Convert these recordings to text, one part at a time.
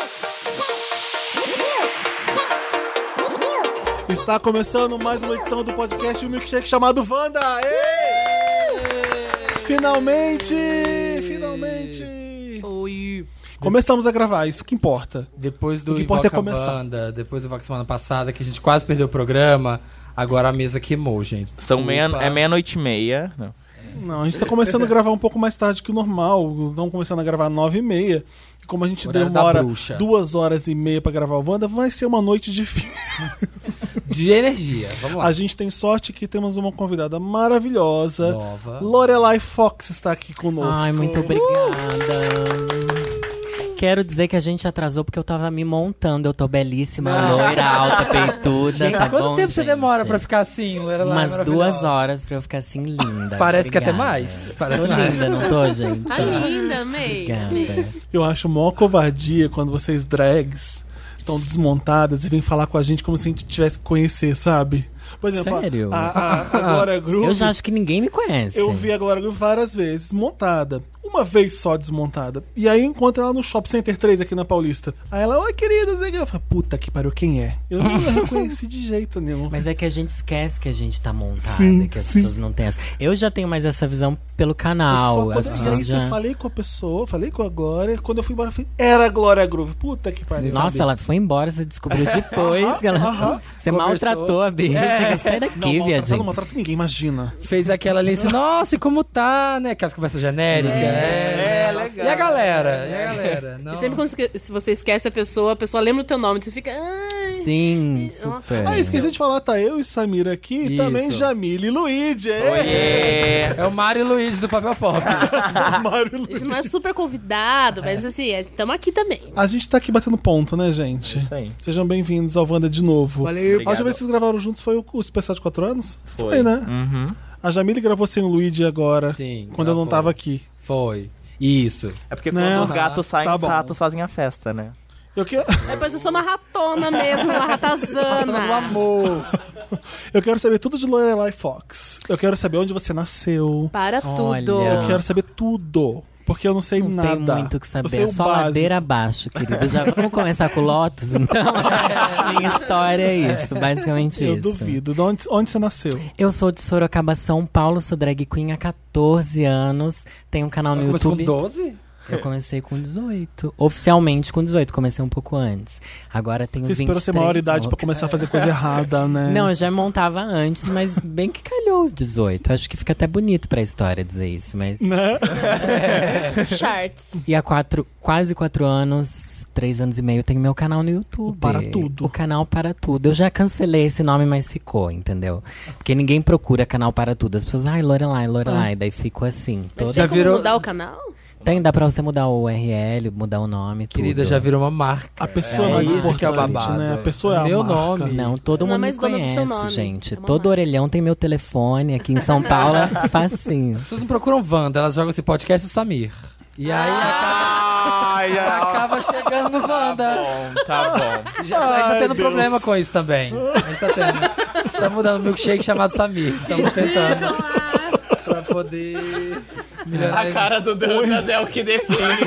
Está começando mais uma edição do podcast O Milkshake chamado Wanda! Finalmente! Oi. Começamos a gravar, isso que importa. Depois do O que importa é Invoca começar. Wanda, depois do Invoca semana passada, que a gente quase perdeu o programa, agora a mesa queimou, gente. Meia-noite e meia. Não, a gente tá começando a gravar um pouco mais tarde que o normal. Estamos começando a gravar 9h30. E como a gente Horário da demora bruxa. 2h30 pra gravar o Wanda, vai ser uma noite difícil. De energia, vamos lá. A gente tem sorte que temos uma convidada maravilhosa. Nova. Lorelai Fox está aqui conosco. Ai, muito obrigada. Quero dizer que a gente atrasou porque eu tava me montando. Eu tô belíssima, loira, alta, peituda. Gente, Tá quanto bom, tempo você gente? demora pra ficar assim, Lorelai? Umas maravilhosa? 2 horas pra eu ficar assim linda. Parece que até Obrigada. mais. Parece Tô mais. linda, não tô, gente? Tá linda, amei. Obrigada. Eu acho mó covardia quando vocês drags estão desmontadas e vêm falar com a gente como se a gente tivesse que conhecer, sabe? Por exemplo, Sério? a Glória Groove. Eu já acho que ninguém me conhece. Eu vi a Glória Groove várias vezes, montada. Uma vez só desmontada. E aí eu encontro ela no Shopping Center 3 aqui na Paulista. Aí ela, oi querida, eu falo, puta que pariu, quem é? Eu não a reconheci de jeito nenhum. Mas é que a gente esquece que a gente tá montada, Sim, que as sim. pessoas não têm essa. Eu já tenho mais essa visão pelo Eu canal. só As quando pessoas já... eu falei com a pessoa, falei com a Glória. Quando eu fui embora, eu falei, era a Glória Groove. Puta que pariu. Nossa, ela foi embora, você descobriu depois que ela... Você Conversou. maltratou a bicha. Sai daqui, Não, maltratar viadinho. não maltrata ninguém, imagina. Fez aquela ali assim, nossa, e como tá, né? Aquelas conversas genéricas. legal. E a galera? Não. E sempre quando se você esquece a pessoa lembra o teu nome, você fica. Ai. Sim, Nossa. super. Ah, esqueci de falar, tá eu e Samira aqui e Isso. também Jamile e Luigi. Oiê! É o Mário e Luiz do Papel Pop. Mário e A Luigi. gente não é super convidado, mas assim, estamos aqui também. A gente tá aqui batendo ponto, né, gente? Isso aí. Sejam bem-vindos ao Wanda de novo. Valeu. A última vez que vocês gravaram juntos foi o especial de 4 anos? Foi. né? Uhum. A Jamile gravou sem o Luigi agora, Sim, quando eu não gravou. tava aqui. Foi. Isso. É porque Não, quando os gatos saem, tá os bom. ratos fazem a festa, né? Eu, que... Depois eu sou uma ratona mesmo, uma Do ratazana. amor. eu quero saber tudo de Lorelai Fox. Eu quero saber onde você nasceu. Para Olha. tudo. Eu quero saber tudo. Porque eu não sei Não nada. tem muito o que Eu saber. sei É o só básico. ladeira abaixo, querido. Já vamos começar com Lotus, então? Minha história é isso, basicamente Eu isso. duvido. De onde você nasceu? Eu sou de Sorocaba, São Paulo, sou drag queen há 14 anos. Tenho um canal no Começou YouTube. com 12? Eu comecei com 18. Oficialmente com 18, comecei um pouco antes. Agora tenho Você 23. esperou ser maior idade pra louca. começar a fazer coisa errada, né? Não, eu já montava antes, mas bem que calhou os 18. Acho que fica até bonito pra história dizer isso, mas... Né? Charts. E há quase 4 anos, 3 anos e meio, tenho meu canal no YouTube. O Para Tudo. O canal Para Tudo. Eu já cancelei esse nome, mas ficou, entendeu? Porque ninguém procura canal Para Tudo. As pessoas, ai, Lorelai. Daí ficou assim. Mas Toda... tem Já como virou- mudar o canal? Tem, dá pra você mudar o URL, mudar o nome, tudo. Querida, já virou uma marca. A pessoa É mais isso importante, que é o babado. né? A pessoa é a Meu marca. nome. Não, todo Você não é mundo mais me dona do seu conhece, nome. gente. É uma Todo marca. orelhão tem meu telefone. Aqui em São Paulo é facinho. As pessoas não procuram Wanda, elas jogam esse podcast do Samir. E aí Ai, acaba chegando no Wanda. Tá bom. A gente tá Ai, tendo Deus. problema com isso também. A gente tá tendo. A gente tá mudando um milkshake chamado Samir. Estamos tentando pra poder melhorar. A cara do Dantas é o que define.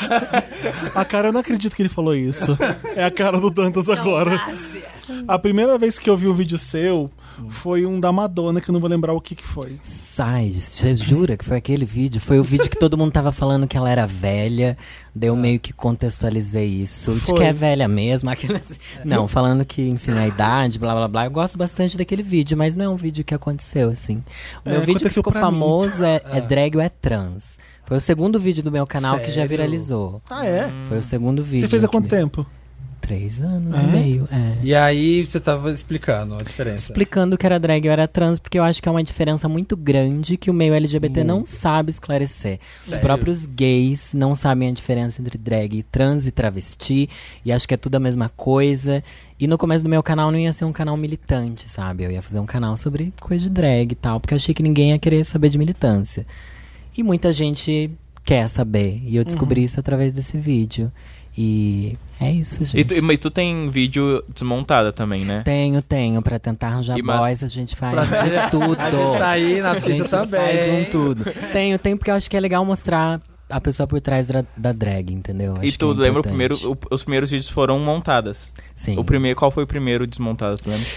A cara, eu não acredito que ele falou isso. É a cara do Dantas agora. A primeira vez que eu vi um vídeo seu foi um da Madonna, que eu não vou lembrar o que foi. Sai, você jura que foi aquele vídeo? Foi o vídeo que todo mundo tava falando que ela era velha. Daí eu meio que contextualizei isso. De Foi. que é velha mesmo. Não, falando que, enfim, a idade, blá blá blá. Eu gosto bastante daquele vídeo, mas não é um vídeo que aconteceu, assim. O meu vídeo que aconteceu ficou pra mim. famoso é drag ou é trans. Foi o segundo vídeo do meu canal que já Sério? viralizou. Ah, é? Foi o segundo vídeo. Você fez há que quanto me- tempo? 3 anos É? e meio, é. E aí você tava explicando a diferença. Explicando que era drag ou era trans, porque eu acho que é uma diferença muito grande que o meio LGBT não sabe esclarecer. Os Sério? próprios gays não sabem a diferença entre drag, trans e travesti, e acho que é tudo a mesma coisa. E no começo do meu canal não ia ser um canal militante, sabe? Eu ia fazer um canal sobre coisa de drag e tal, porque eu achei que ninguém ia querer saber de militância. E muita gente quer saber, e eu descobri isso através desse vídeo. E é isso, gente. E tu tem vídeo desmontada também, né? Tenho, pra tentar arranjar boys, a gente faz de tudo. A gente tá aí na A pista gente também. faz de um tudo. Tenho, porque eu acho que é legal mostrar a pessoa por trás da drag, entendeu? E Acho tu que é lembra importante. os primeiros vídeos foram montadas. Sim. Qual foi o primeiro desmontado, tu lembra?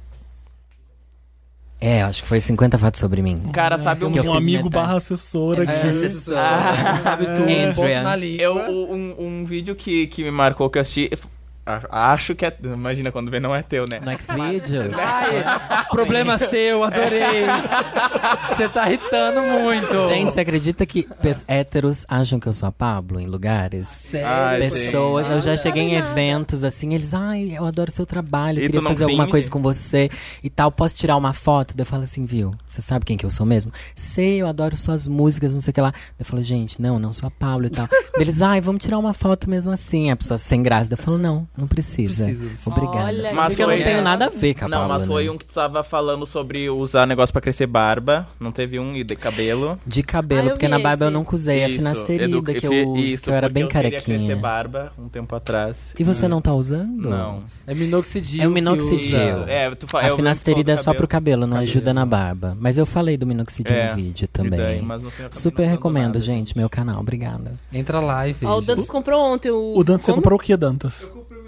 Acho que foi 50 fatos sobre mim. Cara, sabe Temos eu um fiz amigo metade. barra assessora aqui. Assessora, sabe tudo, Andrea. ponto na língua. Um vídeo que me marcou, que eu assisti... Acho que é... Imagina, quando vê, não é teu, né? No Xvideos. Ai, problema seu, adorei. Você tá irritando muito. Gente, você acredita que héteros acham que eu sou a Pablo em lugares? Ai, Pessoas, eu já cheguei em eventos assim, eles, eu adoro seu trabalho, eu E queria tu não fazer alguma finge? coisa com você e tal, posso tirar uma foto? Daí eu falo assim, viu, você sabe quem que eu sou mesmo? Sei, eu adoro suas músicas, não sei o que lá. Daí eu falo, gente, não sou a Pablo e tal. Eles, vamos tirar uma foto mesmo assim, a pessoa sem graça. Daí eu falo, não precisa. Obrigada. Olha, Mas Porque eu não foi- tenho nada a ver com a Não, Pablo, mas foi né? um que tu tava falando sobre usar negócio pra crescer barba. Não teve um e de cabelo. De cabelo, eu porque vi na barba eu esse. nunca usei a finasterida que eu uso, que eu era bem porque eu queria crescer carequinha. barba um tempo atrás. E você não tá usando? Não. É minoxidil. É o minoxidil. que usa. É A finasterida é só pro cabelo, não Cabelo. ajuda na barba. Mas eu falei do minoxidil no vídeo também. Super recomendo, gente, meu canal. Obrigada. Entra lá e veja. Ó, o Dantas comprou ontem o... O Dantas, você como? comprou o que, Dantas?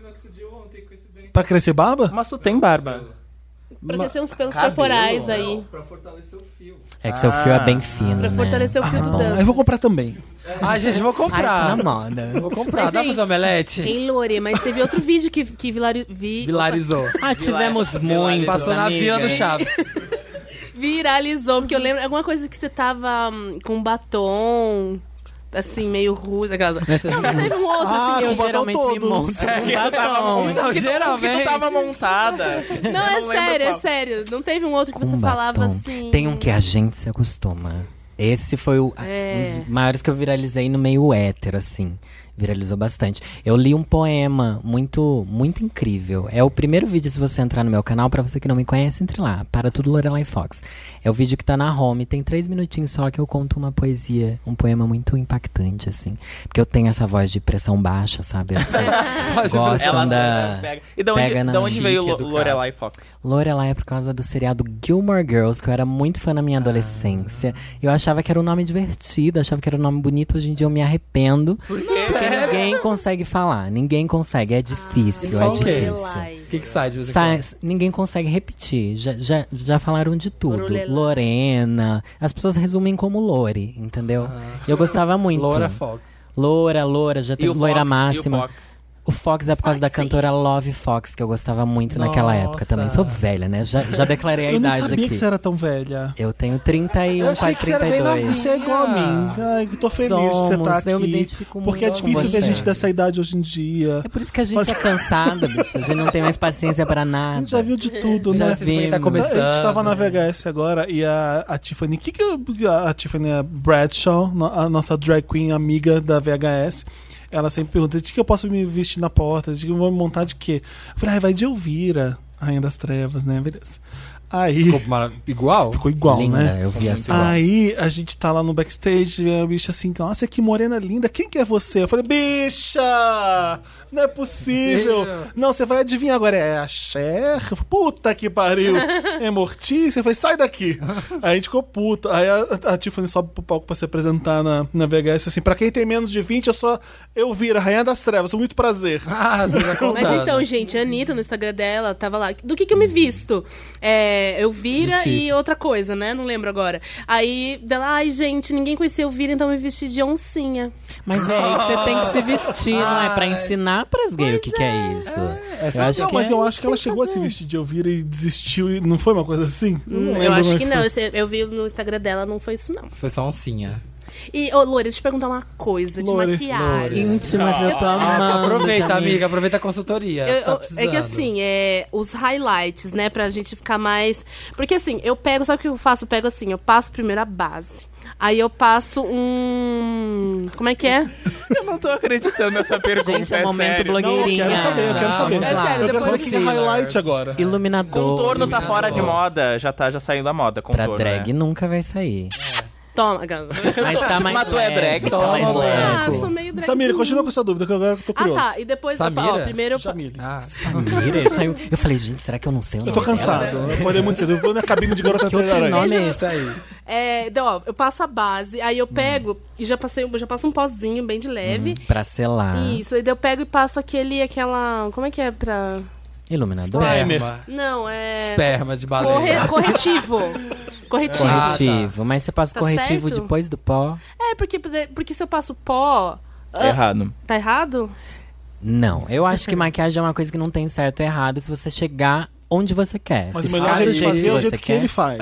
Pra crescer barba? Mas tu tem barba. Pra crescer uns pelos Cabelo? corporais aí. É que seu fio é bem fino, Pra né? fortalecer o fio do Ah, Dantas. eu vou comprar também. Ai, gente, vou Ai, comprar. tá na moda. Vou comprar. Mas Dá pra aí- fazer omelete? Em Lore, mas teve outro vídeo que Vilarizou. Tivemos muito. Passou na fila do Chaves. viralizou. Porque eu lembro alguma coisa que você tava com batom, assim, meio rujo, aquelas... Não, teve um outro, Ah, assim, com Eu batom geralmente me todos. monto com batom. Não, Que geralmente. tu tava montada. Não, Eu lembro é qual. sério. Não teve um outro que você Com falava batom. assim... Tem um que a gente se acostuma. Esse foi um dos maiores que eu viralizei no meio hétero, assim. Viralizou bastante. Eu li um poema muito, muito incrível. É o primeiro vídeo, se você entrar no meu canal, pra você que não me conhece, entre lá. Para tudo Lorelai Fox. É o vídeo que tá na home. Tem 3 minutinhos só que eu conto uma poesia, um poema muito impactante, assim. Porque eu tenho essa voz de pressão baixa, sabe? As pessoas gostam Ela da... pega. E da onde, pega na da onde veio chique do Lorelai Fox? Lorelai é por causa do seriado Gilmore Girls, que eu era muito fã na minha adolescência. Eu achava que era um nome divertido, achava que era um nome bonito. Hoje em dia eu me arrependo. Porque ninguém consegue falar. Ninguém consegue. É difícil, é Só o quê? difícil. O que sai de vez em quando? Ninguém consegue repetir. Já falaram de tudo. Lorelai. Lorena. As pessoas resumem como Lore, entendeu? E eu gostava muito. Loura Fox. Loura, já teve Loira Máxima. E o Fox? O Fox é por causa da Foxy. cantora Love Fox, que eu gostava muito naquela Nossa. época também. Sou velha, né? Já declarei a Eu não idade sabia aqui. que você era tão velha. Eu tenho 31, achei quase que você era bem 32. Você é igual a mim. Ai, que tô feliz de você estar Somos, aqui. eu me identifico Porque é muito com difícil ver vocês. gente dessa idade hoje em dia. É por isso que a gente é cansada, bicho. A gente não tem mais paciência pra A nada. gente já viu de tudo, Já né? vi. Tá A começando. gente tava na VHS agora e a Tiffany, a Tiffany Bradshaw, a nossa drag queen amiga da VHS, ela sempre pergunta: de que eu posso me vestir na porta? De que eu vou me montar de quê? Eu falei: vai de Elvira, Rainha das Trevas, né? Beleza. Aí Igual? ficou igual, Linda, né? eu vi as Aí a gente tá lá no backstage e a bicha assim: nossa, que morena linda, quem que é você? Eu falei: bicha! Não é possível! Não, você vai adivinhar agora. É a Cher? Puta que pariu! É Mortícia? Eu falei: sai daqui! Aí a gente ficou puta. Aí a Tiffany sobe pro palco pra se apresentar na VHS assim: pra quem tem menos de 20, eu sou Elvira, Rainha das Trevas, muito prazer. Ah, você já contou. Mas então, gente, a Anitta no Instagram dela tava lá. Do que eu me visto? Elvira e outra coisa, né? Não lembro agora. Aí dela, ai, gente, ninguém conhecia Elvira, então eu me vesti de oncinha. Mas é aí que você tem que se vestir, não é? Pra ensinar pras gays o que é isso. Eu acho Não, que mas é eu isso acho que ela tem chegou a se fazer. vestir de Elvira e desistiu e não foi uma coisa assim? Eu lembro acho como é que não. foi. Eu vi no Instagram dela, não foi isso, não. Foi só oncinha. E, ô, Loura, deixa eu te perguntar uma coisa de Lore, maquiagem. Íntimas, eu tô amando. Aproveita, Jamile. amiga. Aproveita a consultoria. Eu- tá é que precisando. assim, os highlights, né, pra gente ficar mais... Porque assim, eu pego, sabe o que eu faço? Eu pego assim, eu passo primeiro a base. Aí eu passo como é que é? Eu não tô acreditando nessa pergunta, Gente, é momento sério. Não, eu blogueirinha. quero saber, eu quero Vamos saber. lá. É sério, Eu quero saber depois o que é highlight agora. Iluminador. Contorno tá Iluminador. fora de moda, já saiu da moda, Pra contorno, drag né? nunca vai sair. Toma. Mas tá mais Mas tu é leve, drag? tá mais Toma, leve. Ah, sou meio drag. Samira, continua com essa dúvida, que agora eu tô curioso. Ah, tá. E depois, Samira? ó, primeiro eu... Jamile. Ah, Samira, ele saiu. Eu falei, gente, será que eu não sei o Eu nome tô cansado. Eu acordei muito cedo. Eu vou na cabine de Garota Aranha. nome é isso aí. Então, ó, eu passo a base, aí eu pego e já passo um pozinho bem de leve. Pra selar. Isso, e daí eu pego e passo aquela... Como é que é pra... Iluminador? Esperma. Não, é... Esperma de baleia. Corretivo. Corretivo. Corretivo. Mas você passa Tá corretivo certo? depois do pó? É, porque se eu passo pó... Errado. Tá errado? Não. Eu acho que maquiagem é uma coisa que não tem certo ou errado se você chegar onde você quer. Mas se o melhor ficar do jeito de fazer é o jeito que quer. ele faz.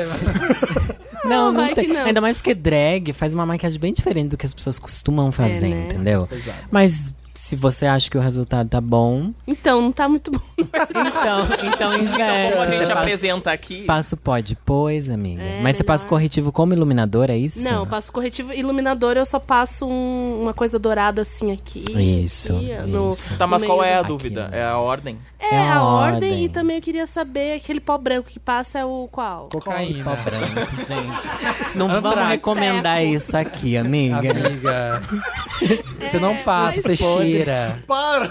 Não, Não, vai não tem. que não. Ainda mais porque drag faz uma maquiagem bem diferente do que as pessoas costumam fazer, né? entendeu? Mas se você acha que o resultado tá bom, Então, não tá muito bom. então inverte. Como a gente Você apresenta aqui... passa o pó depois, amiga. É, Mas você passa o melhor. corretivo como iluminador, é isso? Não, eu passo corretivo iluminador, eu só passo uma coisa dourada assim aqui. Isso, aqui, no- isso. Tá, mas no qual meio é a do- dúvida? Aqui, É a ordem? É, É a a ordem. ordem. E também eu queria saber, aquele pó branco que passa é o qual? Cocaína. Pó branco, gente. Não vamos Antrax. recomendar Ferro. isso aqui, amiga. Amiga. Você não passa, você cheira. Para!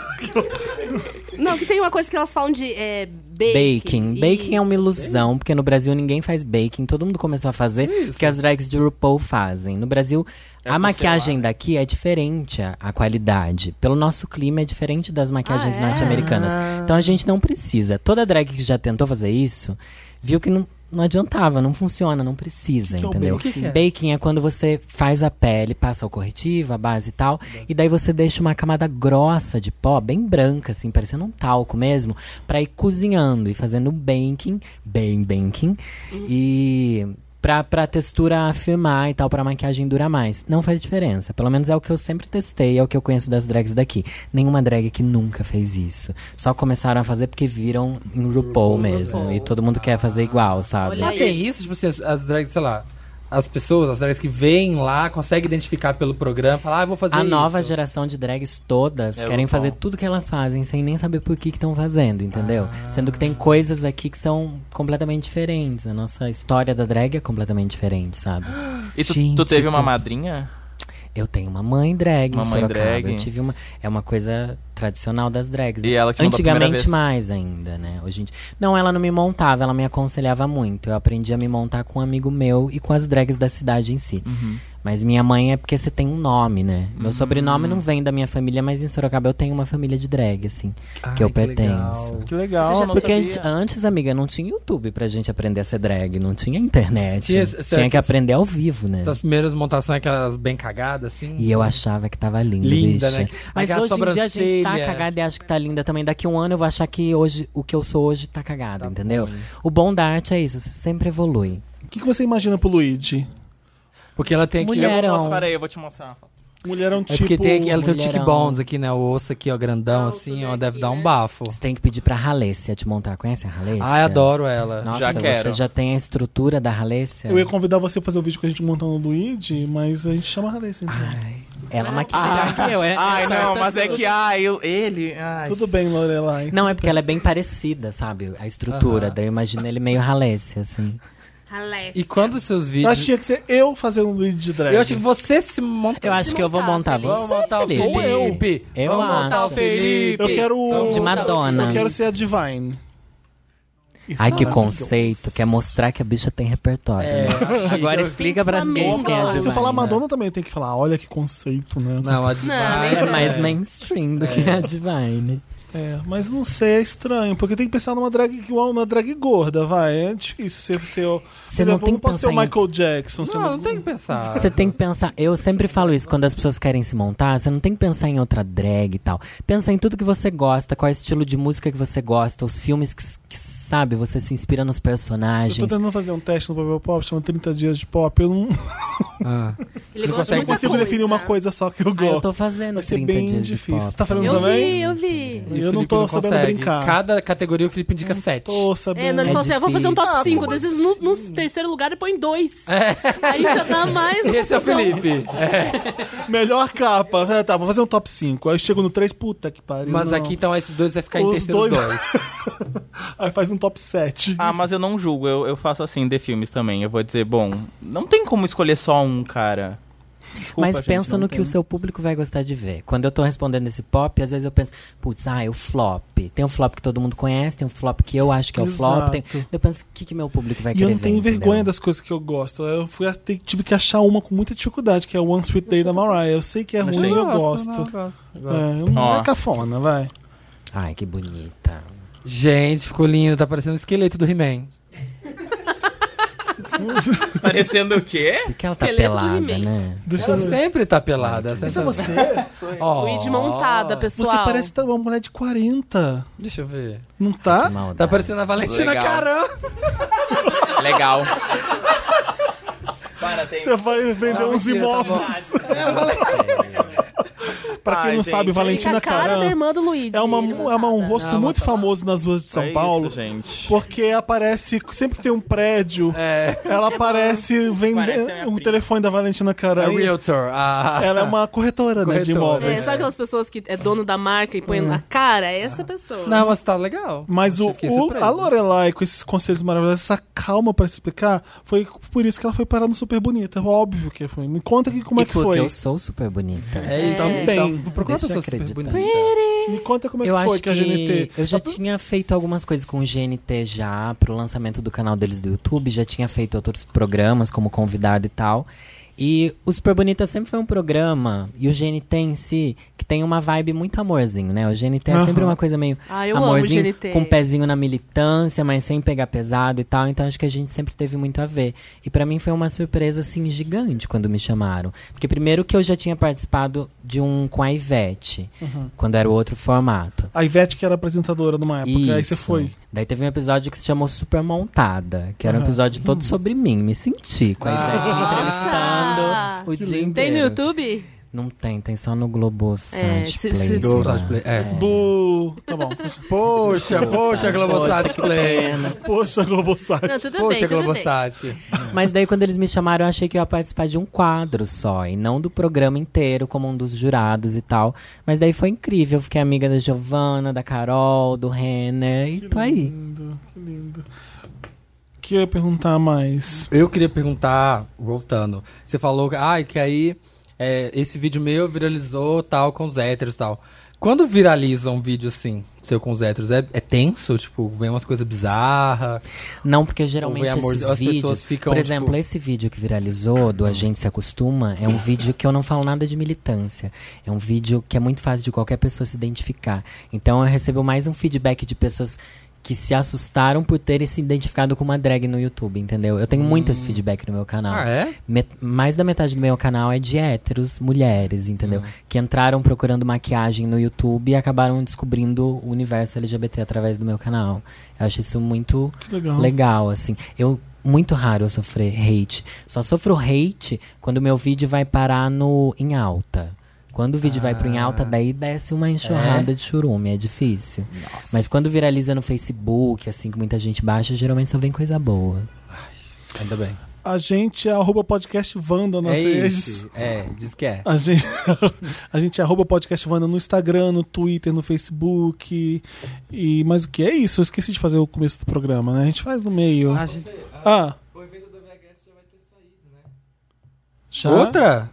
Não, que tem uma coisa que elas falam de baking. Baking é uma Isso. ilusão, porque no Brasil ninguém faz baking. Todo mundo começou a fazer, porque as drags de RuPaul fazem. No Brasil, a maquiagem daqui é diferente, a qualidade. Pelo nosso clima, é diferente das maquiagens Ah, é? norte-americanas. Então a gente não precisa. Toda drag que já tentou fazer isso, viu que não adiantava, não funciona, não precisa, que é o entendeu? baking? O que é? Baking é quando você faz a pele, passa o corretivo, a base e tal, e daí você deixa uma camada grossa de pó, bem branca, assim, parecendo um talco mesmo, pra ir cozinhando e fazendo baking, baking, e pra textura afirmar e tal, pra maquiagem durar mais. Não faz diferença, pelo menos é o que eu sempre testei, é o que eu conheço das drags daqui. Nenhuma drag que nunca fez isso. Só começaram a fazer porque viram em RuPaul mesmo, e todo mundo quer fazer igual, sabe? Olha Ah, aí. tem isso? Tipo assim, as drags, sei lá, as pessoas, as drags que vêm lá, conseguem identificar pelo programa, falar, eu vou fazer A isso. nova geração de drags todas É querem RuPaul. fazer tudo que elas fazem sem nem saber por que estão fazendo, entendeu? Sendo que tem coisas aqui que são completamente diferentes. A nossa história da drag é completamente diferente, sabe? E tu Gente, teve uma madrinha? Eu tenho uma mãe drag Uma em mãe Sorocaba. drag. Eu tive uma... É uma coisa tradicional das drags. E ela te mandou a primeira Antigamente vez? mais ainda, né? Hoje em dia... Não, ela não me montava, ela me aconselhava muito. Eu aprendi a me montar com um amigo meu e com as drags da cidade em si. Mas minha mãe é porque você tem um nome, né? Meu sobrenome não vem da minha família, mas em Sorocaba eu tenho uma família de drag, assim, que eu pertenço. Que legal, Você já não Porque sabia. antes, amiga, não tinha YouTube pra gente aprender a ser drag, não tinha internet. Tinha- Tinha que aprender ao vivo, né? Essas primeiras montações, aquelas bem cagadas, assim. E eu achava que tava lindo, Linda, bicha. né? Mas Aquela hoje em dia a gente tá sobrancelha. cagada e acha que tá linda também. Daqui a um ano eu vou achar que hoje, o que eu sou hoje tá cagado, entendeu? bom, hein? O bom da arte é isso, você sempre evolui. O que você imagina pro Luigi? Porque ela tem aqui... Mulherão. Nossa, peraí, eu vou te mostrar uma foto. Mulher é um É tipo... porque ela tem o mulherão. cheekbones aqui, né? O osso aqui, ó, grandão, Alto, assim, né, ó, deve aqui, dar um né? bafo. Você tem que pedir pra Halessia te montar. Conhece a Halessia? Ai, adoro ela. Nossa, Já quero. você já tem a estrutura da Halessia? Eu ia convidar você a fazer o vídeo com a gente montando o Luigi, mas a gente chama a Halessia, então. Ela maquia melhor que eu, é. Ai, é não, sorte mas é assim. que, ele... Ai. Tudo bem, Lorelai. Não, é porque ela é bem parecida, sabe? A estrutura. Daí eu imagino ele meio Halessia, assim. Alessia. E quando os seus Eu vídeos... acho que tinha que ser eu fazendo um vídeo de drag. Eu acho que você se monta... Eu acho que eu vou montar Felipe. você, Vamos montar o Felipe. Felipe. Eu Vamos montar acho. o Felipe. Eu quero... De Madonna. Eu quero ser a Divine. Isso Ai, é que maravilhoso. conceito. Quer mostrar que a bicha tem repertório. É, né? achei. Agora explica pras gays quem é a Flamengo. Se eu falar Divine. Madonna também, eu tenho que falar, olha que conceito, né? Não, a Divine... nem É mais mainstream do que a Divine. É, mas não sei, é estranho, porque tem que pensar numa drag igual uma drag gorda, vai. É difícil ser Você não tem que pode ser o pensar em... Michael Jackson. você Não tem que pensar. Você tem que pensar, eu sempre falo isso, quando as pessoas querem se montar, você não tem que pensar em outra drag e tal. Pensa em tudo que você gosta, qual é o estilo de música que você gosta, os filmes que sabe, você se inspira nos Eu personagens. tô tentando fazer um teste no Papel Pop, chama 30 Dias de Pop. Eu não Ah. Ele Não gosta consegue de muita consigo definir uma coisa só que eu Ah, eu gosto. tô fazendo Vai ser 30 bem dias difícil. de Você pop. tá fazendo Eu também? vi. E Eu o não Felipe tô sabendo consegue. brincar. Cada categoria o Felipe indica 7. Tô sabendo. Não, ele falou assim: eu vou fazer um top difícil. 5. Desses no terceiro lugar, ele põe 2. Aí já dá mais. Esse é o confusão. Felipe. Melhor capa. Tá, vou fazer um top 5. Aí eu chego no 3, puta que pariu. Mas não. aqui, então, esses dois vai ficar em Os terceiro dois- 2. Aí faz um top 7. Ah, mas eu não julgo, eu faço assim de filmes também. Eu vou dizer, bom, não tem como escolher só um, cara. Desculpa, Mas gente, pensa não no tem. que o seu público vai gostar de ver. Quando eu tô respondendo esse pop, às vezes eu penso, putz, o flop. Tem um flop que todo mundo conhece, tem um flop que eu acho que é o flop. Exato. Eu penso, o que meu público vai E querer eu não ver, tenho entendeu? vergonha das coisas que eu gosto. Eu tive que achar uma com muita dificuldade, que é o One Sweet Day da Mariah. Eu sei que é ruim, Achei. eu gosto. Não Ó. é cafona, vai. Ai, que bonita. Gente, ficou lindo. Tá parecendo o esqueleto do He-Man. Parecendo o quê? Porque ela tá Esqueleto do pelada, He-Man. né? Deixa eu Ela ver. sempre tá pelada. Esse é você? Ó, Luigi montada, pessoal. Você parece uma mulher de 40. Deixa eu ver. Não tá? Que maldade. Tá parecendo a Valentina Legal. Caram. Legal. Para, tem. Você vai vender uns mentira, tá imóveis. bom. Pra quem Ai, não gente. sabe, Tem Valentina a cara da Caram irmã do Luigi. é um montada. rosto Não, muito mas fala. famoso nas ruas de São É Paulo. isso, gente. Porque aparece, sempre que tem um prédio, ela aparece Parece a vendendo minha o prima. telefone da Valentina A Caram. Realtor. Ela é uma corretora, né, de Corretora. imóveis. Sabe aquelas pessoas que é dono da marca e põe na cara? É essa pessoa. Não, mas tá legal. Mas Fiquei surpreso. a Lorelai, com esses conselhos maravilhosos, essa calma pra se explicar, foi por isso que ela foi parar no Super Bonita. Óbvio que foi. Me conta aqui como é que porque foi. eu sou super bonita. É isso. Também. Então, procura Deixa eu pessoa super acreditar. bonita. Me conta como é Eu que foi acho que a GNT... eu já tinha feito algumas coisas com o GNT já, pro lançamento do canal deles do YouTube, já tinha feito outros programas como convidado e tal. E o Super Bonita sempre foi um programa, e o GNT em si, que tem uma vibe muito amorzinho, né? O GNT é sempre uma coisa meio Eu amo o amorzinho, GNT. com um pezinho na militância, mas sem pegar pesado e tal. Então acho que a gente sempre teve muito a ver. E pra mim foi uma surpresa, assim, gigante quando me chamaram. Porque primeiro que eu já tinha participado de um com a Ivete, quando era o outro formato. A Ivete, que era apresentadora numa época, aí você Isso. foi. Daí teve um episódio que se chamou Super Montada, que era um episódio todo sobre mim. Me senti com a Ivete me entrevistando o dia inteiro. Tem no YouTube? Não tem só no Globosat se- Play. se- sei lá. Bu. Tá bom. Poxa, Globosat Play. Poxa, Globosat. Não, tudo Poxa, bem, tudo bem. Globosat. Mas daí quando eles me chamaram, eu achei que eu ia participar de um quadro só, e não do programa inteiro, como um dos jurados e tal. Mas daí foi incrível, eu fiquei amiga da Giovana, da Carol, do Renner, e tô aí. Lindo, que lindo. Que eu ia perguntar mais. Eu queria perguntar, voltando. Você falou que aí esse vídeo meu viralizou tal com os héteros e tal. Quando viraliza um vídeo assim, seu com os héteros, é tenso? Tipo, vem umas coisas bizarras? Não, porque geralmente Ou vem amor- esses as vídeos... pessoas ficam, por exemplo, tipo- esse vídeo que viralizou, do A Gente Se Acostuma, é um vídeo que eu não falo nada de militância. É um vídeo que é muito fácil de qualquer pessoa se identificar. Então eu recebo mais um feedback de pessoas que se assustaram por terem se identificado com uma drag no YouTube, entendeu? Eu tenho muito esse feedback no meu canal. Ah, é? Mais da metade do meu canal é de héteros, mulheres, entendeu? Que entraram procurando maquiagem no YouTube e acabaram descobrindo o universo LGBT através do meu canal. Eu acho isso muito Que legal. legal, assim. Muito raro eu sofrer hate. Só sofro hate quando meu vídeo vai parar em alta. Quando o vídeo vai pro em alta, daí desce uma enxurrada de churume, é difícil. Mas quando viraliza no Facebook, assim, que muita gente baixa, geralmente só vem coisa boa. Ainda bem. A gente é @podcastvanda nas redes. Diz que é. A gente é @podcastvanda no Instagram, no Twitter, no Facebook. Mas o que é isso? Eu esqueci de fazer o começo do programa, né? A gente faz no meio. O evento da VHS já vai ter saído, né? Já? Outra?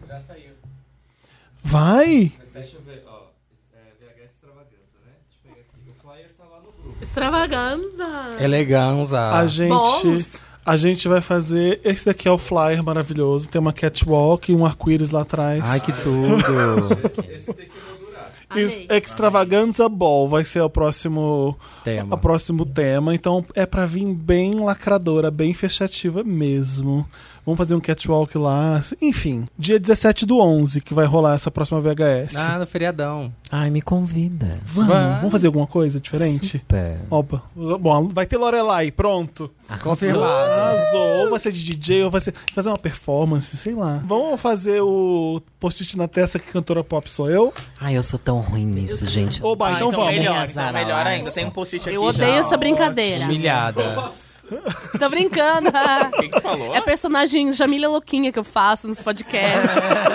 Vai? Deixa eu ver, ó. VHS Extravaganza, né? Deixa eu pegar aqui. O flyer tá lá no grupo. Extravaganza. Eleganza. Bons. A gente vai fazer... Esse daqui é o flyer maravilhoso. Tem uma catwalk e um arco-íris lá atrás. Ai, que tudo. Esse tem que moldurar. Amei. Extravaganza Ball vai ser o próximo Tema. tema. Então é pra vir bem lacradora, bem fechativa mesmo. Vamos fazer um catwalk lá. Enfim, dia 17/11 que vai rolar essa próxima VHS. Ah, no feriadão. Ai, me convida. Vamos fazer alguma coisa diferente? Super. Opa. Bom, vai ter Lorelai, pronto. Confirmado. Arrasou. Ou vai ser de DJ, ou vai ser fazer uma performance, sei lá. Vamos fazer o post-it na testa que cantora pop sou eu? Ai, eu sou tão ruim nisso, gente. Oba, então vamos. Melhor ainda. Tem um post-it aqui. Eu odeio essa brincadeira. Humilhada. Tô brincando. O que tu falou? É personagem Jamília Louquinha que eu faço nos podcasts.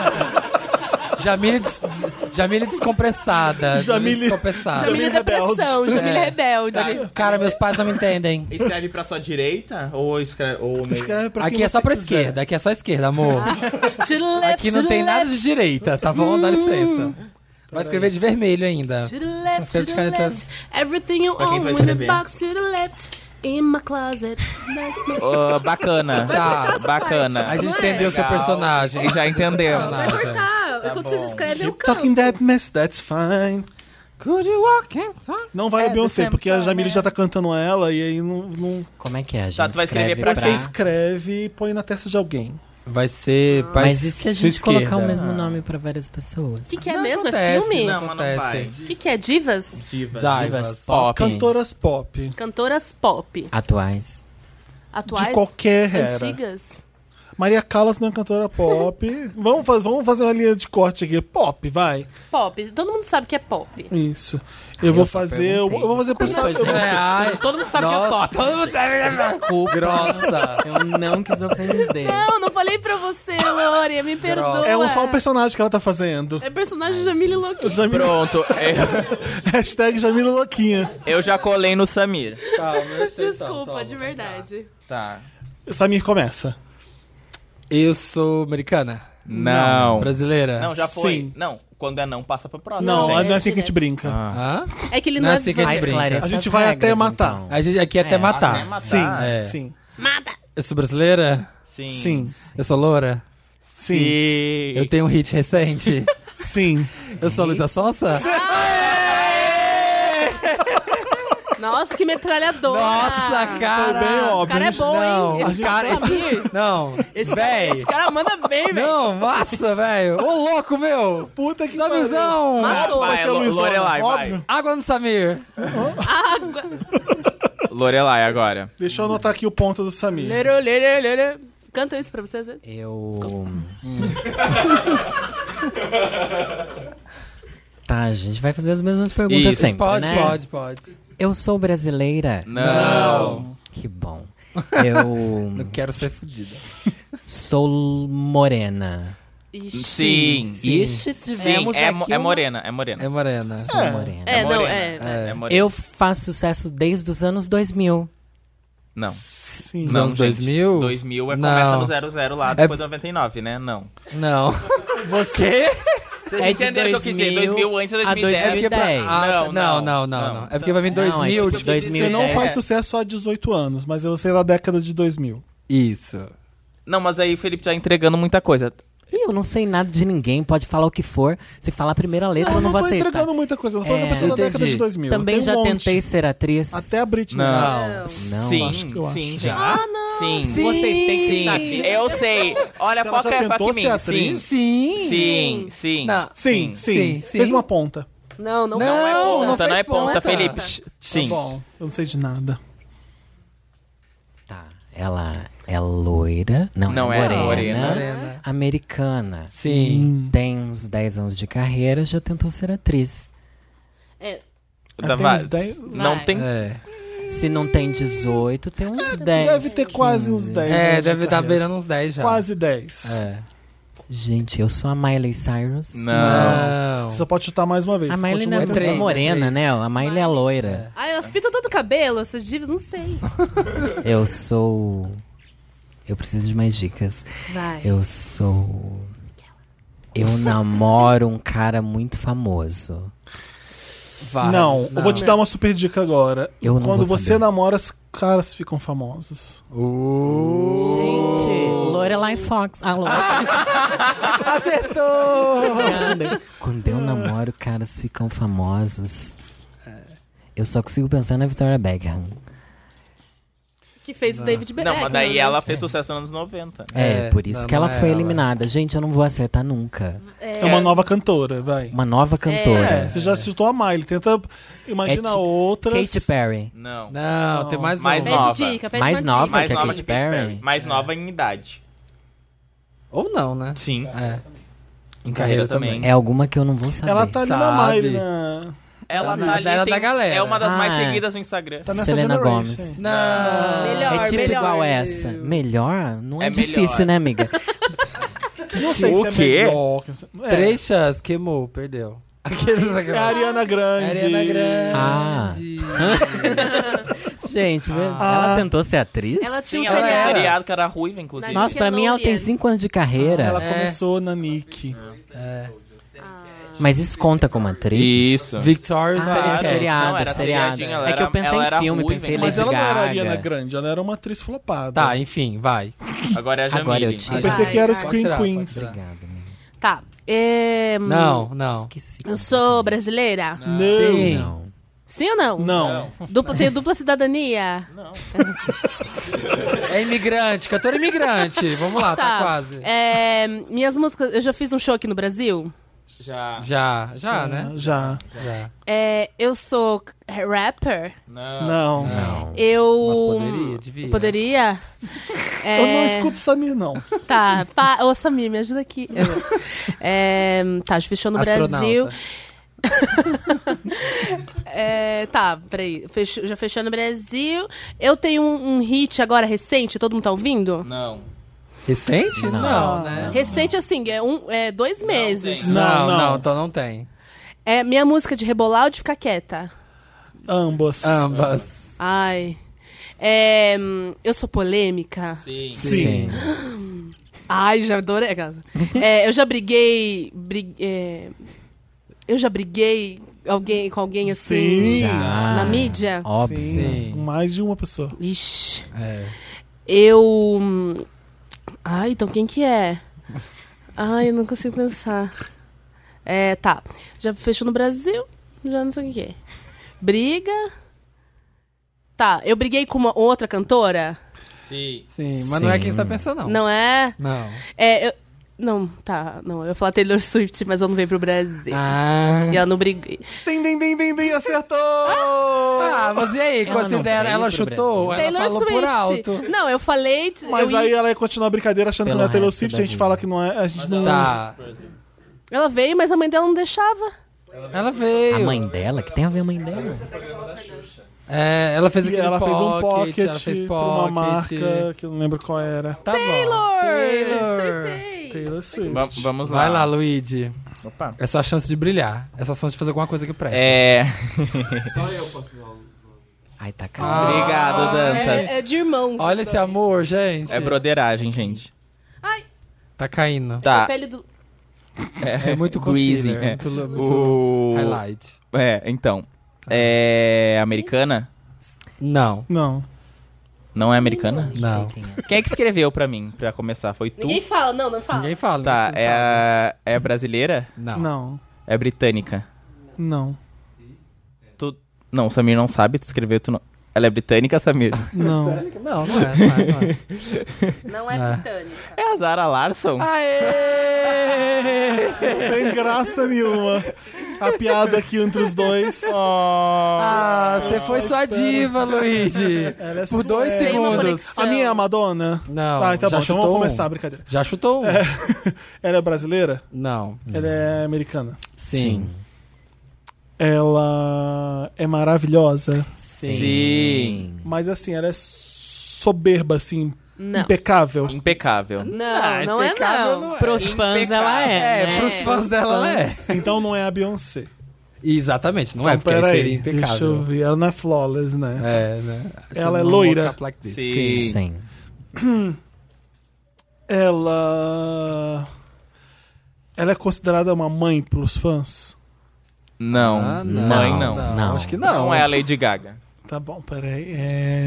Jamile descompressada. Jamile- descompressada. Jamília Depressão, Jamília É. Rebelde. Cara, meus pais não me entendem. Escreve pra sua direita ou escreve... Ou meio... Escreve pra Aqui quem é só você pra quiser. esquerda, aqui é só esquerda, amor. To the left, Aqui to não the tem nada left, de direita, tá bom? Dá licença. Vai escrever de vermelho ainda. To the left, Escreve to de the caneta. left. Everything you Pra quem own vai in the escrever? box to the left. In my closet. That's my... Bacana. Tá. Bacana. A gente Não é? entendeu o seu personagem. Já entendemos. Vai cortar. Quando vocês escrevem, eu Keep talking canto. that mess, that's fine. Could you walk inside? Não vai a the Beyoncé, same porque a time, Jamile man. já tá cantando ela e aí não... Como é que é, gente? Tá, tu vai escrever Escreve pra Você escreve e põe na testa de alguém. Vai ser... Mas e se a gente esquerda? colocar o mesmo nome pra várias pessoas? O que é Não mesmo? acontece, É filme? Não, mas não vai. O que é? Divas? Divas. Divas. Pop. Cantoras pop. Cantoras pop. Atuais. Atuais? De qualquer era. Antigas? Maria Callas não é cantora pop. vamos fazer uma linha de corte aqui. Pop, vai. Pop. Todo mundo sabe que é pop. Isso. Eu vou só fazer... Eu perguntei. vou fazer por Desculpa, saber. gente. Ai, Todo mundo sabe que é pop. todo mundo sabe. Desculpa. Grossa. Eu não quis ofender. Não falei pra você, Lore. Me perdoa. É só um personagem que ela tá fazendo. É personagem de Jamile Louquinha. Jamile... Pronto. Hashtag Jamile Louquinha. Eu já colei no Samir. Desculpa, de verdade. Tá. Samir, começa. Eu sou americana? Não. Brasileira? Não, já foi. Sim. Não, quando é não, passa pro próximo. Não, gente. não é assim que a gente brinca. Hã? É que ele Não não é é assim que a gente vivo. brinca. A gente vai até matar. Então. A gente aqui é até matar. Até matar. Sim, É. sim, Mata. Eu sou brasileira? Sim. sim, Eu sou loura? sim, Eu tenho um hit recente? sim. Eu sou Luísa Sonsa? Nossa, que metralhadora. Nossa, cara! Foi bem O óbvio. cara é bom, Não, hein? a Esse gente- cara Samir. Não, véi! Esse cara manda bem, velho. Não, massa, velho! Ô, louco, meu! Puta que pariu. Samizão! Matou. Vai, Vai ser Luizona, Lorelai, vai. óbvio. Água no Samir! Água. Lorelai agora. Deixa eu anotar aqui o ponto do Samir. Lero, lero, lero. Canta isso pra você às vezes? Eu. Tá, a gente vai fazer as mesmas perguntas Isso, sempre, Pode, né? pode. Eu sou brasileira? Não. Que bom. Eu Não quero ser fodida. sou morena. Ixi. Sim. Ixi, Sim, tivemos é, aqui é uma- morena, é morena. É morena. Sou morena. É, não, morena. é. É morena. Eu faço sucesso desde os anos 2000. Não. Sim. Nos anos gente. 2000? 2000 Não. começa no 00 lá, depois 99, né? Não. Não. Você? Vocês É de entenderam o que eu quis dizer? 2000 antes de a 2010. 2010. Não. É porque vai vir Não, é 2000. tipo tipo, 2000. Você não 2010. faz sucesso só há 18 anos, mas eu sei da década de 2000. Isso. Não, mas aí o Felipe tá entregando muita coisa. Ih, eu não sei nada de ninguém, pode falar o que for. Se falar a primeira letra, eu não vou tô aceitar. entregando muita coisa. Eu tô falando É, da pessoa da década entendi. de 2000. Também Tem já um monte. tentei ser atriz. Até a Britney. Não. Não, Sim, acho que eu sim, acho. já. Ah, não. Sim. Vocês têm que Sim, saber. eu sei. Olha, Se ela foca já é tentou fuck ser me. atriz? Sim. Sim, sim. Não. Sim, sim, sim. Fez uma ponta. Não, Não, Não é ponta, não não é fez ponta, ponta. Felipe. Tá Sim. bom. Eu não sei de nada. Tá, ela é loira. Não, Não, é é morena. morena. Americana. Sim. Tem uns 10 anos de carreira, já tentou ser atriz. É, Tá, Até vai. uns 10. Não Vai. tem. É. Se não tem 18, tem uns 10. Deve ter quase 15. uns 10. É, anos de deve estar carreira. beirando uns 10 já. Quase 10. É. Gente, eu sou a Miley Cyrus. Não. Você só pode chutar mais uma vez. A Miley não Continua é tentando. três. morena, né? A Miley é loira. Ai, elas pintam todo o cabelo, essas divas, não sei. Eu sou... Eu preciso de mais dicas. Vai. Eu sou... Eu namoro um cara muito famoso. Vai. Não, eu vou te dar uma super dica agora. Eu não Quando vou você saber. namora, os caras ficam famosos. Gente, Lorelai Fox. Alô. Acertou! Obrigada. Quando eu namoro, caras ficam famosos. Eu só consigo pensar na Victoria Beckham. Que fez o David Beckham. Não, mas daí ela fez sucesso nos anos 90. É, por isso não, que ela não é foi ela. eliminada. Gente, eu não vou acertar nunca. É uma nova cantora, vai. Uma nova cantora. É, você já citou a Miley. Tenta imaginar outras. Katy Perry. Não. Não, tem mais Mais um. Pede nova. dica, pede Mais uma nova dica. Mais que a nova Katy que Katy Perry. Perry? Mais nova em idade. Ou não, né? Sim. É. Em carreira também. É alguma que eu não vou saber. Ela tá ali na Sabe. Miley, né? Ela Da- tá ali, da galera. é uma das mais Ah, seguidas no Instagram. Tá nessa Selena generation. Gomes. Não. Melhor, É tipo melhor. igual essa. Melhor? Não é, É difícil, melhor. né, amiga? Não sei O se quê? é melhor. É. 3 chances, queimou, perdeu. Aqueles É a Ariana Grande. Ariana Grande. Ah. Gente, ela tentou ser atriz? Ela tinha Sim, um ela tinha seriado. seriado que era ruiva, inclusive. Nossa, pra mim ela tem Nickelodeon. 5 anos de carreira. Ela começou na Nick. Mas isso conta como atriz? Isso. Victoria's Ah, Secret. seriado, Não, era seriado. seriadinho, ela É que eu era- pensei ela em era filme, ruiva, pensei em Mas Lady ela não era a Gaga. Ariana Grande, ela era uma atriz flopada. Tá, enfim, vai. Agora é a Agora eu Jamile. tiro. Eu pensei que era os Vai, Scream vai. Queens. Obrigado, amiga. Tá. Não. Esqueci. Eu sou brasileira? Não. Sim. Não. Sim ou não? Não. Tenho dupla cidadania? É imigrante, cantora imigrante. Vamos lá, tá quase. Minhas músicas... Eu já fiz um show aqui no Brasil. Já. Já, né? Já. Já. Eu sou rapper. Não. Eu... Mas poderia, devia. Poderia? Eu não escuto Samir, não. Tá, ô Samir, me ajuda aqui. Tá, já fechou no Astronauta. Brasil. Tá, peraí. Já fechou no Brasil. Eu tenho um hit agora recente, todo mundo tá ouvindo? Não. Recente? Não, né? Recente, assim, 2 meses. tem. Não. Então não tem. É minha música de rebolar ou de ficar quieta? Ambas. Ambas. Ai. Eu sou polêmica? Sim. Sim. Ai, já adorei a casa. Eu já briguei. Eu já briguei com alguém assim Sim. Já. na mídia? Óbvio. Sim. Com mais de uma pessoa. Ixi. É. Eu. Ai, então quem que é? Ai, eu não consigo pensar. Tá. Já fechou no Brasil? Já não sei o que é. Briga. Tá, eu briguei com uma outra cantora? Sim. Sim, mas não é quem você tá pensando, não. Não é? Não. Não, tá. Não, eu ia falar Taylor Swift, mas ela não veio pro Brasil. Ah. E ela não brigou. Tem, acertou! Mas e aí? Ela não Considera, veio ela pro chutou? Ela Taylor falou Swift. por alto. Não, eu falei. Mas aí ela ia continuar a brincadeira achando que Pelo não é Taylor resto Swift, da a gente vida. fala que não é. A gente não. Tá. Ela veio, mas a mãe dela não deixava. Ela veio. A mãe dela? Que tem a ver a mãe dela? Ela fez E aquele ela fez um pocket ela fez pra uma pocket. marca que eu não lembro qual era. Tá Taylor! Taylor! Acertei! Taylor Swift. Vamos lá. Vai lá, Luigi. Opa. É sua chance de brilhar. É sua chance de fazer alguma coisa que presta. Só eu posso dar Ai, tá caro. Obrigado, Dantas. É de irmãos. Olha esse amor, gente. É broderagem, gente. Tá caindo. A Tá. pele do... É muito Greasy, concealer. é. Muito O... highlight. Então. É americana? Não. Não. Não é americana? Não. Quem é que escreveu pra mim, pra começar? Foi tu? Ninguém fala, não fala. Ninguém fala. Tá, ninguém sabe. é brasileira? Não. Não. É britânica? Não. Tu... Não, o Samir não sabe, tu escreveu, tu não... Ela é britânica, Samir? Não. Não é. Não é É. britânica. É a Zara Larson? Aê! Não tem graça nenhuma. A piada aqui entre os dois. Você foi sua diva, Luigi. Ela é Por 2 sueca. Tem uma segundos. conexão. A minha é a Madonna? Não. Ah, tá já bom. Então chutou vamos um. começar a brincadeira. Já chutou um. Ela é brasileira? Não. Ela é americana? Sim. Ela é maravilhosa? Sim. Mas assim, ela é soberba, assim, Não. impecável. Impecável. Não é impecável não. não é. Pros fãs ela é. né? Pros fãs dela, ela é. Então não é a Beyoncé. Exatamente, não é porque aí Peraí, seria deixa eu impecável. ver. Ela não é flawless, né? É, né? Ela é Não loira? woke up like this. Sim. Sim. Ela é considerada uma mãe pelos fãs? Não. Ah, Mãe, não. Não. Acho que não. Não é a Lady Gaga. Tá bom, peraí.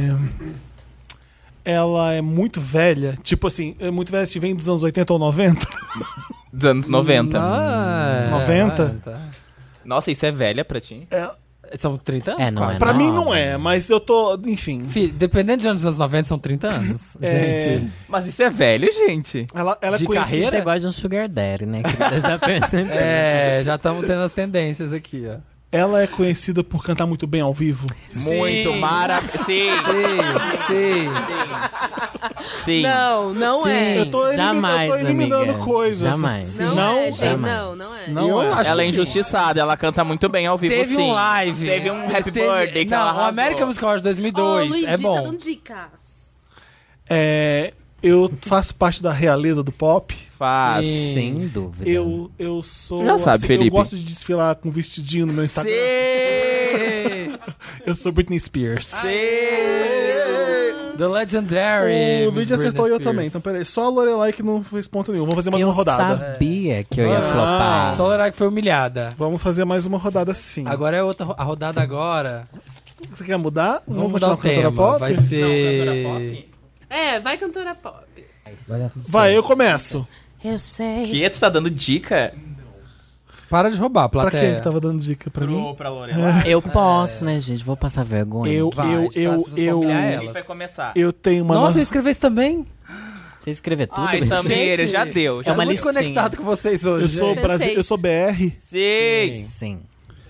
Ela é muito velha. Tipo assim, é muito velha se vem dos anos 80 ou 90? Dos anos 90. Não, 90? Nossa, isso é velha pra ti? São 30 anos, É, não quase. é Pra mim nova. não é, mas eu tô, enfim. Dependendo de anos 90, são 30 anos. É, Gente, Mas isso é velho, gente. ela é De conhecida. carreira? Você gosta de um sugar daddy, né? querida? Já percebi. já estamos tendo as tendências aqui, ó. Ela é conhecida por cantar muito bem ao vivo. Muito maravilhoso. Sim, Sim. sim. Não Sim. é. Eu tô Jamais, eliminando amiga. coisas. Jamais. Não, Não, é, gente. jamais. Não é. Não Eu é. acho Ela é que sim. injustiçada, ela canta muito bem ao vivo, Teve sim. um live. Teve um Happy Birthday que ela Não, o arrasou. American Music Awards 2002 Luigi, é tá bom. dando dica. Eu faço parte da realeza do pop. Faz. Sim. Sem dúvida. Eu sou. Tu já sabe, assim, Felipe. Eu gosto de desfilar com vestidinho no meu Instagram. Eu sou Britney Spears. The Legendary. O Luigi acertou Britney eu Spears. também. Então, peraí. Só a Lorelai que não fez ponto nenhum. Vamos fazer mais Eu uma rodada. sabia que eu ia Ah. flopar. Só a Lorelai que foi humilhada. Vamos fazer mais uma rodada sim. Agora é outra. A rodada agora. Você quer mudar? Vamos mudar o continuar com a cantora tema. pop? Vai ser. Vai cantora pop. Vai, eu começo. Eu sei. Que tu tá dando dica Para de roubar, Pra plateia. quem que tava dando dica? Pra mim? pra Lorelai? Eu posso, né, gente? Vou passar vergonha. Eu humilhar Quem vai começar? eu tenho uma. Nossa, eu escrevi isso também. Você escrever tudo? Ai, gente? Samir, Gente, já deu. Já é uma Tô muito listinha. conectado com vocês hoje. eu sou gente. Brasil, eu sou BR. Sim. Sim.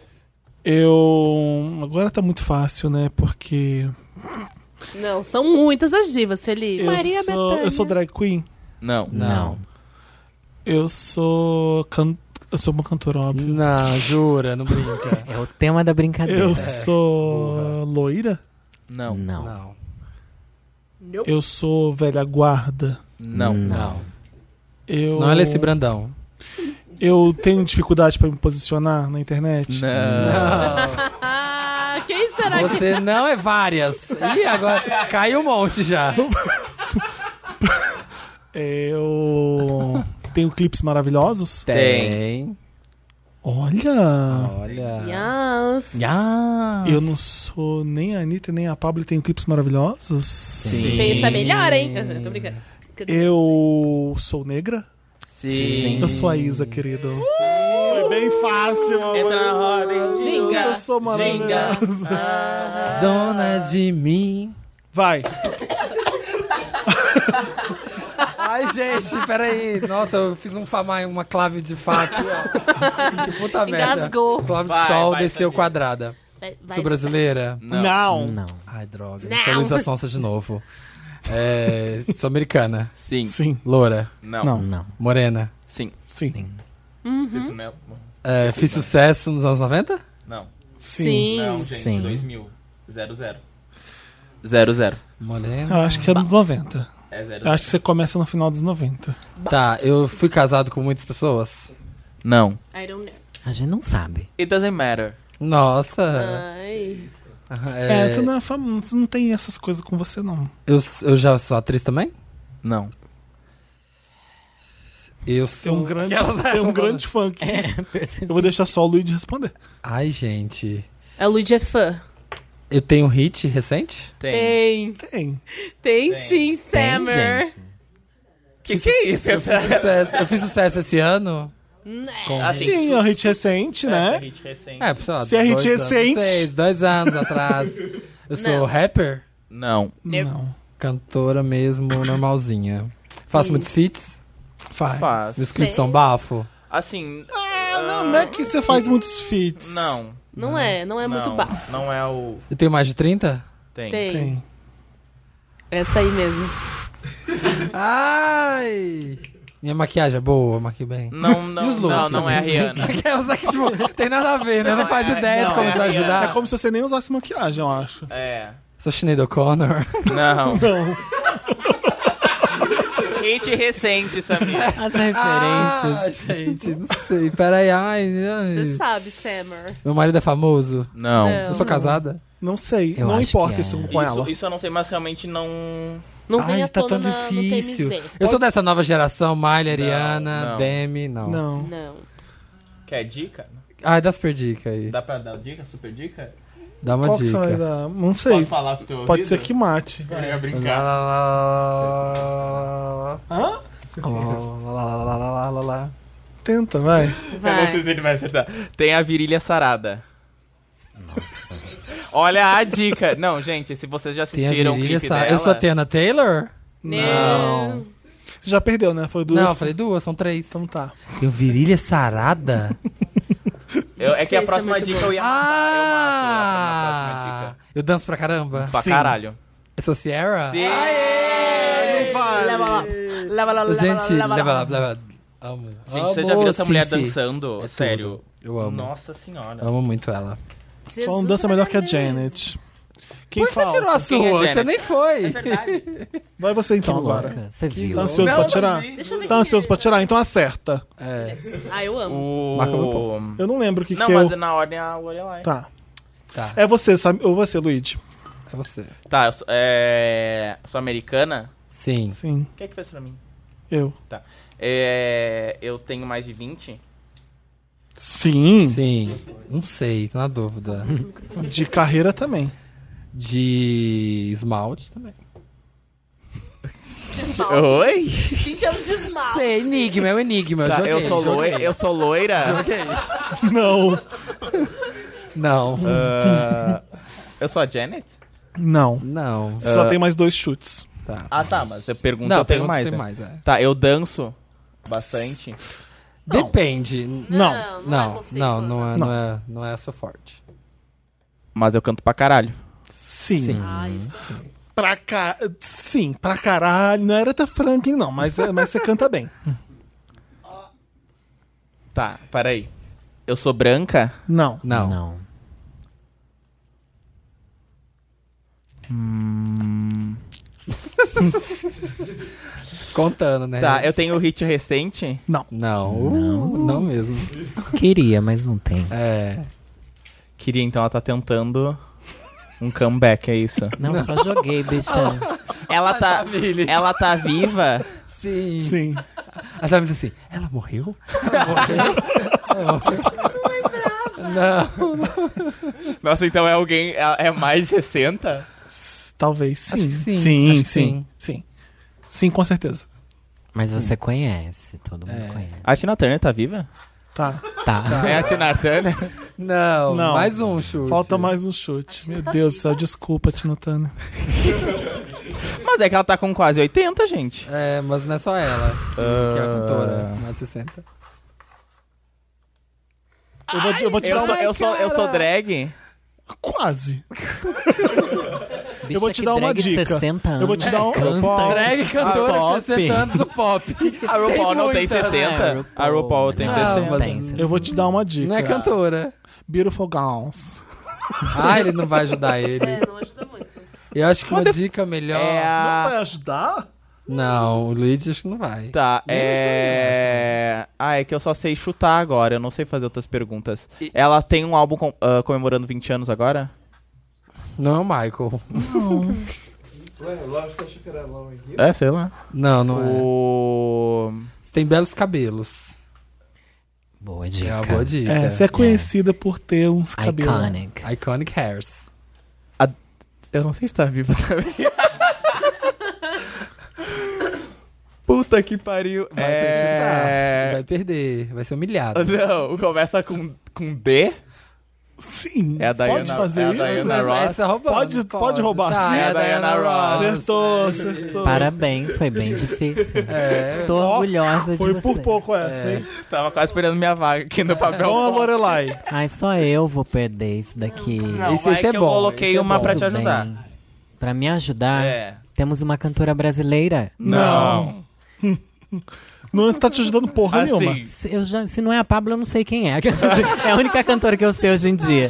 Eu. Agora tá muito fácil, né? Porque. Não, são muitas as divas, Felipe. Eu sou drag queen. Não. Não. Eu sou. Eu sou uma cantora, óbvio. Não, jura, não brinca. É o tema da brincadeira. Eu sou loira. Não. Não. Não. Eu sou velha guarda. Não. Não. Eu. Não é Alessi Brandão. Eu tenho dificuldade pra me posicionar na internet. Não. Ah, quem será que... Você não é várias. Ih, agora caiu um monte já. Eu tenho clipes maravilhosos. Tem. Olha! Olha. Yes. Eu não sou nem a Anitta nem a Pablo e tenho clipes maravilhosos. Sim. Pensa melhor, hein? Tô brincando. Eu sou negra. Sim. Eu sou a Isa, querido. Foi bem fácil, amor. Entra na roda, hein? Ginga. Eu sou maravilhoso. Dona de mim. Vai. Ai, gente, peraí. Nossa, eu fiz uma clave de Fá aqui, ó. Que puta merda. Engasgou. Clave de Vai, sol vai, desceu Samir. quadrada. Sou brasileira? Não. Não. Ai, droga. Não. Sou Luísa Sonsa de novo. Sou americana. Sim. Sim. Loura. Não. Não. Não. Morena. Sim. Sim. Se tu não- Fiz sucesso nos anos 90? Não. Sim. Não, gente. Sim. 2000. 00. 00. Morena. Eu acho que é nos 90. É 00. Eu acho que você começa no final dos 90. Tá, eu fui casado com muitas pessoas? Não. I don't know. A gente não sabe. It doesn't matter. Nossa. Ai. Você não é famoso, você não tem essas coisas com você, não. Eu já sou atriz também? Não. Eu Tem sou... um grande fã aqui. Eu vou deixar só o Luigi responder. Ai, gente. A Luigi é fã. Eu tenho um hit recente? Tem. Tem. Tem Tem. sim, Summer. Que é isso? Eu fiz sucesso esse ano? Com... Assim, Sim, é um hit recente, né? hit recente. sei lá, Se é hit 2 anos, recente. não sei, 2 anos atrás. Eu sou Não. rapper? Não. Não. Cantora mesmo, normalzinha. Faço muitos feats? Faz. Faz. Meus clipes são bafo? Assim. Não é que você faz muitos feats. Não. Não é muito bafo. Não é o. Eu tenho mais de 30? Tem. Tem. Essa aí mesmo. Ai! Minha maquiagem é boa, maquio bem. Não, E não, os looks? não, não é a Rihanna. Aquelas que, tipo, tem nada a ver, né? Não faz ideia de não, como é isso vai a Rihanna. É ajudar. como se você nem usasse maquiagem, eu acho. É. Sou Sinead O'Connor. Não. Não. Hit recente, Samir. As referências. Gente, não sei. Peraí, ai. Você sabe, Summer. Meu marido é famoso? Não. Eu sou casada? Não sei. Eu não acho importa que é. isso com ela. Isso eu não sei, mas realmente não. Não vem Ai, à tá tona tão no difícil. TMZ. Eu sou dessa nova geração, Miley, Ariana, não. Demi, não. Não. Não. Quer dica? Ai, dá super dica aí. Dá pra dar dica? Super dica? Dá uma Qual que você vai dica. dar? Não sei. Posso falar pro teu Pode ouvido? ser que mate. Eu ia Lá, brincar. lá, lá, Hã? lá. Tenta, vai. Eu não sei se ele vai acertar. Tem a virilha sarada. Nossa. Olha a dica. Não, gente, se vocês já Tem a assistiram o virilha clipe sarada. dela... Eu sou a Tiana Taylor? Não. Você já perdeu, né? Foi duas. Não, eu falei 2, são 3. Então tá. Tenho virilha sarada? É que a sei se próxima é muito dica bom. eu ia matar. Eu mato na próxima dica. Eu danço pra caramba. Pra Sim. caralho. Eu sou Sierra? Sim. Não vale. Leva lá. Leva lá, leva Gente, lá, leva lá, leva lá. Amo. Gente, você já viu essa Sim, mulher sim. dançando? É Sério. tudo. Eu amo. Nossa senhora. Amo muito ela. Só não dança melhor que a Janet. Quem Por que você tirou fala? a Quem é sua? Janet? Você nem foi. Vai você Que então agora. louca. Você viu? Tá ansioso pra tirar? Deixa eu ver Tá quem ansioso pra tirar? Então acerta. É. Ah, eu amo. Marca meu ponto. Eu não lembro o que Não, que mas eu... na ordem a Lorelai. Tá. Tá. É você, sabe? Ou você, Luigi? É você. Tá, eu sou americana. Sim. Sim, Quem é que fez pra mim? eu. Eu tenho mais de 20. Sim. Sim. Não sei, tô na dúvida. De carreira também. De esmalte também. De esmalte. Oi? 20 anos de esmalte. Sei, enigma, é o enigma. Tá, joguei, eu sou joguei. loira. Eu sou loira. Joguei. Não. Não. Eu sou a Janet? Não. Não. Você só tem mais 2 chutes. Tá. Ah, tá, mas eu pergunto, Não, eu tenho pergunta mais, se tem né? mais, é. Tá, eu danço bastante. Depende. Não. Não é essa forte. Mas eu canto pra caralho. Sim. Ah, isso. Sim, pra caralho. Não era Aretha Franklin, não, mas você canta bem. Tá, peraí. Eu sou branca? Não. Não. Não. Contando, né? Tá, eu tenho hit recente? Não. Não mesmo. Queria, mas não tem. É. Queria, então ela tá tentando um comeback, é isso? Não, só joguei, bicha. Ela tá viva? Sim. Sim. A Jamila disse assim, ela morreu? Ela morreu? Não. Nossa, então é alguém... É mais de 60? Talvez sim. Acho que sim. Sim, Acho que sim, sim. Sim, com certeza. Mas você conhece, todo mundo conhece. A Tina Turner tá viva? Tá. Tá. É a Tina Turner? Não, Não. mais um chute. Falta mais um chute. Meu Deus do céu, desculpa, Tina Turner. Mas é que ela tá com quase 80, gente. É, mas não é só ela, que é a cantora, mais de 60. Eu vou te dar uma... Eu sou drag? Quase. Bicha, Eu vou te que dar uma drag de dica. 60 anos. Eu vou te dar um... Canta. Drag cantora pop. de 60 anos no pop. A RuPaul não tem muita, 60. A RuPaul tem não, 60. mas tem 60. Eu vou te dar uma dica. Não é cantora. Beautiful Gowns. Ah, ele não vai ajudar ele. É, não ajuda muito. Eu acho que uma dica melhor... É Não a... vai ajudar? Não, o Luigi acho que não vai. Tá, é que eu só sei chutar agora, eu não sei fazer outras perguntas. Ela tem um álbum comemorando 20 anos agora? Não é o Michael. Ué, Laura, você achou que era Lauren Hill? É, sei lá. Não, não é. Você Você tem belos cabelos. Boa dica. É uma boa dica. É, você é conhecida por ter uns cabelos. Iconic. Iconic hairs. Eu não sei se tá viva também. Puta que pariu. Vai ter que chutar. Vai perder. Vai ser humilhado. Não, começa com D? Sim. É a Diana, Pode fazer é a isso? Diana Ross. Essa é roubando. Pode roubar, Tá, sim. é a Diana Ross. Acertou. Parabéns, foi bem difícil. É. Estou Ó, orgulhosa de Foi você. por pouco essa, hein? Tava quase esperando minha vaga aqui no papel. Vamos, Lorelai. Ai, só eu vou perder isso daqui. Não, Esse vai é que bom, eu coloquei esse é uma bom. pra te Tudo ajudar. bem. Pra me ajudar, É. temos uma cantora brasileira. Não. Não tá te ajudando porra nenhuma. Assim, Se não é a Pablo, eu não sei quem é. É a única cantora que eu sei hoje em dia.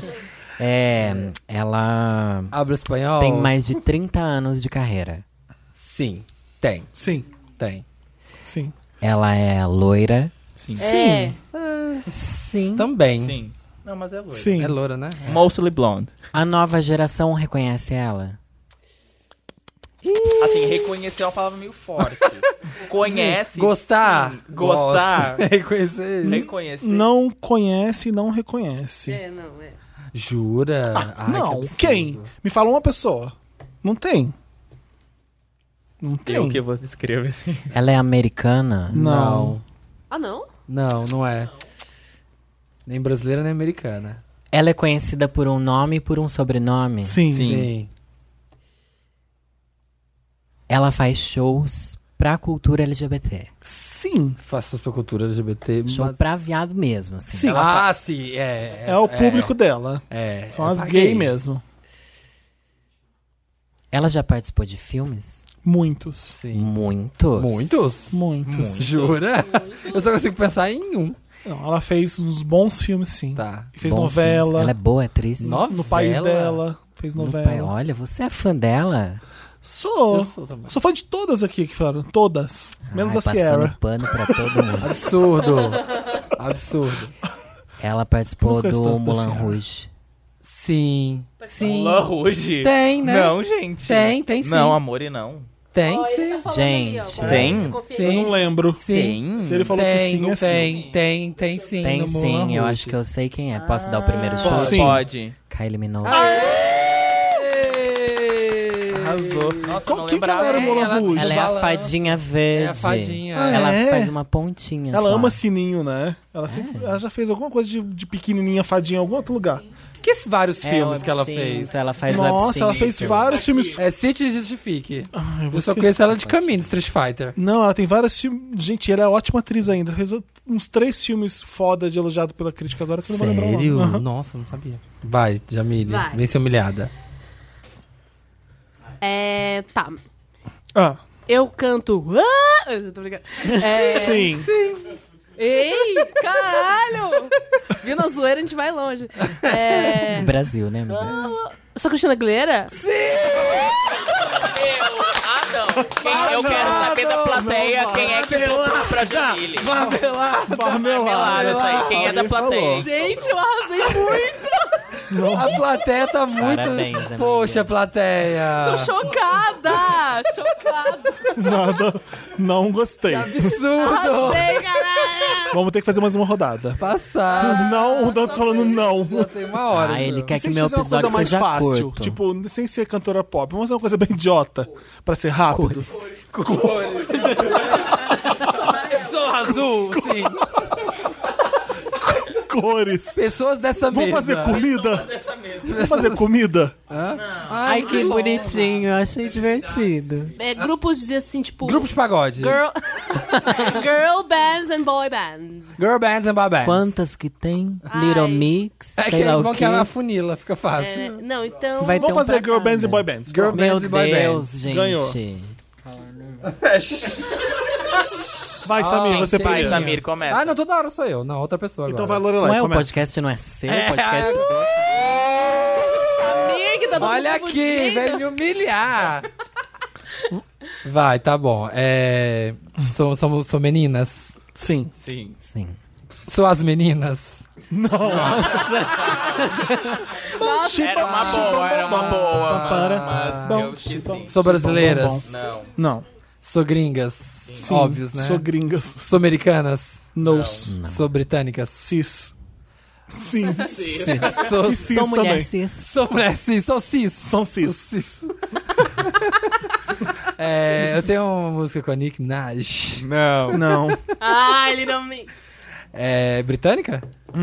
Ela Abre o espanhol? tem mais de 30 anos de carreira. Sim. Tem. Sim, Tem. sim. Ela é loira. sim. É. Sim. Também. Sim. Não, mas é loiro. Sim. É loura, né? Mostly blonde. A nova geração reconhece ela. Assim, reconhecer é uma palavra meio forte. Conhece. Gostar. sim. Gostar. Gosta. Reconhecer. Reconhecer. Não conhece e não reconhece. É, não, é. Jura? Ai, que Não, absurdo. quem? Me fala uma pessoa. Não tem. Não tem. Eu que você escreve assim. Ela é americana. Não. Ah, não? Não, não é. Nem brasileira, nem americana. Ela é conhecida por um nome e por um sobrenome? Sim. Sim. Ela faz shows pra cultura LGBT. Sim. Faço pra cultura LGBT. Show pra viado mesmo, assim. Sim. Sim. É o público dela. São as pra gay mesmo. Ela já participou de filmes? Muitos. Sim. Muitos. Muitos? Muitos. Jura? Eu só consigo pensar em um. Não, ela fez uns bons filmes, sim. Tá. E fez Bons novela. filmes. Ela é boa atriz? Novela? No país dela. Fez No novela. pai- Olha, você é fã dela? Sou. Eu sou também. Sou fã de todas aqui que falaram. Todas. Menos Ai, a Sierra. passando pano pra todo mundo. Absurdo. Absurdo. Ela participou Nunca estou do da Moulin Sierra. Rouge. Sim. Sim. Lã Rouge? Tem, né? Não, gente. Tem sim. Não, amor, e não. Tem Ó, sim. ele tá falando Gente, ali, ó, tem? eu confio. Eu não lembro. Sim. Se ele falou que sim, é sim. Tem sim. Tem no sim, Moulin eu Rouge. acho que eu sei quem é. Posso dar o primeiro Ah. chute? Sim. Pode. Kylie Minogue. Arrasou. Nossa, eu não Quem que ela lembrava. era o Moulin Ela- Rouge? Ela é a balanço. fadinha verde. É a fadinha. Ah, Ela é? faz uma pontinha Ela só. ama sininho, né? Ela já fez alguma coisa de pequenininha fadinha em algum outro lugar. Que esses vários É, filmes o que ela absinto, fez? Ela faz o Nossa, ela absinto. fez vários filmes. É City Justifique. Ai, Eu só conheço ela de caminho, Street Fighter. Não, ela tem vários filmes. Gente, ela é ótima atriz ainda. Fez uns 3 filmes foda de elogiado pela crítica agora que eu não vou lembrar o Sério? nome. Aham. Nossa, não sabia. Vai, Jamile. Vai. Vem ser humilhada. Tá. Ah, Eu canto. Eu tô brincando. sim. Ei, caralho! Viu na zoeira, a gente vai longe. Brasil, né, amiga? Eu sou Cristina Aguilera? Eu quero saber da plateia quem é que soprou pra Jamile. Marmelada, isso aí. Quem é da Alguém plateia? falou. hein? Gente, eu arrasei muito! A plateia tá muito... Parabéns, amiga. Poxa, plateia. Tô chocada! Chocada! Nada. Não gostei. Absurdo. Arrasei, caralho! Vamos ter que fazer mais uma rodada. Passado. Não, o Dantas falando não. Já tem uma hora. Ah, ele já. quer Se que a gente meu fizer uma coisa episódio mais seja fácil, curto. tipo, sem ser cantora pop, vamos fazer uma coisa bem idiota, pra ser rápido. Sou azul, sim. Cores. Pessoas dessa Vamos mesa. fazer comida? Vamos fazer comida? Ai, que bonitinho, eu achei divertido. Grupos de assim, tipo. Grupo de pagode. Girl bands and boy bands. Girl bands and boy bands. Quantas que tem? Ai. Little Mix, É que sei lá é o bom quê. que ela funila, fica fácil. Não, então. Vai ter Vamos um fazer pra girl bands cada. e boy bands. Girl Meu bands e boy Deus, bands. gente. Ganhou. Vai, Samir, você Vai, primeiro. Samir, começa. Ah, não, toda hora sou eu. Não, outra pessoa Então agora. vai, Lorelai, Ué, o começa. podcast não é seu, o podcast Samir, que tá todo Olha mundo aqui, confundindo. vem me humilhar. Vai, tá bom. Sou meninas. Sim. Sim. Sim. Sou as meninas. Era uma boa, era uma boa. Para. Mas Bom, eu acho que sim. Sou brasileiras. Bom. Não. Não. Sou gringas. Sim. Óbvios, né? Sou gringas. Sou americanas. Nos. Sou britânicas. Cis. Sim. Sou, E cis Sou mulher também. cis. sou mulher cis. Sou cis. São cis. Cis. Eu tenho uma música com a Nicki Minaj. Não. Não. Ah, ele não me. É britânica?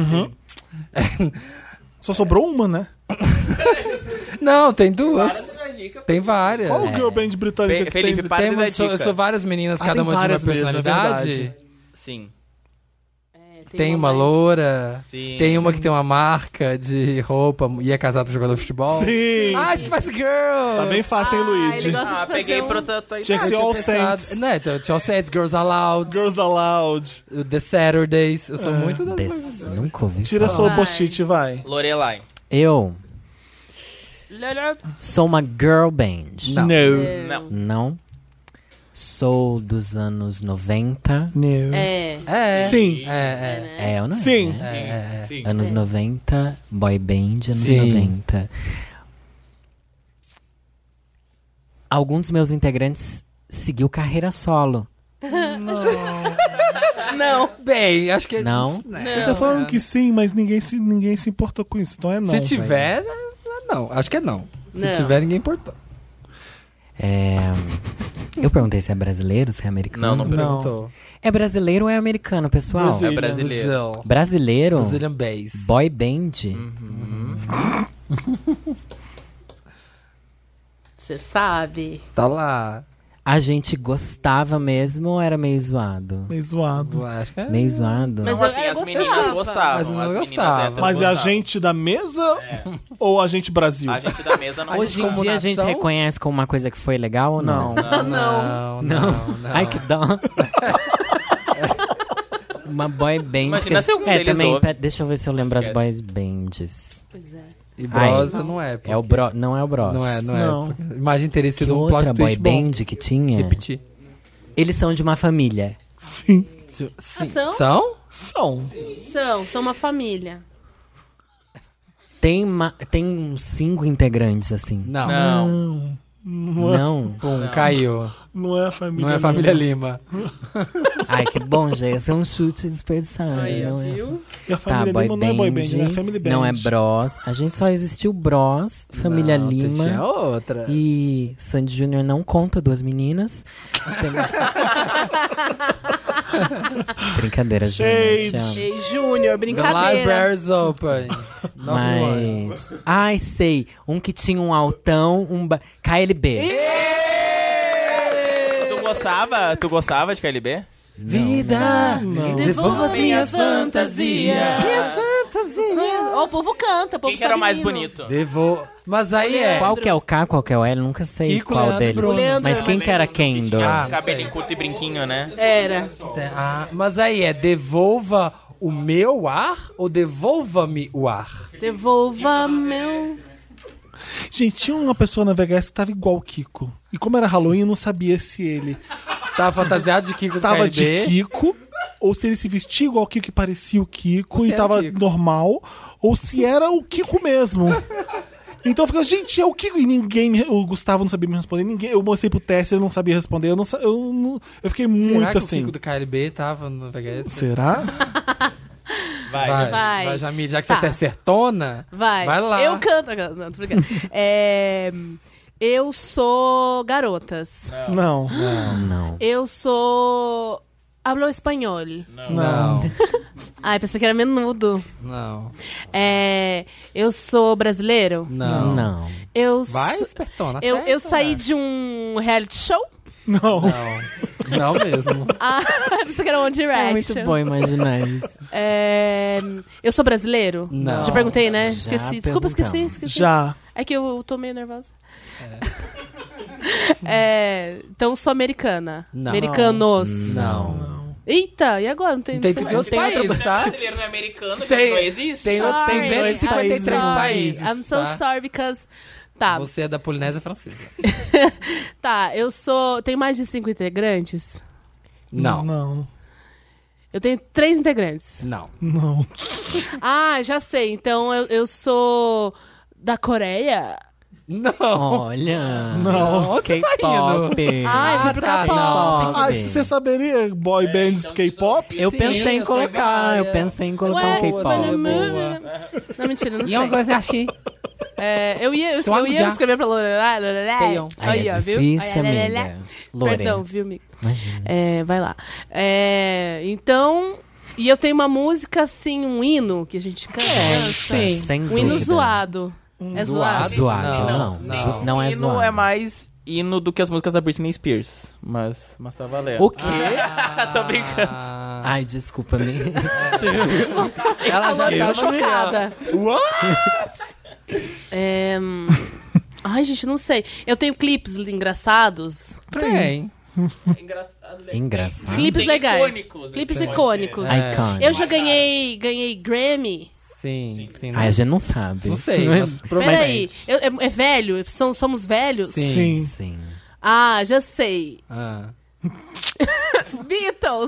Só sobrou uma, né? Não, tem duas. Tem várias. Qual o girl band britânica que Felipe, tem? para de dar Eu dica. sou várias meninas, Ah, cada tem uma de uma várias mesmo, é personalidade. verdade. Sim. Tem uma loura. Sim. Tem uma que tem uma marca de roupa e é casada com jogador de futebol. Sim. Ah, Spice Girl! Tá bem fácil, hein, Ele Luigi? gosta de Ah, fazer peguei um... pra tua Tinha que idade. ser All Pensado- Saints. Né, tinha All Saints, Girls Aloud, Girls Aloud. The Saturdays. Eu sou muito da... Nunca ouvi Tira falar. sua post-it, vai. Lorelai. Eu sou uma girl band. Não. Não. Não. Sou dos anos 90. Não. É. Sim. É ou não é? Sim. né? Sim. Anos 90, boy band, anos Sim. 90. Algum dos meus integrantes seguiu carreira solo. Não. Bem, acho que... Não? Ele tá falando que sim, mas ninguém se importou com isso. Então é não. Se tiver, não. Acho que é não. Se Não. tiver, ninguém importou. Eu perguntei se é brasileiro, se é americano. Não Não. Perguntou. É brasileiro ou é americano, pessoal? Brasil. É brasileiro. Brasil. Brasileiro? Brazilian Bass. Boy band? Você sabe. Tá lá. A gente gostava mesmo ou era meio zoado? Meio zoado. Acho que é. Meio zoado? Mas Não, eu- assim, eu as meninas gostava. gostavam. As meninas as meninas gostavam. héteros Mas é a gostavam. gente da mesa ou a gente Brasil? A gente da mesa não Hoje em gostava. dia a gente nação? reconhece como uma coisa que foi legal ou não? Não. Ai, que dó. Uma boy band. Imagina se algum deles também, ouve. deixa eu ver se eu lembro as boys bands. Pois é. E Ai. Bros não é. É o bro, não é o Bros. Não é. Não. Porque imagina teria Que sido um outra plot boy twist bom. band que tinha? Repetir. Eles são de uma família. Sim. Sim. são? São? São. São uma família. Tem uns 5 integrantes, assim. Não. Não. Não? Pum, caiu. Não é a família. Não é a família Lima. Ai, que bom, já ia ser um chute desperdiçado. Aí, não é? viu? E a Tá, família boy Lima band, não é boy band, né? É family band. não é Bros. A gente só existiu Bros, Família Não, Tinha Lima outra. e Sandy Júnior não conta, 2 meninas. Temos... Brincadeira, Shade. gente. Ei, Júnior, The brincadeira. Library's Open. Mas... Ai, sei. Um que tinha um altão, KLB. Tu gostava de KLB? Vida, Devolva minhas fantasias. Ó, o povo canta, o povo Quem que era o mais sabe hino. bonito? Mas aí é. Qual que é o K, qual que é o L? Nunca sei Kiko, qual Leandro e deles. Bruno. Mas quem que era quem? Tinha não cabelo sei. em curto e brinquinho, né? Era. Mas aí é devolva o meu ar ou devolva-me o ar? Devolva meu... Gente, tinha uma pessoa na VHS que tava igual o Kiko. E como era Halloween, eu não sabia se ele Tava fantasiado de Kiko do tava KLB. de Kiko, ou se ele se vestia igual o Kiko e parecia o Kiko Ou e se era tava o Kiko. normal, ou se era o Kiko mesmo. Então eu ficava, gente, é o Kiko. E o Gustavo não sabia me responder, ninguém. Eu mostrei pro Tess, ele não sabia responder. Eu fiquei Será muito que o assim. Kiko do KLB tava no VHS? Será? Vai. Vai. Jamile, já que Tá. você é certona, Vai. vai lá. Eu canto. Não, tô brincando. Eu sou garotas. Não. Não. Eu sou... Hablo espanhol. Não. Ai, pensei que era menudo. Não. Eu sou brasileiro. Não. Não. Eu Vai, sou- espertona. eu acerta. saí de um reality show. Não. Não mesmo. Ah, pensei que era One É muito Direction. bom imaginar isso. Eu sou brasileiro? Não. Já perguntei, né? Já Esqueci. Desculpa, esqueci. perguntamos. Já. É que eu tô meio nervosa. Então eu sou americana. Não. Americanos. Não. Eita, e agora? Não tem, Tem não sei de outros mais. países, tá? Brasileiro não é americano, Tem- não existe. tem outros- Sorry, 253 I'm sorry. países, I'm so tá? sorry because... Tá, Você é da Polinésia Francesa. tá. Eu sou... Tenho mais de 5 integrantes? Não. Não. Eu tenho 3 integrantes. Não. Não. Ah, já sei. Então eu sou da Coreia? Não. Olha. Não. Onde você tá indo? K-pop. Ah, eu fui pro tá, K-pop. não. Ah, você saberia boy bands então K-pop? Eu Sim, pensei em eu colocar, sei eu várias. pensei em colocar Ué, um boa, K-pop. boa. Não, mentira, não E uma sei. coisa assim. Eu ia escrever pra Lorelai. Tenham. Aí, ó, é viu? difícil, Aí, amiga. Lore. Perdão, viu, amigo? Imagina. Vai lá. Então... E eu tenho uma música, assim, um hino que a gente canta. sim. Sem Um hino dúvida. zoado. É zoado? Zoado, Não, não. Não é hino zoado. é mais hino do que as músicas da Britney Spears. Mas tá valendo. O quê? Tô brincando. Ai, desculpa-me. Ela já Tô tava chocada. Ai, gente, não sei. Eu tenho clipes engraçados. Tem. Engraçado. Clipes Tem legais. icônicos, Clipes pode ser. icônicos. Iconic. Eu já ganhei Grammy. Sim. Ai, a gente não sabe. Não sei, mas Peraí, provavelmente. é velho? Somos velhos? Sim. Sim. Ah, já sei. Ah. Beatles!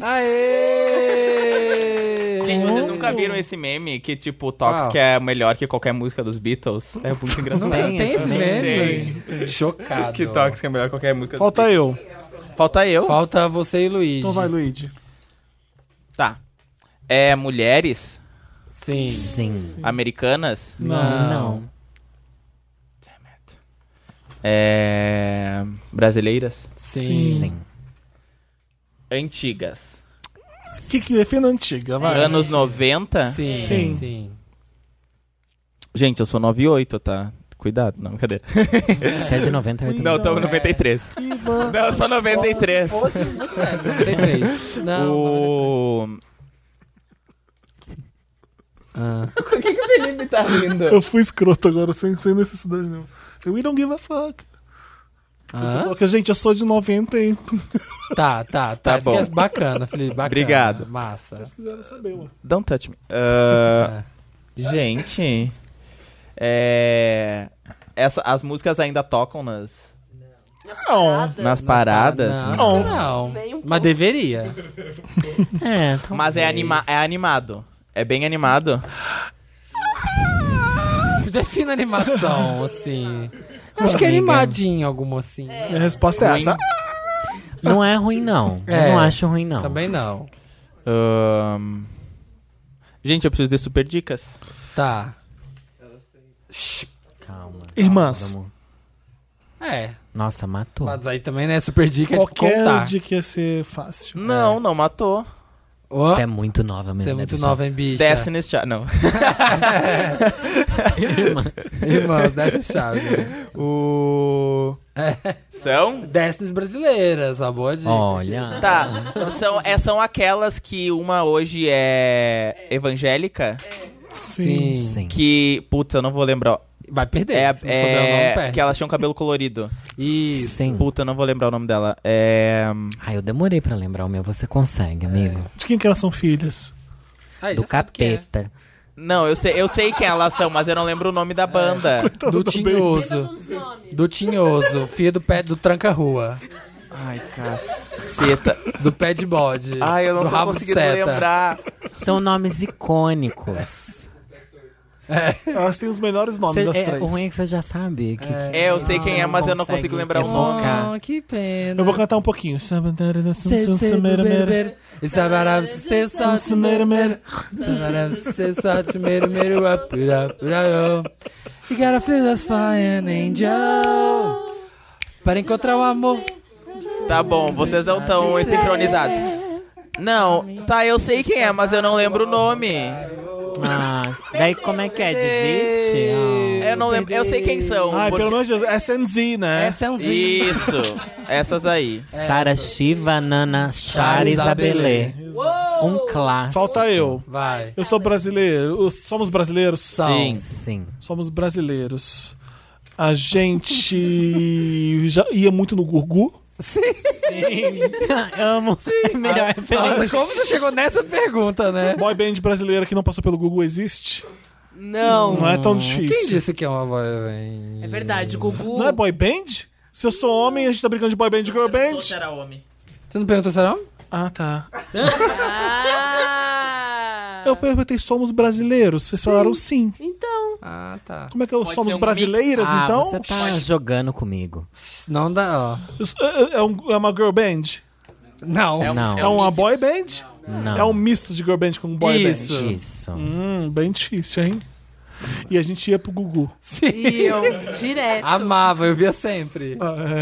Aê! Gente, vocês nunca viram esse meme que, tipo, Toxic é melhor que qualquer música dos Beatles? É muito engraçado. Tem Tem esse esse meme? Chocado. Que Toxic é melhor que qualquer música Falta dos eu. Beatles. Falta eu? Falta você e Luigi. Então vai, Luigi. Tá. Mulheres Sim. Sim. americanas? Não. É... Brasileiras? Sim. Antigas. Que defina antiga, vai. Anos 90? Sim, Sim. sim. Gente, eu sou 98, tá? Cuidado, não, cadê? Você é de 98? Não, tô em 93. Ivan. Não, eu sou 93. 93. Não. O... Ah. Por que o Felipe tá rindo? Eu fui escroto agora, sem necessidade não. We don't give a fuck. Ah? Porque, gente, eu sou de 90 e... Tá Tá isso bom. que é bacana, Felipe. Bacana. Obrigado. Massa. Se quiserem saber, mano. Don't touch me. Gente... as músicas ainda tocam nas Não. paradas? Não, não. Nem um pouco. Mas deveria. Mas é animado. É bem animado. Defina animação, assim. Acho que é Amiga. animadinho, alguma assim. Minha resposta é essa. Não é ruim, não. É, Eu não acho ruim, não. Também não. Gente, eu preciso de super dicas. Tá. Calma. Irmãs, Vamos- É. Nossa, matou. Mas aí também, né? Super dica de qualquer contar. dica ia ser fácil. Não matou. Ó, Você é muito nova mesmo. você é né, muito pessoal? nova, hein, bicha? Destiny's Child. Não. Irmãos, Destiny's Child. São? Destiny's brasileiras, a boa dica. Olha. Tá. São aquelas que uma hoje é evangélica. Sim. Sim. Que, putz, eu não vou lembrar. Vai perder. Se não souber o nome, perde. Que elas tinham cabelo colorido. Isso. Sim. Puta, eu não vou lembrar o nome dela. Eu demorei pra lembrar o meu. Você consegue, amigo. De quem que elas são filhas? Aí, Do já sabe quem é. capeta. Não, eu sei quem elas são, mas eu não lembro o nome da banda. Do Tinhoso. Dos nomes. Do Tinhoso. Filho do pé do Tranca-Rua. Ai, caceta. Do pé de bode. Ai, eu não do tô rabo de conseguindo seta. lembrar. São nomes icônicos. Elas têm os melhores nomes, as três. O ruim é que você já sabe. Eu sei quem é, mas eu não consegue consigo lembrar o evocar. nome. Oh, que pena. Eu vou cantar um pouquinho. You gotta feel us flying angel. Para encontrar o amor. Tá bom, vocês não estão sincronizados. Não, tá, eu sei quem é, mas eu não lembro o nome. Daí como é que é? Desiste? Eu não lembro, eu sei quem são. Ai, porque- pelo amor de Deus, SNZ, né? Essa é um Isso, essas aí. Sara Shiva, Nana, Chara Isabelê. Um clássico. Falta eu. Vai. Eu sou brasileiro. Somos brasileiros? Sim. Sim. Somos brasileiros. A gente já ia muito no Gugu. Amo. Melhor referência. Nossa, como você chegou nessa pergunta, né? Boy band brasileira que não passou pelo Gugu existe? Não. Não é tão difícil. Quem disse que é uma boy band? É verdade, Gugu. Não é boy band? Se eu sou homem, a gente tá brincando de boy band e girl band? Era homem. Você não perguntou se era homem? Ah, tá. Ah! Eu perguntei, somos brasileiros? Vocês falaram sim. Então. Ah, tá. Como é que eu Pode somos ser um brasileiras, então? Você tá jogando comigo. Não dá, ó. É uma girl band? Não. Não. É uma boy band? Não. É um misto de girl band com boy Isso. band? Isso. Bem difícil, hein? E a gente ia pro Gugu. E eu, direto. Amava, eu via sempre.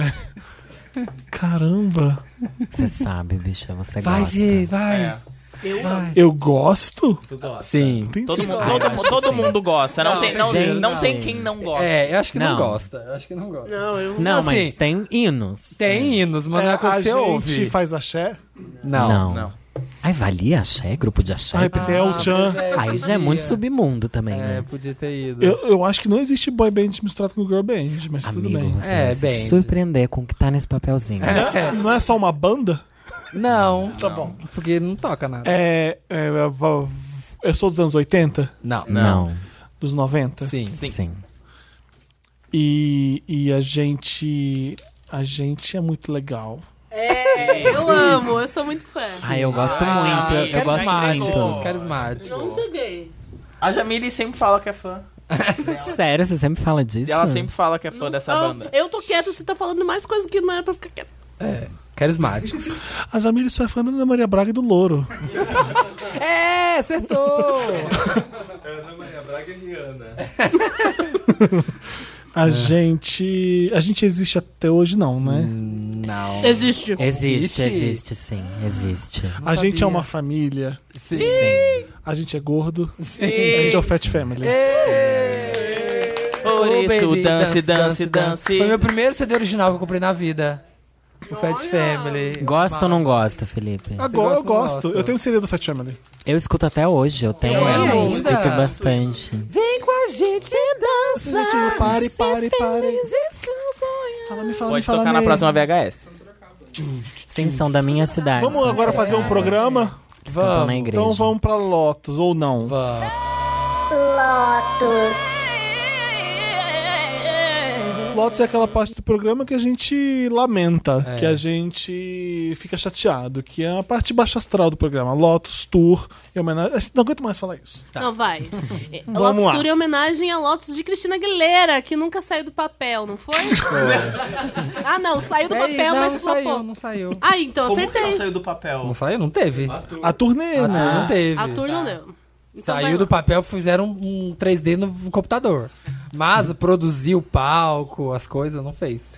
Caramba. Você sabe, bicha. Você Vai, gosta. Gê, vai. É. Eu gosto? Sim. Tem Todo, certeza? todo mundo gosta. Não, tem, gente. não tem quem não gosta. É, eu acho que não, Não. gosta. Eu acho que não gosta. Não, eu Não, Assim, mas tem hinos. Tem hinos, mas não é a quando você gente ouve. faz axé? Não. Não. Ai, valia axé? Grupo de axé? Ai, pensei, é o Chan. Aí já é muito submundo também, É, né? podia ter ido. Eu acho que não existe boy band misturado com girl band, mas tudo Amigo, bem. você É, vai se bem. surpreender com o que tá nesse papelzinho. Não é só uma banda? Não, Tá bom. porque não toca nada. Eu sou dos anos 80, Não. Não. dos 90. Sim. Sim. E a gente é muito legal. eu amo, eu sou muito fã. Ai, eu gosto muito. Eu gosto Carismáticos, muito. carismáticos. Não joguei. A Jamile sempre fala que é fã. Sério, você sempre fala disso? E ela sempre fala que é fã dessa banda. Eu tô quieto, você tá falando mais coisa que não era pra ficar quieto. É, carismáticos. A Jamile só é fã da Ana Maria Braga e do Louro. É, acertou! Ana Maria Braga e Rihanna. A gente existe até hoje não, né? Não. Existe. Existe, sim. Existe. A gente é sabia. uma família. Sim. A gente é gordo. A gente é o Fat Family. Por Oh, isso, baby, dance. Foi meu primeiro CD original que eu comprei na vida. O Fat Family. Gosta ou não gosta, Felipe? Agora eu gosta ou não gosto. gosta? Eu tenho um CD do Fat Family. Eu escuto até hoje, eu tenho Eu ela, eu ainda. escuto bastante. Vem com a gente dança. Pare. Fala. Pode tocar na próxima VHS. Sim, são da minha cidade. Vamos são agora de- fazer um programa? Eles cantam na igreja. Então vamos pra Lotus, ou não. Vamos. Lotus é aquela parte do programa que a gente lamenta, É. que a gente fica chateado, que é a parte baixa astral do programa. Lotus Tour, em homenagem... A gente não aguento mais falar isso. Não, vai. Vamos Lotus lá. Tour em homenagem a Lotus de Cristina Aguilera, que nunca saiu do papel, não foi? Ah, não, saiu do papel, mas flopou. Não saiu. Ah, então Como que acertei. não saiu do papel? Não saiu? Não teve. A turnê, né? Não teve. A tour não deu. Então vai Saiu lá. do papel, fizeram um 3D no computador. Mas produzir o palco, as coisas, não fez.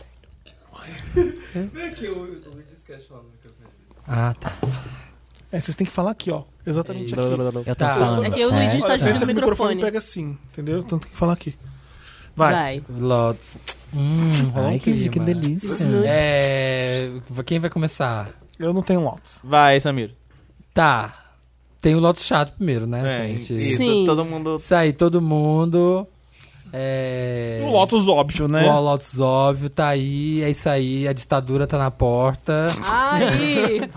Vem aqui o Discast falando no microfone. Ah, tá. Vocês têm que falar aqui, ó. Exatamente aqui. Eu tô Tá. falando É que o Luigi certo. está Olha, dividindo esse o microfone. pega assim, entendeu? Então tem que falar aqui. Vai. Lotus. Ai, que delícia. Quem vai começar? Eu não tenho Lotus. Vai, Samir. Tá. Tem o Lotus chato primeiro, né, gente? Isso, Sim. todo mundo... Isso aí, todo mundo. O Lotus óbvio, né? O Lotus óbvio, tá aí, é isso aí, a ditadura tá na porta. Ai!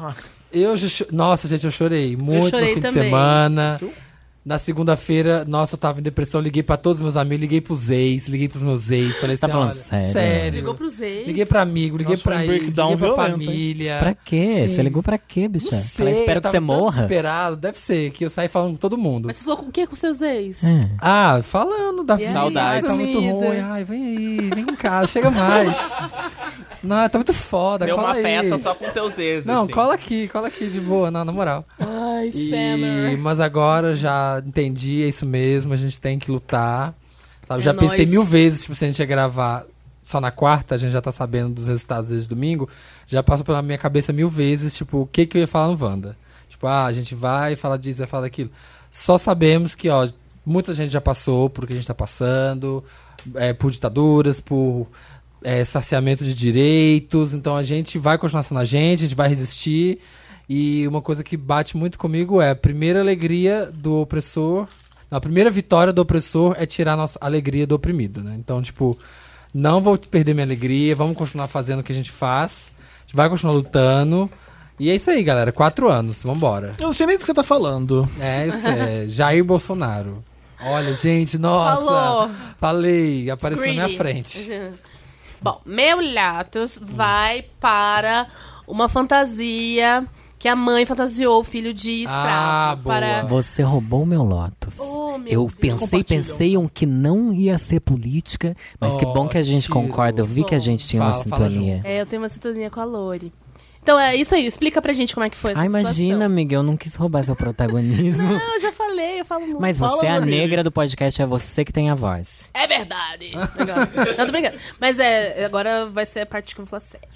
Nossa, gente, eu chorei muito chorei no fim também. de semana. Na segunda-feira, nossa, eu tava em depressão, liguei pra todos os meus amigos, liguei pros ex, liguei pros meus ex, falei Tá assim, falando olha, sério? sério. Ligou pros ex. Liguei pra amigo, liguei Nossa, pra foi um ex, breakdown liguei pra violento, hein? família. Pra quê? Sim. Você ligou pra quê, bicha? Não Ela sei, espera que tava você tão morra. desesperado, deve ser, que eu saí falando com todo mundo. Mas você falou com o quê com seus ex? Ah, falando da vida. Saudade. Ai, tá muito Sumida. ruim. Ai, vem aí, vem em casa, chega mais. Não, tá muito foda, Deu cola uma aí. festa só com teus ex, Não, assim. cola aqui de boa, não, na moral. Ai, Summer. Mas agora já entendi, é isso mesmo, a gente tem que lutar. Sabe? É Já pensei nóis. 1000 vezes, tipo, se a gente ia gravar só na quarta, a gente já tá sabendo dos resultados desde domingo, já passou pela minha cabeça 1000 vezes, tipo, o que eu ia falar no Wanda. Tipo, a gente vai falar disso, vai falar daquilo. Só sabemos que, ó, muita gente já passou por o que a gente tá passando, por ditaduras, por saciamento de direitos, então a gente vai continuar sendo a gente vai resistir. E uma coisa que bate muito comigo é a primeira alegria do opressor. Não, a primeira vitória do opressor é tirar a nossa alegria do oprimido, né? Então, tipo, não vou perder minha alegria, vamos continuar fazendo o que a gente faz, a gente vai continuar lutando. E é isso aí, galera. 4 anos, vambora. Eu não sei nem do que você tá falando. Eu sei. Jair Bolsonaro. Olha, gente, nossa. Falou. Falei, apareceu na Greedy. minha frente. Bom, meu Lotus vai para uma fantasia que a mãe fantasiou o filho de escravo. Ah, boa. Para... Você roubou meu Lotus. Oh, meu Eu Deus. pensei um que não ia ser política, mas que bom que a gente tiro. concorda. Eu vi que a gente tinha uma Fala sintonia. Eu tenho uma sintonia com a Lori. Então é isso aí, explica pra gente como é que foi essa Imagina, situação. amiga, eu não quis roubar seu protagonismo. Não, eu já falei, eu falo muito. Mas você é a Fala, Lori. negra do podcast, é você que tem a voz. É verdade. Não, tô brincando. Mas agora vai ser a parte que eu vou falar sério.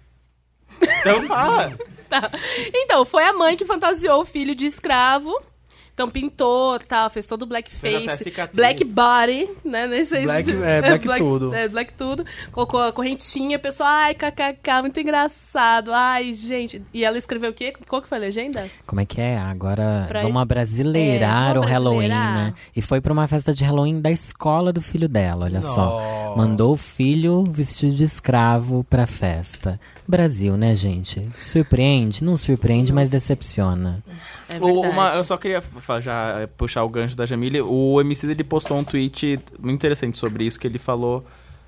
Então fala. Tá. Então, foi a mãe que fantasiou o filho de escravo. Então pintou, tal, fez todo o Fez até blackface, cicatriz. black body, né? Nem sei Black- se... black tudo. Black tudo. Colocou a correntinha, pessoal, ai, kkk, muito engraçado. Ai, gente. E ela escreveu o quê? Qual que foi a legenda? Como é que é? Agora Pra- vamos abrasileirar vamos o Halloween, brasileirar. né? E foi pra uma festa de Halloween da escola do filho dela, olha só. Nossa. Mandou o filho vestido de escravo pra festa. Brasil, né, gente? Surpreende? Não surpreende, mas decepciona. É verdade. Eu só queria já puxar o gancho da Jamile. O MC ele postou um tweet muito interessante sobre isso, que ele falou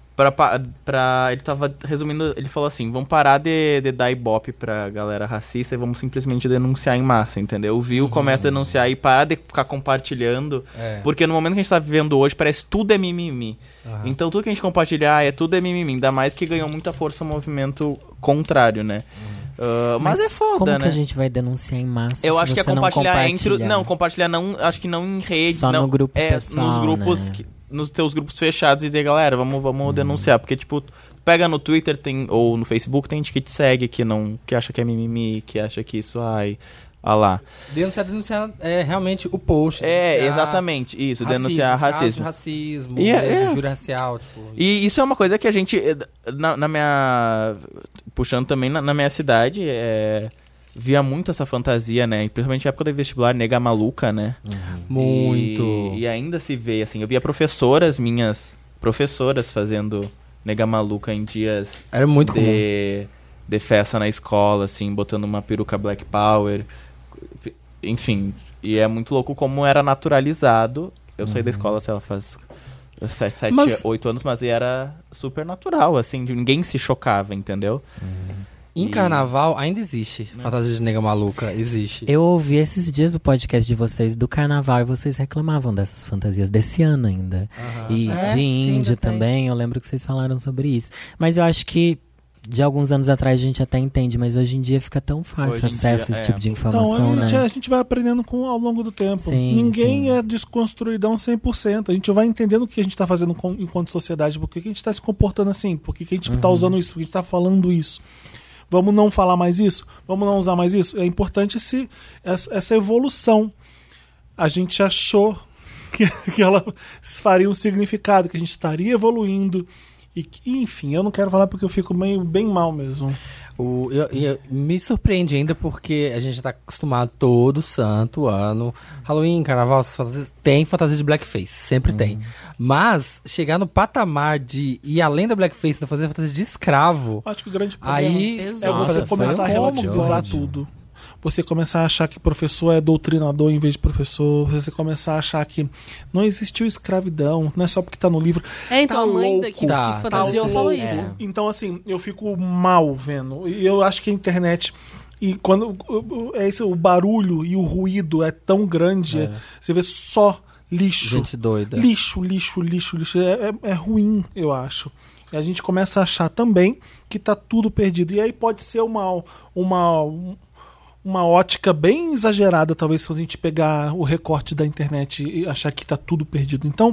ele tava resumindo, ele falou assim, vamos parar de dar ibope pra galera racista e vamos simplesmente denunciar em massa, entendeu? O Viu começa a denunciar e parar de ficar compartilhando, porque no momento que a gente tá vivendo hoje, parece tudo é mimimi. Então tudo que a gente compartilhar tudo é mimimi, ainda mais que ganhou muita força o movimento contrário, né? Mas é foda, como né? que a gente vai denunciar em massa Eu se acho que é você não compartilhar compartilhar? Não, compartilhar não, acho que não em rede. Só não, no grupo pessoal, nos grupos né? nos teus grupos fechados e dizer, galera, vamos denunciar. Porque, tipo, pega no Twitter ou no Facebook, tem gente que te segue, que acha que é mimimi, que acha que isso, lá. Denunciar realmente o post. Exatamente, isso, denunciar racismo. Racismo, injúria racial. Tipo. E isso é uma coisa que a gente, na minha... Puxando também, na minha cidade, via muito essa fantasia, né? Principalmente na época do vestibular, nega maluca, né? Muito. E ainda se vê, assim, eu via minhas professoras fazendo nega maluca em dias Era muito comum. de festa na escola, assim, botando uma peruca Black Power. Enfim, e é muito louco como era naturalizado. Eu saí da escola, sei lá, faz 7, 8 anos, mas era super natural, assim, ninguém se chocava, entendeu? Em carnaval ainda existe. Fantasia de nega maluca, existe. Eu ouvi esses dias o podcast de vocês do carnaval e vocês reclamavam dessas fantasias desse ano ainda. E de índio também, eu lembro que vocês falaram sobre isso. Mas eu acho que de alguns anos atrás a gente até entende, mas hoje em dia fica tão fácil acesso a esse tipo de informação, então, né? A gente vai aprendendo ao longo do tempo. Sim, Ninguém é desconstruidão 100%. A gente vai entendendo o que a gente está fazendo enquanto sociedade, por que a gente está se comportando assim, por que a gente está usando isso, por que a gente está falando isso. Vamos não falar mais isso? Vamos não usar mais isso? É importante essa evolução. A gente achou que ela faria um significado, que a gente estaria evoluindo. Enfim, eu não quero falar porque eu fico bem mal mesmo. Me surpreende ainda porque a gente tá acostumado todo santo ano. Halloween, carnaval, tem fantasia de blackface, sempre tem. Mas chegar no patamar de ir além da blackface, de fazer fantasia de escravo. Acho que o grande problema aí é você começar a relativizar tudo. Você começar a achar que professor é doutrinador em vez de professor, você começar a achar que não existiu escravidão, não é só porque tá no livro. Então tá a mãe louco, daqui que fantasiou falou isso. Então, assim, eu fico mal vendo. E eu acho que a internet... E quando o barulho e o ruído é tão grande, você vê só lixo. Gente doida. Lixo. É ruim, eu acho. E a gente começa a achar também que tá tudo perdido. E aí pode ser uma ótica bem exagerada, talvez, se a gente pegar o recorte da internet e achar que tá tudo perdido. Então,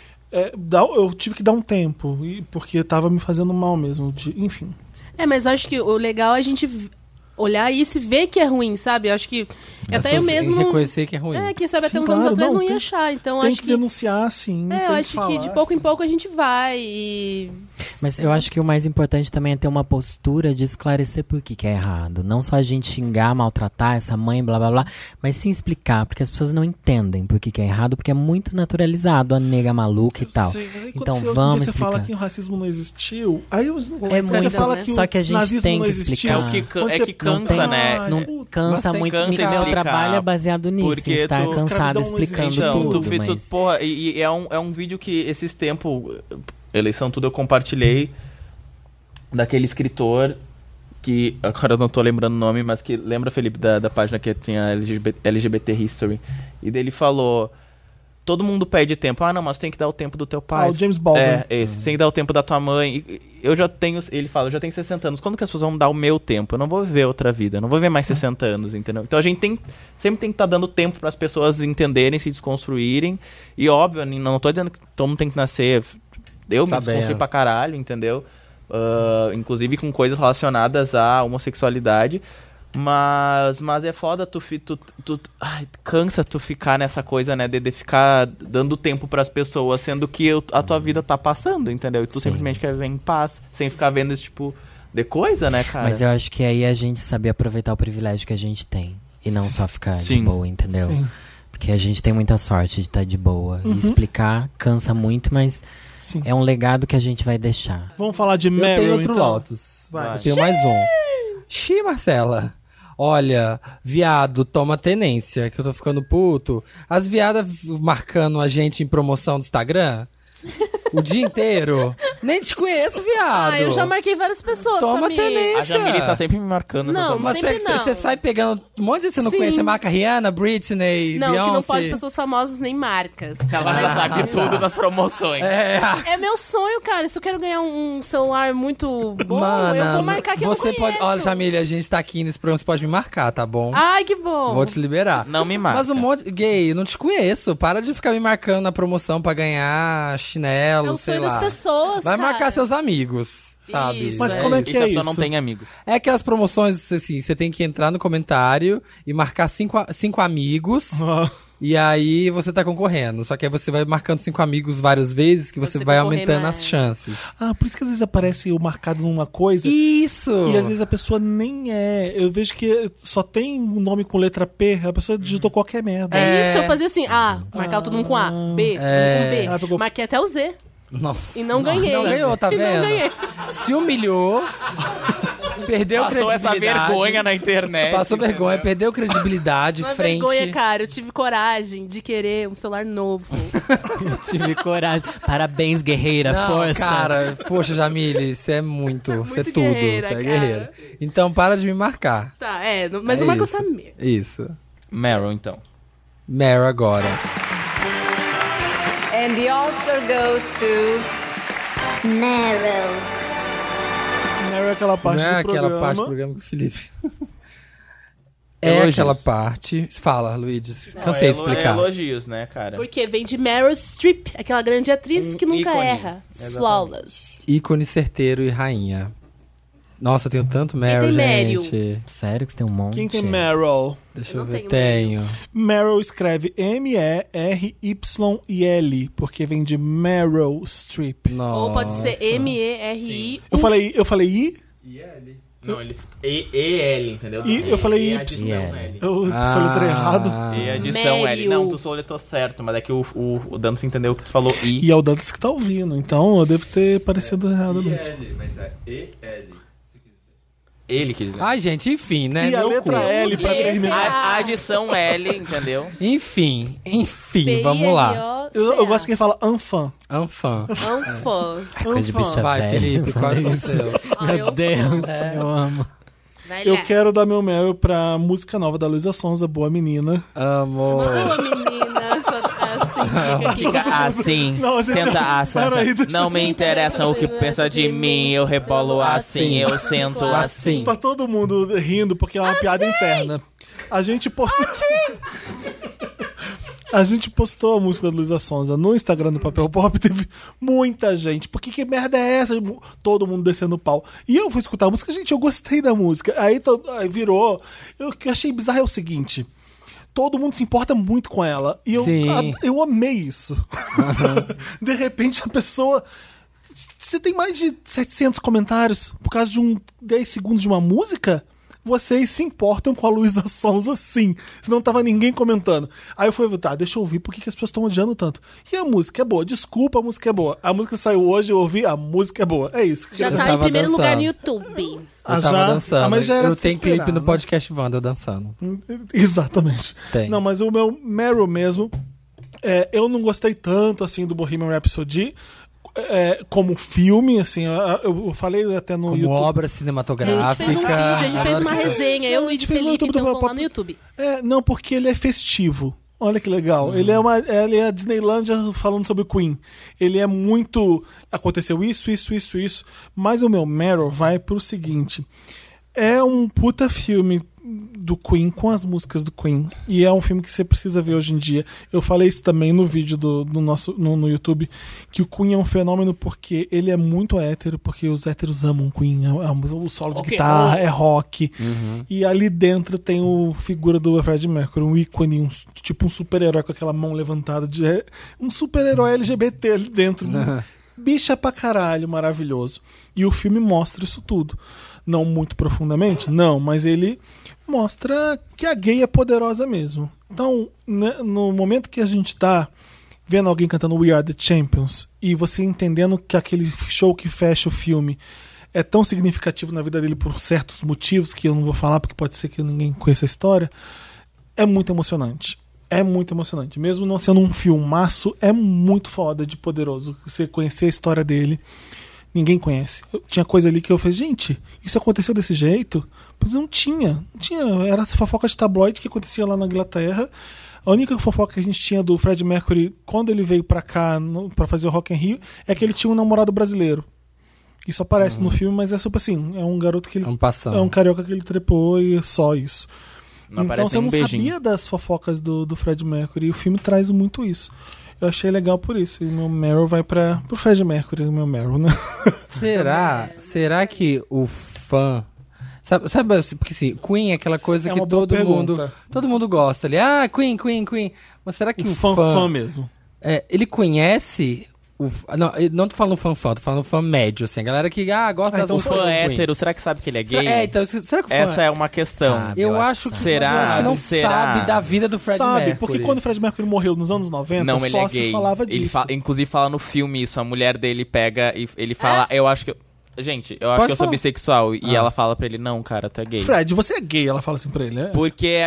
eu tive que dar um tempo, porque tava me fazendo mal mesmo. Enfim. Mas acho que o legal é a gente olhar isso e ver que é ruim, sabe? Eu acho que até eu mesmo reconhecer que é ruim. Quem sabe até Sim, uns anos claro, atrás não ia achar. Então tem acho que denunciar, sim. eu acho que de pouco em pouco a gente vai e... Mas eu acho que o mais importante também é ter uma postura de esclarecer por que é errado. Não só a gente xingar, maltratar essa mãe, blá blá blá, mas sim explicar, porque as pessoas não entendem por que é errado, porque é muito naturalizado a nega maluca e tal. Sim, então vamos explicar. Você fala que o racismo não existiu, aí muito, você fala que só que a gente tem que existiu, explicar. que cansa, né? Não cansa muito, porque meu trabalho é baseado nisso, porque estar cansado explicando tudo. Porra, e é um vídeo que esses tempos, eleição tudo, eu compartilhei daquele escritor que, agora eu não tô lembrando o nome, mas que lembra, Felipe, da página que tinha LGBT History, e dele falou: todo mundo pede tempo. Não, mas tem que dar o tempo do teu pai. O James Baldwin. Esse. Tem que dar o tempo da tua mãe. Ele fala, eu já tenho 60 anos. Quando que as pessoas vão dar o meu tempo? Eu não vou viver outra vida. Eu não vou viver mais 60 anos, entendeu? Então a gente sempre tem que estar dando tempo para as pessoas entenderem, se desconstruírem. E óbvio, não tô dizendo que todo mundo tem que nascer... Eu me desconstruí pra caralho, entendeu? Inclusive com coisas relacionadas à homossexualidade. Mas é foda cansa tu ficar nessa coisa, né, de ficar dando tempo pras pessoas, sendo que a tua vida tá passando, entendeu? E tu simplesmente quer viver em paz, sem ficar vendo esse tipo de coisa, né, cara? Mas eu acho que aí a gente saber aproveitar o privilégio que a gente tem e não só ficar de boa, entendeu? Sim. Porque a gente tem muita sorte de estar de boa. E explicar cansa muito, mas é um legado que a gente vai deixar. Vamos falar de Eu Meryl, tenho outro então? Lotus. Eu tenho mais um. Marcela. Olha, viado, toma tenência, que eu tô ficando puto. As viadas marcando a gente em promoção do Instagram o dia inteiro. Nem te conheço, viado. Ah, eu já marquei várias pessoas, Toma Samir. tenência. A Jamile tá sempre me marcando. Não, essas Mas sempre não. você sai pegando um monte de você não Sim. conhece. Você marca Rihanna, Britney, Não, Beyoncé. que não pode pessoas famosas nem marcas. Ela já sabe tudo das promoções. É meu sonho, cara. Se eu quero ganhar um celular muito bom, Mana, eu vou marcar que você eu não pode. conheço. Olha, Jamile, a gente tá aqui nesse programa, você pode me marcar, tá bom? Ai, que bom. Vou te liberar. Não me marca. Mas um monte. Gay, eu não te conheço. Para de ficar me marcando na promoção pra ganhar chinelo, É o sei sonho lá. das pessoas, Vai cara. marcar seus amigos, sabe? Isso, Mas como é E que se a é pessoa isso? não tem amigos? É aquelas promoções, assim, você tem que entrar no comentário e marcar cinco amigos. Ah, E aí você tá concorrendo. Só que aí você vai marcando 5 amigos várias vezes que você Você vai concorrer aumentando mais. as chances. por isso que às vezes aparece o marcado numa coisa. Isso! E às vezes a pessoa nem é. Eu vejo que só tem um nome com letra P, a pessoa digitou qualquer merda. É isso, eu fazia assim, marcava todo mundo com A, B, todo mundo Ela com pegou- B. Marquei até o Z. Nossa. E não ganhei. Não ganhou, tá E não vendo? ganhei. Se humilhou, perdeu Passou essa credibilidade. vergonha na internet. Passou vergonha, perdeu credibilidade, Uma frente. vergonha, cara. Eu tive coragem de querer um celular novo. Tive coragem. Parabéns, guerreira. Não, Força. cara, poxa, Jamile, você é muito, você é Muito tudo, guerreira, você é cara. guerreira. Então para de me marcar. Tá, mas É não marca o isso. Samir. Isso. Meryl, então. Meryl agora. And the Oscar goes to Meryl. Não é aquela parte Não é do aquela programa. parte do programa com o Felipe. É Elogios. aquela parte. Fala, Luiz. Cansei de explicar. Elogios, né, cara? Porque vem de Meryl Streep, aquela grande atriz que nunca ícone. erra. Exatamente. Flawless. Ícone certeiro e rainha. Nossa, eu tenho tanto Meryl, tem Meryl? gente. Sério que você tem um monte? Quem tem Meryl? Deixa Eu eu não ver. tenho Tenho. Meryl escreve M-E-R-Y-L, porque vem de Meryl Streep. Nossa. Ou pode ser M-E-R-I. Eu falei I? E L? Não, ele... E-L, entendeu? E eu falei E Y. adição L. Eu soletrei errado. E adição L. Meryl. Não, tu soletou certo, mas é que o Dantas entendeu que tu falou I. E é o Dantas que tá ouvindo, então eu devo ter parecido errado mesmo. E-L, mas é E-L. Se quiser. Ele quis dizer. Ai, gente, enfim, né? E a Meu letra cu. L pra Usei terminar. A adição L, entendeu? Enfim, vamos lá. Eu gosto que ele fala enfant. Anfã. Anfã. Coisa de bicha Vai, velha. Felipe, quais são os seus? Meu Deus, eu amo. Eu quero dar meu Meryl pra música nova da Luísa Sonza, Boa Menina. Amo. Boa menina, só assim. Fica assim, Não, gente, senta assim. peraí, deixa Não eu- me interessa o que pensa de mim, eu rebolo assim, eu sento assim. Tá todo mundo rindo porque é uma piada interna. A gente postou. A gente postou a música da Luísa Sonza no Instagram do Papel Pop, teve muita gente. Por que merda é essa? Todo mundo descendo o pau. E eu fui escutar a música, gente, eu gostei da música. Aí virou. O que eu achei bizarro é o seguinte. Todo mundo se importa muito com ela. E Sim. eu amei isso. De repente a pessoa. Você tem mais de 700 comentários por causa de 10 segundos de uma música? Vocês se importam com a Luísa Sonza, sim. Senão tava ninguém comentando. Aí eu falei, tá, deixa eu ouvir por que as pessoas estão odiando tanto. E a música é boa. Desculpa, a música é boa. A música saiu hoje, eu ouvi, a música é boa. É isso. Já Eu tá em tava primeiro lugar dançando. no YouTube. Eu tava dançando. mas já era eu de se tenho clipe esperar, no né? podcast Wanda eu dançando. Exatamente. Tem. Não, mas o meu Meryl mesmo, eu não gostei tanto assim do Bohemian Rhapsody como filme, assim, eu falei até no Como YouTube. obra A cinematográfica. gente fez um vídeo, a gente fez uma resenha. Eu e o gente de fez no Felipe, YouTube do então vão lá Pop- no YouTube. Não, porque ele é festivo. Olha que legal. Ele é a Disneylândia falando sobre o Queen. Ele é muito. Aconteceu isso. Mas o meu Meryl vai pro seguinte: é um puta filme do Queen com as músicas do Queen. E é um filme que você precisa ver hoje em dia. Eu falei isso também no vídeo do nosso no YouTube, que o Queen é um fenômeno porque ele é muito hétero, porque os héteros amam Queen. O solo de Rock and guitarra roll. é rock. E ali dentro tem o figura do Freddie Mercury, um ícone, tipo um super-herói com aquela mão levantada. Um super-herói LGBT ali dentro. Bicha pra caralho, maravilhoso. E o filme mostra isso tudo. Não muito profundamente, não, mas ele mostra que a gay é poderosa mesmo. Então, né, no momento que a gente tá vendo alguém cantando We Are The Champions e você entendendo que aquele show que fecha o filme é tão significativo na vida dele por certos motivos que eu não vou falar porque pode ser que ninguém conheça a história, é muito emocionante. É muito emocionante. Mesmo não sendo um filmaço, é muito foda de poderoso você conhecer a história dele. Ninguém conhece. Tinha coisa ali que eu falei, gente, isso aconteceu desse jeito? Mas não tinha. Era fofoca de tabloide que acontecia lá na Inglaterra. A única fofoca que a gente tinha do Freddie Mercury quando ele veio pra cá pra fazer o Rock in Rio é que ele tinha um namorado brasileiro. Isso aparece no filme, mas é super assim, é um garoto que ele... É um carioca que ele trepou e é só isso. Não então aparece você nem não beijinho. sabia das fofocas do Freddie Mercury e o filme traz muito isso. Eu achei legal por isso. E meu Meryl vai pro Freddie Mercury, meu Meryl, né? Será que o fã... Sabe assim, porque assim, Queen é aquela coisa É que uma boa pergunta. todo mundo gosta ali. Ah, Queen. Mas será que o fã mesmo. ele conhece... Não tô falando fã, tô falando fã médio, assim. A galera que gosta das O músicas fã do Queen. hétero, será que sabe que ele é gay? Então, será que o fã... Essa é uma questão. Sabe. Eu Eu acho acho que que será? mas eu acho que não Será? sabe da vida do Freddie Sabe, Mercury. porque quando o Freddie Mercury morreu nos anos 90, Não, ele só é se gay. falava Ele disso. inclusive fala no filme isso, a mulher dele pega e ele fala, eu acho que... Gente, eu acho Pode que eu sou falar. bissexual. E ela fala pra ele, não, cara, tu é gay. Fred, você é gay, ela fala assim pra ele, né? Porque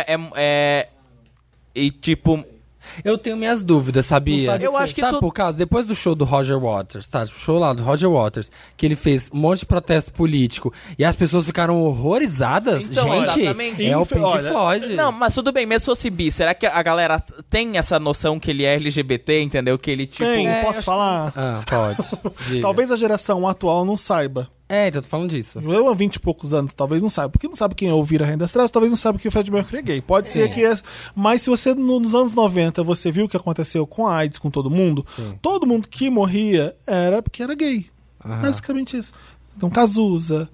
e tipo... Eu tenho minhas dúvidas, sabia? Não sabe Eu acho que Sabe tu... por causa? Depois do show do Roger Waters, tá? O show lá do Roger Waters, que ele fez um monte de protesto político e as pessoas ficaram horrorizadas. Então, Gente, exatamente. é o Pink Olha, Floyd. Não, mas tudo bem, mesmo se fosse bi, será que a galera tem essa noção que ele é LGBT, entendeu? Que ele, tipo... Tem, É, posso acho falar? Pode. Diga. Talvez a geração atual não saiba. Então tô falando disso. Eu há 20 e poucos anos, talvez não saiba. Porque não sabe quem é ouvir a Rainha das Trevas, talvez não sabe que o Freddie Mercury é gay. Pode ser que... Mas se você, nos anos 90, você viu o que aconteceu com a AIDS, com todo mundo, todo mundo que morria era porque era gay. Basicamente isso. Então, Cazuza,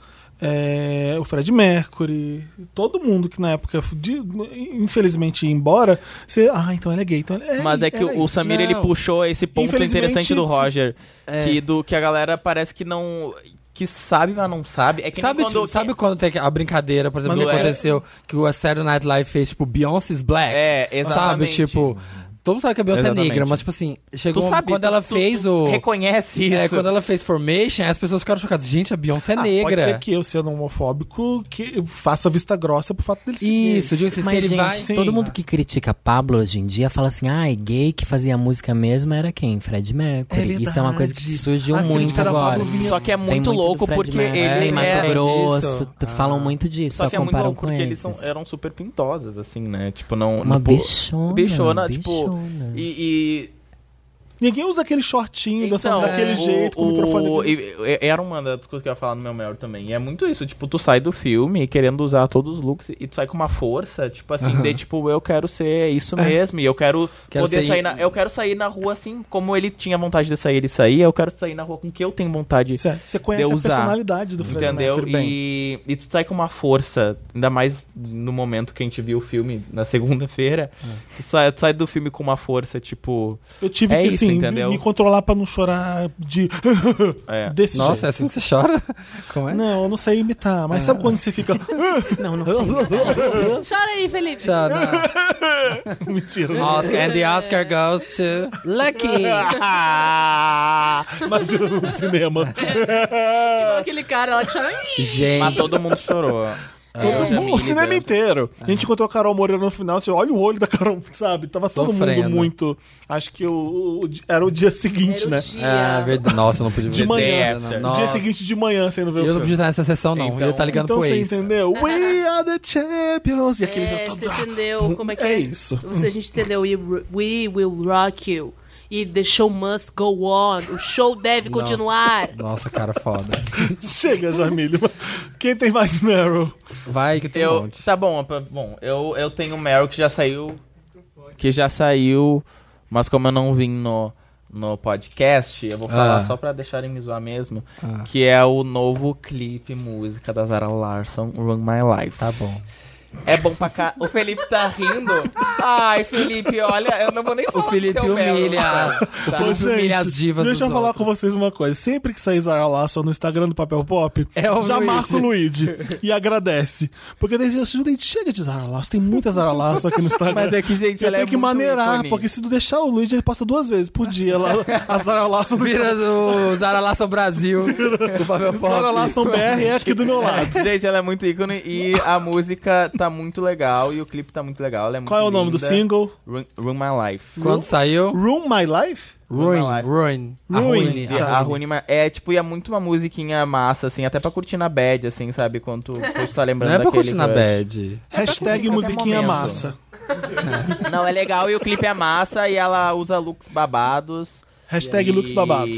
o Freddie Mercury, todo mundo que na época, infelizmente, ia embora, você... então ele é gay. Então Mas é que o Samir, ele Não. puxou esse ponto Infelizmente, interessante do Roger. Que a galera parece que não... Que sabe, mas não sabe. É que nem Sabe quando tem a brincadeira, por exemplo, Mas que não é- aconteceu, que o Saturday Night Live fez, tipo, Beyoncé's Black? É, exatamente. Sabe, tipo... Todo mundo sabe que a Beyoncé é Exatamente. negra, mas, tipo assim, chegou Tu sabe, quando ela fez o... reconhece isso. quando ela fez Formation, as pessoas ficaram chocadas. Gente, a Beyoncé é negra. Pode ser que eu, sendo homofóbico, que faça vista grossa pro fato dele ser Isso, digo assim, se Mas, ele gente, vai... Sim. todo mundo que critica Pablo hoje em dia fala assim, gay que fazia música mesmo era quem? Freddie Mercury. Isso é uma coisa que verdade. surgiu A muito crítica da agora. Pablo vinha- Só que é Vem muito do louco Freddie porque Mercury, ele Mato é... Grosso, disso. falam muito disso, Só só que é muito comparam louco com porque eles esses. eram super pintosas, assim, né? Tipo, não... Uma não- bichona, tipo... bichona. E Ninguém usa aquele shortinho então, daquele jeito, com o microfone. era uma das coisas que eu ia falar no meu Meryl também. E é muito isso, tipo, tu sai do filme querendo usar todos os looks e tu sai com uma força, tipo assim, de tipo, eu quero ser isso mesmo. E eu quero poder sair- sair eu quero sair na rua assim, como ele tinha vontade de sair, ele saía. Eu quero sair na rua com o que eu tenho vontade. Você conhece de a usar. personalidade do Freddie Entendeu? Mercury bem. E tu sai com uma força, ainda mais no momento que a gente viu o filme, na segunda-feira. Tu sai do filme com uma força, tipo... Eu tive É que, isso, assim, entendeu? me controlar pra não chorar desse Nossa, é jeito. assim que você chora? Como é? Não, eu não sei imitar, mas sabe quando você fica... Não sei. Chora aí, Felipe. Chora. Mentira. Oscar, and the Oscar goes to Lucky. Imagina no cinema. Igual aquele cara lá que chora. Mas Gente, todo mundo chorou. O cinema inteiro. A gente encontrou a Carol Moreira no final, você olha o olho da Carol, sabe? Tava todo Sofrendo. mundo muito... Acho que era o dia seguinte, né? verdade. Nossa, eu não podia ver. De manhã. After. O dia seguinte de manhã, você não vê o Eu não filme. podia estar nessa sessão, não. Então- eu ia estar ligando Então pro você ex. entendeu? We are the champions. E aquele Você entendeu como é que É isso. A gente entendeu. We will rock you. E the show must go on. O show deve continuar. Nossa, cara, foda. Chega, Jamile. Quem tem mais Meryl? Vai que tem um monte. Tá bom, eu tenho um Meryl que já saiu, mas como eu não vim no podcast, eu vou falar só pra deixarem me zoar mesmo, que é o novo clipe música da Zara Larsson, Run My Life. Tá bom. É bom pra cá. O Felipe tá rindo. Ai, Felipe, olha, eu não vou nem falar. O Felipe do teu Meryl, humilha. tá? O Felipe humilha as divas deixa eu dos falar outros. com vocês uma coisa. Sempre que sair Zara Larsson no Instagram do Papel Pop, É o já Luigi. marca o Luigi e agradece. Porque daí gente, chega de Zara Larsson. Tem muita Zara Larsson aqui no Instagram. Mas é que, gente, eu ela tenho é que muito maneirar, ícone. porque se tu deixar o Luigi, ele posta 2 vezes por dia lá, a Zara Larsson do Vira o Zara Larsson Brasil do Papel Pop. Zara Larsson BR é aqui do meu lado. Gente, ela é muito ícone e a música tá muito legal e o clipe tá muito legal. Ela é muito Qual é o nome do linda. single? Run My Life. Quando saiu? Room My Life? Ruin. Ruin. A Rune é tipo, e é muito uma musiquinha massa, assim, até pra curtir na bad, assim, sabe? Quando tu tá lembrando Não é pra daquele curtir na crush. bad. Hashtag musiquinha momento. massa. Não, é legal e o clipe é massa e ela usa looks babados. Hashtag E- looks babados.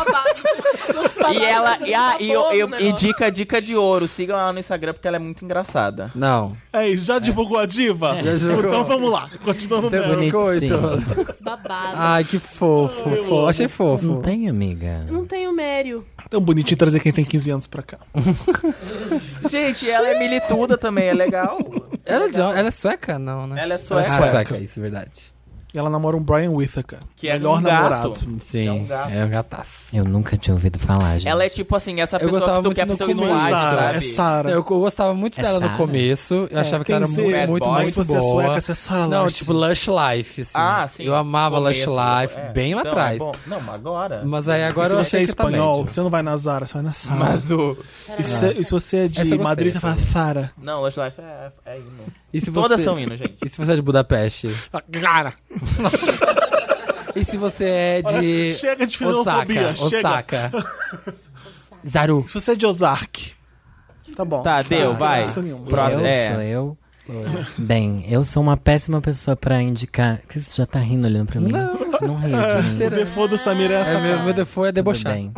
E ela. E dica de ouro. Sigam ela no Instagram porque ela é muito engraçada. Não. É isso, já divulgou a diva? Já divulgou. Então vamos lá, continuando Tem nela. biscoito. Babado. Ai, que fofo. Achei fofo. Não tem, amiga. Não tem o Mério. Tão bonitinho trazer quem tem 15 anos pra cá. Gente, ela é milituda também, é legal. Ela é sueca? Não, né? Ela é Ah, sueca. sueca, isso é verdade. E ela namora um Brian Whittaker. Que é melhor um gato. namorado. Sim, gato. é um gataço. Eu nunca tinha ouvido falar, gente. Ela é tipo assim, essa Eu pessoa gostava que tu muito quer no pro teu começo. slide, Sarah, sabe? é Sarah. Eu gostava muito É dela no Sarah? começo. Eu achava que ela era tem muito, que ser muito, bad boy. muito Se você é boa. sueca, você é Sarah Não, Larson. tipo Lush Life, assim. Ah, sim. Eu amava Começo, Lush Life, é. bem lá Então, atrás. é bom. Não, mas agora. Mas aí agora Se eu você é achei que tá espanhol, médio. você não vai na Zara, você vai na Sarah. Mas o. E se você é Essa eu de gostei, Madrid, você essa fala Sarah. Não, Lush Life é hino. E se Todas você- são hino, gente. E se você é de Budapeste? Cara, E se você é de chega de Osaka? filofobia, chega. Osaka. Zaru. Se você é de Ozark, tá bom. Tá, deu, vai. graça nenhuma. Próximo. Sou eu. Bem, eu sou uma péssima pessoa pra indicar. Que você já tá rindo olhando pra mim? Não ri de mim. O default do Samir é essa. Meu default é Tudo debochar. bem.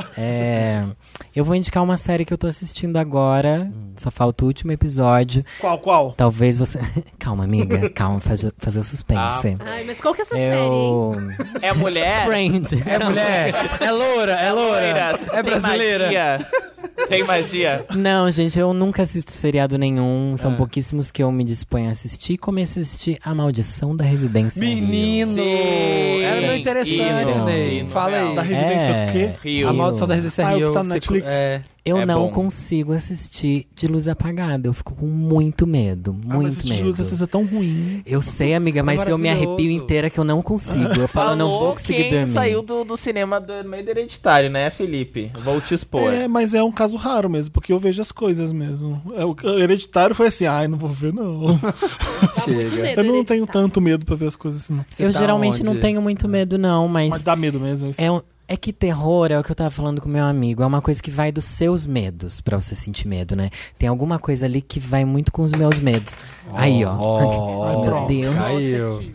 Eu vou indicar uma série que eu tô assistindo agora. Só falta o último episódio. Qual? Talvez você. Calma, amiga. Calma, fazer o suspense. Ai, mas qual que é essa série, hein? Eu. É mulher? Friend. É mulher, é loura, é loura, é brasileira. Tem magia. Não, gente, eu nunca assisto seriado nenhum. São pouquíssimos que eu me disponho a assistir. Comecei a assistir A Maldição da Residência Rio. Menino! Sim. Era muito Sim. interessante, Hino. Ney. Hino Fala real. aí. Da Residência o quê? Rio. A Maldição da Residência Ah, é o que Rio. tá no Você- Netflix? Eu É não bom. consigo assistir de luz apagada. Eu fico com muito medo. Mas Muito esse de luz medo. é tão ruim. Eu sei, amiga, mas eu me maravilhoso. arrepio inteira que eu não consigo. Eu falo, eu não vou conseguir quem dormir. saiu do cinema do meio do Hereditário, né, Felipe? Vou te expor. É, mas é um caso raro mesmo, porque eu vejo as coisas mesmo. O Hereditário foi assim, ai, não vou ver não. Muito medo, Eu não Hereditário. tenho tanto medo pra ver as coisas assim, não. Você Eu tá geralmente não onde? tenho muito medo, não, Mas mas dá medo mesmo isso. é que terror é o que eu tava falando com meu amigo. É uma coisa que vai dos seus medos pra você sentir medo, né? Tem alguma coisa ali que vai muito com os meus medos. Aí, ó. Ai, meu pronto. Deus. Caiu.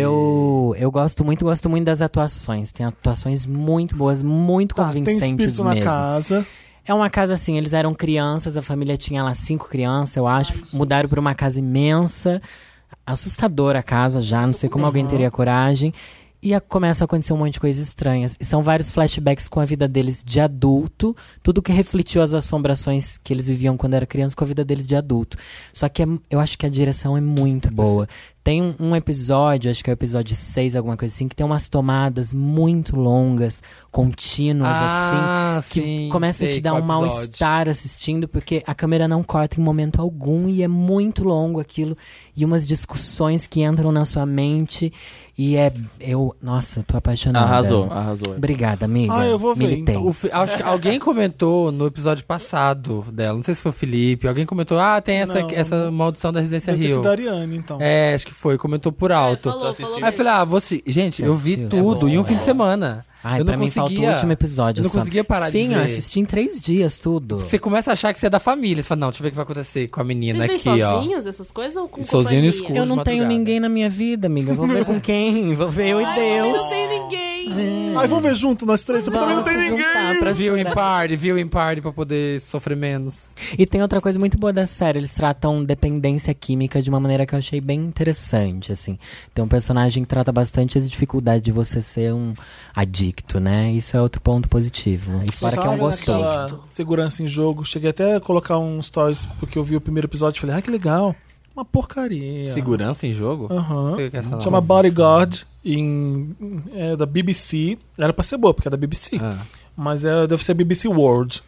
Eu gosto muito das atuações. Tem atuações muito boas, muito Tá, tem convincentes espírito na mesmo. casa. É uma casa assim, eles eram crianças, a família tinha lá 5 crianças, eu acho. Mudaram pra uma casa imensa, assustadora a casa já, não sei como alguém teria coragem. E começa a acontecer um monte de coisas estranhas. E são vários flashbacks com a vida deles de adulto. Tudo que refletiu as assombrações que eles viviam quando era criança com a vida deles de adulto. Só que eu acho que a direção é muito boa. Tem um episódio, acho que é o episódio 6, alguma coisa assim, que tem umas tomadas muito longas, contínuas, assim. Que sim, começa a sei te dar qual um episódio. mal-estar assistindo, porque a câmera não corta em momento algum e é muito longo aquilo. E umas discussões que entram na sua mente. E nossa, tô apaixonada. Arrasou. Obrigada, amiga. Ah, eu vou ver, Militei. então. Acho que alguém comentou no episódio passado dela, não sei se foi o Felipe, alguém comentou, tem Não. essa maldição da Residência Deve ter Rio. sido a Ariane, então. É, acho que foi, comentou por alto. Falou assistindo. Aí eu mesmo. falei, vou assistir. Gente, Você eu vi assistiu? tudo É em um bom. fim de semana. Ai, eu pra não mim falta o conseguia- último episódio eu não só. conseguia parar de Sim, eu ver. assisti em 3 dias tudo. Você começa a achar que você é da família. Você fala, não, deixa eu ver o que vai acontecer com a menina Vocês vêm aqui, ó. sozinhos essas coisas ou com Sozinho no companhia? escuro. Eu não de tenho madrugada. ninguém na minha vida, amiga. Vou ver com quem? Vou ver eu e Ai, eu Deus. não tenho ninguém. Ai, vamos ver junto, nós três. Eu também não Vamos tem se ninguém. juntar pra Viu em chorar. party pra poder sofrer menos. E tem outra coisa muito boa da série, eles tratam dependência química de uma maneira que eu achei bem interessante, assim. Tem um personagem que trata bastante as dificuldades de você ser um adicto, né? Isso é outro ponto positivo. E fora que é um Tava gostoso. naquela Segurança em jogo. Cheguei até a colocar um stories porque eu vi o primeiro episódio e falei, que legal. Uma porcaria. Segurança em jogo? Aham. Não sei o que é essa não. Chama Bodyguard, é da BBC. Era pra ser boa, porque é da BBC. Ah. Mas deve ser BBC World.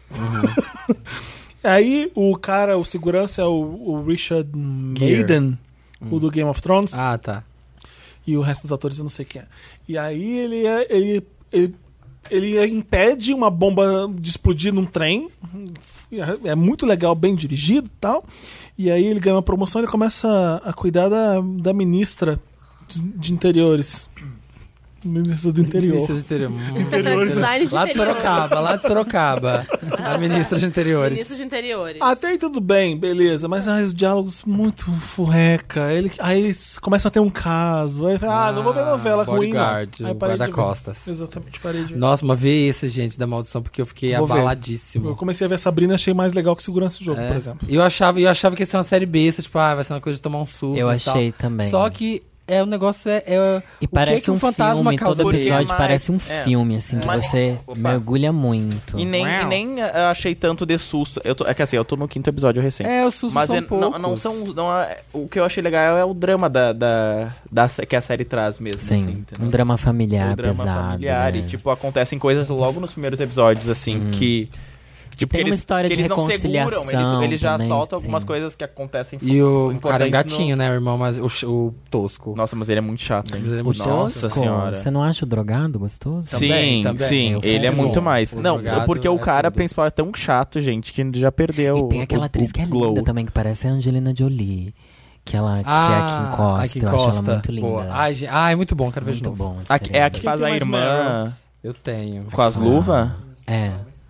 Aí o cara, o segurança é o Richard Madden, o do Game of Thrones. Ah, tá. E o resto dos atores eu não sei quem é. E aí ele impede uma bomba de explodir num trem. É muito legal, bem dirigido e tal. E aí ele ganha uma promoção e ele começa a cuidar da ministra de interiores. Ministra do interior. Ministra do interior. Design de Lá de interior. Sorocaba, lá de Sorocaba. A ministra de interiores. Ministro de interiores. Até aí tudo bem, beleza, mas os diálogos muito furreca. Aí eles começam a ter um caso. Aí fala, não vou ver novela ruim, não. Bodyguard, Aí parei de ver. guarda-costas. Exatamente, parei de ver. Nossa, mas vê esse, gente, da maldição, porque eu fiquei Vou ver. abaladíssimo. Eu comecei a ver Sabrina e achei mais legal que Segurança de Jogo, É. por exemplo. Eu achava que ia ser uma série besta, tipo, vai ser uma coisa de tomar um susto. Eu e tal. achei também. Só que o negócio é E o parece que um o fantasma filme, causa. todo episódio Mas- parece um é. filme, assim, que Mas- você Opa. mergulha muito. E nem eu achei tanto de susto. É que assim, eu tô no 5º episódio recente. É, os sustos Mas são não são. O que eu achei legal é o drama que a série traz mesmo. Sim, assim, entendeu? um drama familiar O drama pesado. familiar. né? E, tipo, acontecem coisas logo nos primeiros episódios, assim, que. Tipo, Tem que uma história que de eles não seguram, reconciliação eles já também, soltam algumas sim. coisas que acontecem. E o cara é um importantes gatinho, né? O irmão, mas o tosco. Nossa, mas ele é muito chato, hein? Mas ele é O muito Nossa tosco, senhora. você não acha o drogado gostoso? Também, Sim, Eu ele é falo, muito bom, mais. o Não, drogado porque o é cara tudo. principal é tão chato, gente, que já perdeu E tem aquela o atriz que é glow. linda também, que parece a Angelina Jolie. Que é a que encosta, eu acho ela muito linda. Pô, ai, muito bom, quero ver de Muito novo. bom. É a que Quem faz tem a mais irmã Eu tenho. com as luvas? É.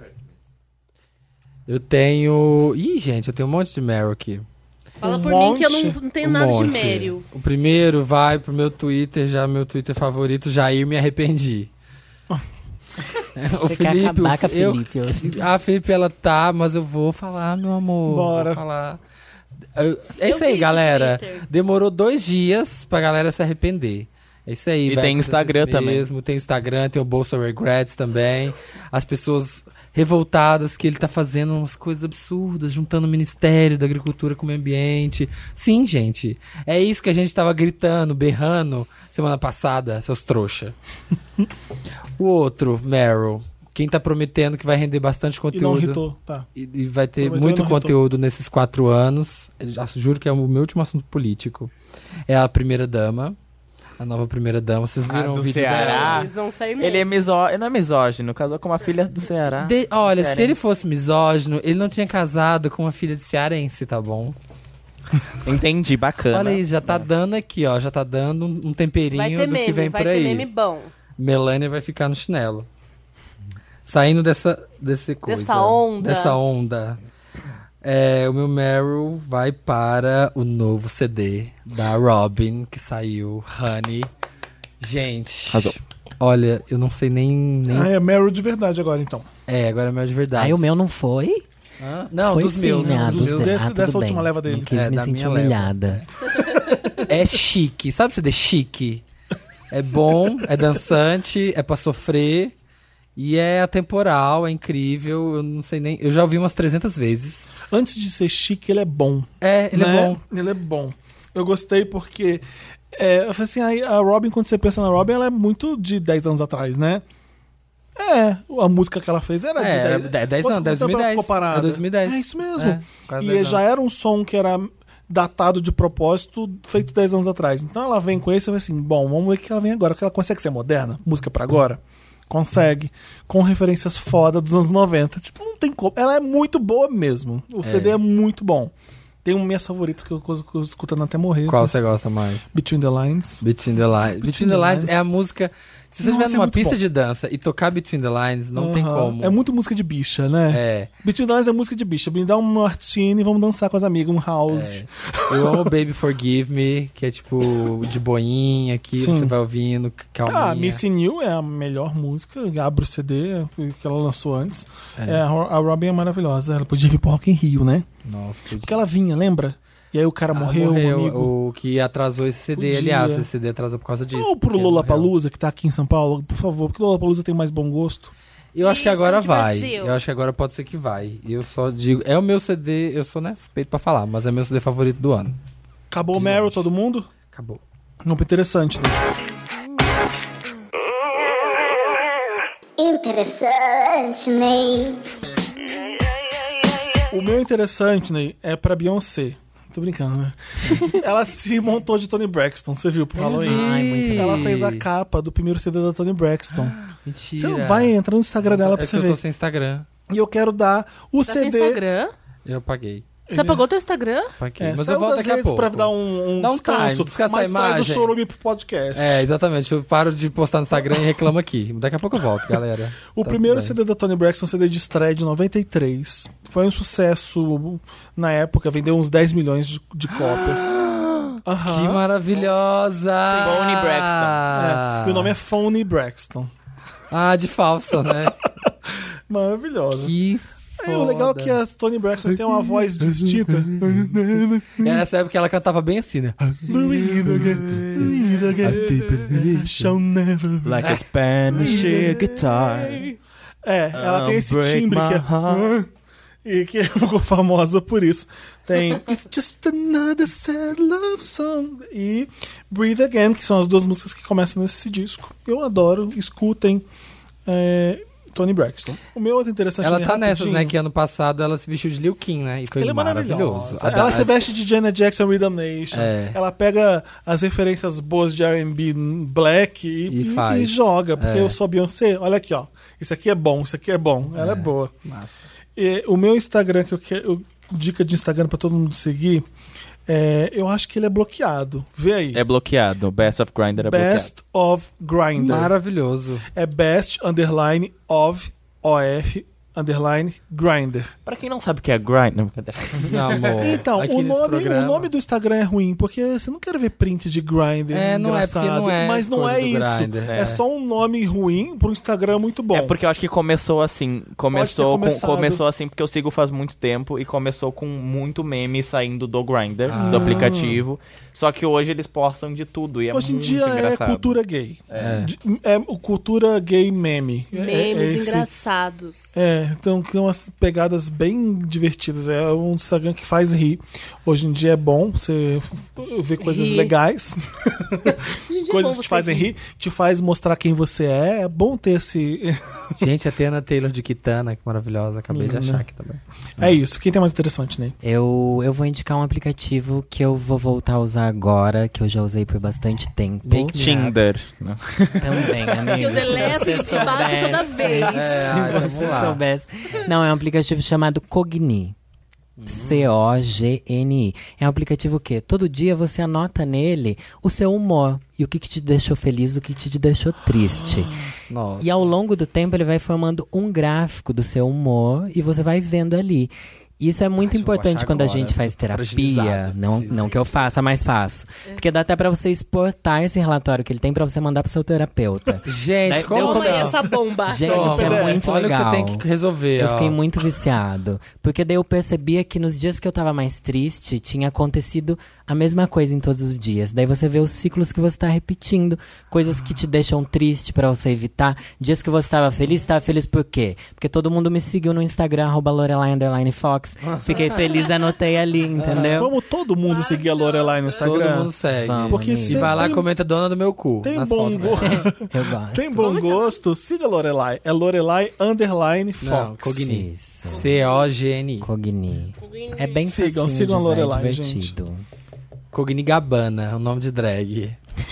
Eu tenho. Ih, gente, eu tenho um monte de Meryl aqui. Fala Um por mim que eu monte, não tenho Um nada de monte. Mério. O primeiro vai pro meu Twitter, já meu Twitter favorito, Jair Me Arrependi. O Você quer acabar com a Felipe hoje. A Felipe, ela tá, mas eu vou falar, meu amor. Bora. Vou falar. É isso Eu vi aí, esse galera. Twitter. Demorou 2 dias pra galera se arrepender. É isso aí. E vai tem acontecer Instagram isso também. mesmo, tem Instagram, tem o Bolsa Regrets também. As pessoas revoltadas que ele tá fazendo umas coisas absurdas, juntando o Ministério da Agricultura com o Meio Ambiente. Sim, gente. É isso que a gente tava gritando, berrando semana passada, seus trouxa. O outro, Meryl. Quem tá prometendo que vai render bastante E não conteúdo. irritou, tá. E vai ter Prometeu, muito não irritou. conteúdo nesses 4 anos. Eu juro que é o meu último assunto político. É a primeira-dama. A nova primeira-dama. Vocês viram do o vídeo Ceará. dela? Eles vão sair Ele é misógino. Ele não é misógino, casou com uma filha do Ceará. Olha, Cearense. se ele fosse misógino, ele não tinha casado com uma filha de cearense, tá bom? Entendi, bacana. Olha aí, já tá dando aqui, ó. Já tá dando um temperinho Vai ter do que meme, vem vai por ter aí. meme bom. Melania vai ficar no chinelo. Saindo dessa coisa. Dessa onda. O meu Meryl vai para o novo CD da Robin, que saiu, Honey. Gente, Arrasou. olha, eu não sei nem... Ah, é Meryl de verdade agora, então. Agora é Meryl de verdade. Aí o meu não foi? Hã? Não, foi dos sim, meus. né? Dos meus. desse- tudo dessa bem. última leva dele. Não quis É, me da sentir minha leva. humilhada. É chique. Sabe CD chique? É bom, é dançante, é pra sofrer. E é atemporal, é incrível. Eu não sei nem... Eu já ouvi umas 300 vezes. Antes de ser chique, ele é bom. Ele é né? bom. Ele é bom. Eu gostei porque... eu falei assim, a Robin, quando você pensa na Robin, ela é muito de 10 anos atrás, né? A música que ela fez era de 10 Quanto anos, tempo ela 2010. ficou parada? É 2010. É isso mesmo. quase E 10 já anos. era um som que era datado de propósito, feito 10 anos atrás. Então ela vem com esse e eu falei assim, bom, vamos ver o que ela vem agora. Porque ela consegue ser moderna? Música pra agora? Consegue. Com referências foda dos anos 90. Tipo, não tem como. Ela é muito boa mesmo. O CD é muito bom. Tem um minhas favoritas que eu escutando até morrer. Qual você gosta mais? Between the Lines. Between the Lines. Between the Lines é a música... Se você Nossa, estiver é numa muito pista bom. de dança e tocar Between the Lines, não tem Aham. como. É muito música de bicha, né? É. Between the Lines é música de bicha. Me dá um martini e vamos dançar com as amigas, um house. Eu amo Baby Forgive Me, que é tipo de boinha, que Sim. você vai ouvindo, calminha. Missing You é a melhor música. Abre o CD que ela lançou antes. A Robin é maravilhosa. Ela podia vir pro Rock in Rio, né? Nossa, podia. Porque ela vinha, lembra? E aí o cara morreu, o amigo. o que atrasou esse CD, Podia. aliás, esse CD atrasou por causa disso. Ou pro porque Lollapalooza, que tá aqui em São Paulo, por favor, porque o Lollapalooza tem mais bom gosto. Eu acho que E agora de vai. Brasil? Eu acho que agora pode ser que vai. E eu só digo, é o meu CD, eu sou, né, suspeito pra falar, mas é meu CD favorito do ano. Acabou o De Meryl, longe. todo mundo? Acabou. Não, interessante, né? Interessante, Ney. O meu interessante, Ney, é pra Beyoncé. Tô brincando, né? Ela se montou de Toni Braxton, você viu pro Halloween? Ai, muito Ela lindo. fez a capa do primeiro CD da Toni Braxton. Mentira. Você não vai entrar no Instagram dela pra é você que eu ver. tô sem Instagram. E eu quero dar o Tá sem CD. Instagram? Eu paguei. Você apagou teu Instagram? Pra quê? Mas Mas saiu eu volto das daqui a redes pouco. pra dar um Dá um descanso, time, descansar mas a traz o imagem. chorume pro podcast. É, exatamente. Eu paro de postar no Instagram e reclamo aqui. Daqui a pouco eu volto, galera. O Tá primeiro tudo bem. CD da Toni Braxton, CD de estreia de 93. Foi um sucesso na época, vendeu uns 10 milhões de cópias. Aham. Que maravilhosa! Phony É, e o nome é Phony Braxton. Ah, de falsa, né? Maravilhosa. Que É, o legal é que a Toni Braxton tem uma voz distinta. Nessa época ela cantava bem assim, né? Breathe again, breathe again. I shall never. Like a Spanish guitar. É, ela tem esse Break timbre my que é. heart. E que ficou famosa por isso. Tem It's Just Another Sad Love Song e Breathe Again, que são as duas músicas que começam nesse disco. Eu adoro, escutem Toni Braxton. O meu outro interessante Ela é tá nessas, rapidinho. né? Que ano passado ela se vestiu de Liu Kim, né? E foi Ela é maravilhoso. maravilhosa. Ela se veste de Janet Jackson Rhythm Nation. É. Ela pega as referências boas de R&B black E faz. e joga. Porque É. eu sou Beyoncé, olha aqui, ó. Isso aqui é bom, isso aqui é bom. Ela é boa. Massa. E o meu Instagram, dica de Instagram pra todo mundo seguir, eu acho que ele é bloqueado. Vê aí. É bloqueado. Best of Grindr é bloqueado. Best of Grindr. Maravilhoso. É best _ of Grindr. Pra quem não sabe o que é Grindr... Não, brincadeira. Meu amor. Então, aqui o nesse nome programa- do Instagram é ruim, porque você não quer ver print de Grindr. É, não é, porque engraçado, não é mas não coisa é do isso. Grindr, É. é. só um nome ruim pro Instagram muito bom. É porque eu acho que começou assim. Começou começado. assim porque eu sigo faz muito tempo e começou com muito meme saindo do Grindr, Ah. do aplicativo. Só que hoje eles postam de tudo e é Hoje em muito dia engraçado. é cultura gay. É. É cultura gay meme. Memes esse- engraçados. Então tem umas pegadas bem divertidas. É um Instagram que faz rir. Hoje em dia é bom você ver coisas Rir. legais. Hoje em dia é Coisas bom que te você fazem rir, te faz mostrar quem você é. É bom ter esse. Gente, a Tiana Taylor de Kitana, que maravilhosa. Acabei de Linda. achar aqui também. É isso. Quem tem mais interessante, né? Eu vou indicar um aplicativo que eu vou voltar a usar agora, que eu já usei por bastante tempo. Make me Tinder. Não. Também, amigo. Que eu deleto Se e baixo toda soubesse. vez. É, ai, Se vamos você lá. soubesse. Não, é um aplicativo chamado Cogni. Cogni. É um aplicativo que todo dia você anota nele o seu humor e o que te deixou feliz, o que te deixou triste. Nossa. E ao longo do tempo ele vai formando um gráfico do seu humor e você vai vendo ali. Isso é muito Ai, deixa eu importante baixar quando a agora, gente faz tô terapia. fragilizado. Não que eu faça, mas faço. Porque dá até pra você exportar esse relatório que ele tem pra você mandar pro seu terapeuta. Gente, Daí- como Toma aí que essa bomba. Gente, Só, é muito olha legal. o que você tem que resolver. Eu ó. fiquei muito viciado. Porque daí eu percebia que nos dias que eu tava mais triste, tinha acontecido a mesma coisa em todos os dias. Daí você vê os ciclos que você tá repetindo. Coisas que te deixam triste pra você evitar. Dias que você tava feliz por quê? Porque todo mundo me seguiu no Instagram, @Lorelai_Fox. Fiquei feliz, anotei ali, entendeu? Como todo mundo seguir a Lorelai no Todo Instagram. mundo segue. Vamos, Porque amigo. E você vai lá e tem- comenta dona do meu cu. Tem nas bom fotos dela. gosto. Eu gosto. Tem bom gosto. Siga a Lorelai. É Lorelai _ Fox. Não, Cogni. Isso. Cogni. Cogni. É bem Sigam, facinho sigam a de usar, é Lorelai, divertido. Cogni Gabbana, o nome de drag.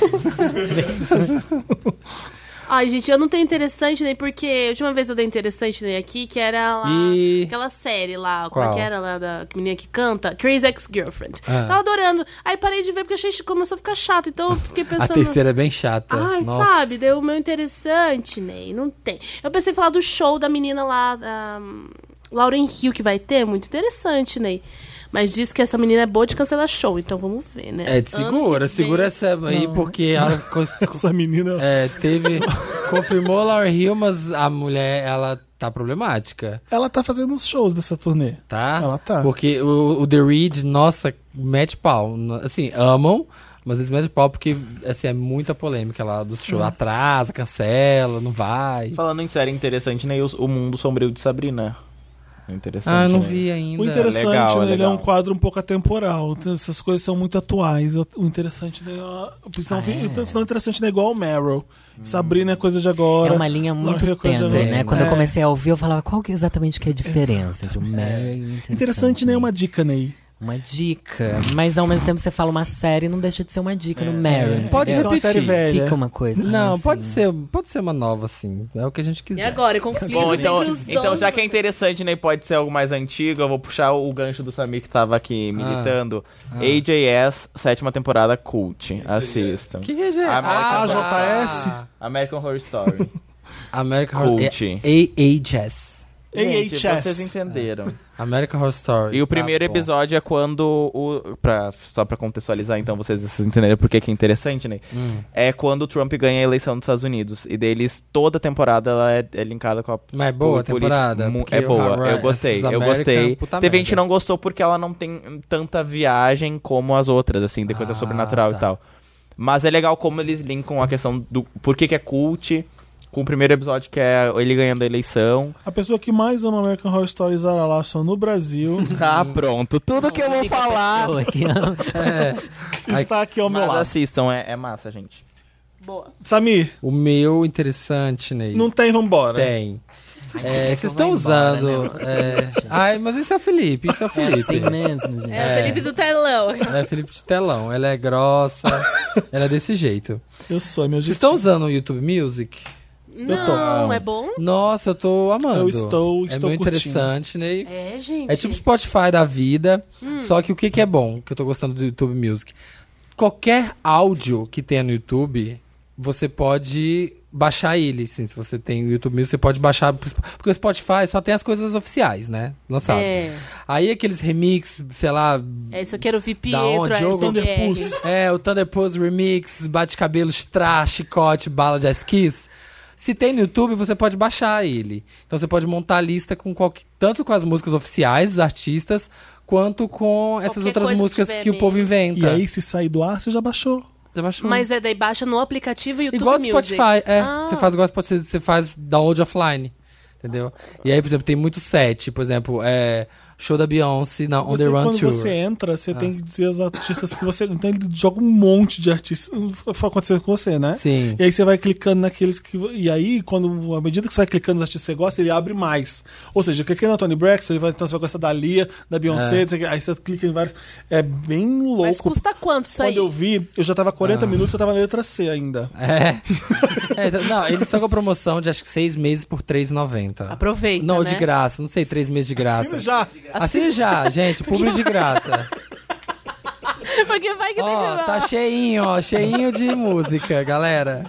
Ai, gente, eu não tenho interessante nem porque a última vez eu dei interessante nem aqui, que era lá, E- aquela série lá, como é Qual? que era lá da menina que canta? Crazy Ex-Girlfriend. Ah. Tava adorando. Aí parei de ver porque achei que começou a ficar chato, então eu fiquei A pensando... terceira é bem chata. Ai, Nossa. sabe, deu o meu interessante, Ney, não tem. Eu pensei em falar do show da menina lá, da Lauryn Hill, que vai ter, muito interessante, Ney. Mas diz que essa menina é boa de cancelar show, então vamos ver, né? É, segura, Ano que vem- segura essa aí, porque ela Essa menina. confirmou a Lauryn Hill, mas a mulher, ela tá problemática, Ela tá fazendo os shows dessa turnê. tá? Ela tá. Porque o The Reed, nossa, mete pau. Assim, amam, mas eles metem pau porque, assim, é muita polêmica lá do show. Atrasa, cancela, não vai. Falando em série interessante, né? O Mundo Sombrio de Sabrina. É interessante. Ah, eu não né? vi ainda. O interessante, legal, né, ele é legal. um quadro um pouco atemporal. Essas coisas são muito atuais. O interessante, né, senão o interessante não é igual ao Meryl. Sabrina é coisa de agora. É uma linha muito Lauryn Hill é coisa de tênue, agora. né? Quando eu É. comecei a ouvir, eu falava qual que exatamente que é a diferença entre o Mary e o Interessante, né? Uma dica, Ney. Uma dica. Mas ao mesmo tempo você fala uma série, não deixa de ser uma dica no Maron. Pode Tem que ser uma repetir. série velha. Fica uma coisa. Não, assim. pode ser uma nova, assim. É o que a gente E quiser. agora? Eu confio Bom, então, os então donos já do- que é interessante, né, pode ser algo mais antigo, eu vou puxar o gancho do Samir que tava aqui militando. AJS, 7ª temporada, Cult. Assistam. O que é gente? JS? American Horror Story. American Horror Cult. AHS. Gente, AHS. vocês entenderam. American Horror Story. E o primeiro Tá bom. episódio é quando só pra contextualizar, então, vocês entenderem por que é interessante, né? É quando o Trump ganha a eleição dos Estados Unidos. E deles, toda a temporada ela é linkada com a Mas é boa a política. temporada? Porque É o boa, Harvard, eu gostei. essas Eu América, gostei. puta Teve gente que merda. não gostou porque ela não tem tanta viagem como as outras, assim, de coisa sobrenatural tá. e tal. Mas é legal como eles linkam a questão do por que é cult com o primeiro episódio, que é ele ganhando a eleição. A pessoa que mais ama American Horror Story, Zara Larsson, no Brasil, Ah, pronto. Tudo que eu vou falar. Pessoa que ama. está aqui ao meu Mas lado. assistam, é massa, gente. Boa. Samir, O meu interessante, Ney. não tem, vambora. Tem. quer que Vocês eu estão vá embora, usando. né? Ai, mas esse é o Felipe. Isso é o É Felipe. assim mesmo, gente. É o Felipe do telão. É Felipe de telão. Ela é grossa. Ela é desse jeito. Eu sou, é meu Vocês jeito. estão usando o YouTube Music? Não, é bom? Nossa, eu tô amando. Eu estou É curtindo. muito interessante, Ney. É, gente. É tipo Spotify da vida, só que o que é bom, que eu tô gostando do YouTube Music. Qualquer áudio que tenha no YouTube, você pode baixar ele. Assim, se você tem o YouTube Music, você pode baixar. Porque o Spotify só tem as coisas oficiais, né? Lançado. É. Aí aqueles remix, sei lá. É isso, eu quero ouvir Da Pietro, onde? Diogo? ASMR. O Thunder Pulse Remix, bate-cabelos, trash, chicote, bala de ice kiss. Se tem no YouTube, você pode baixar ele. Então você pode montar a lista com tanto com as músicas oficiais dos artistas, quanto com essas Qualquer outras coisa que músicas tiver que o povo mesmo. inventa. E aí, se sair do ar, você já baixou. Você baixou. Mas é daí baixa no aplicativo YouTube Igual do Music. Spotify, Ah. Você faz igual do Spotify, você faz download offline. Entendeu? E aí, por exemplo, tem muito set. Por exemplo, show da Beyoncé na On The Run Quando Tour. você entra, você tem que dizer os artistas que você... Então ele joga um monte de artistas. Foi acontecendo com você, né? Sim. E aí você vai clicando naqueles que... E aí, à medida que você vai clicando nos artistas que você gosta, ele abre mais. Ou seja, eu cliquei no Tony Braxton, então você vai gostar da Lia, da Beyoncé, não sei o quê. Aí você clica em vários... É bem louco. Mas custa quanto isso aí? Quando eu vi, eu já tava 40 minutos, eu tava na letra C ainda. Então, não, eles estão com a promoção de acho que 6 meses por R$3,90. Aproveita, Não, né? de graça, não sei, 3 meses de graça. Assina já! Assine já, gente, publi de graça. Porque vai que tem Ó, que... tá cheinho, ó, cheinho de música, galera.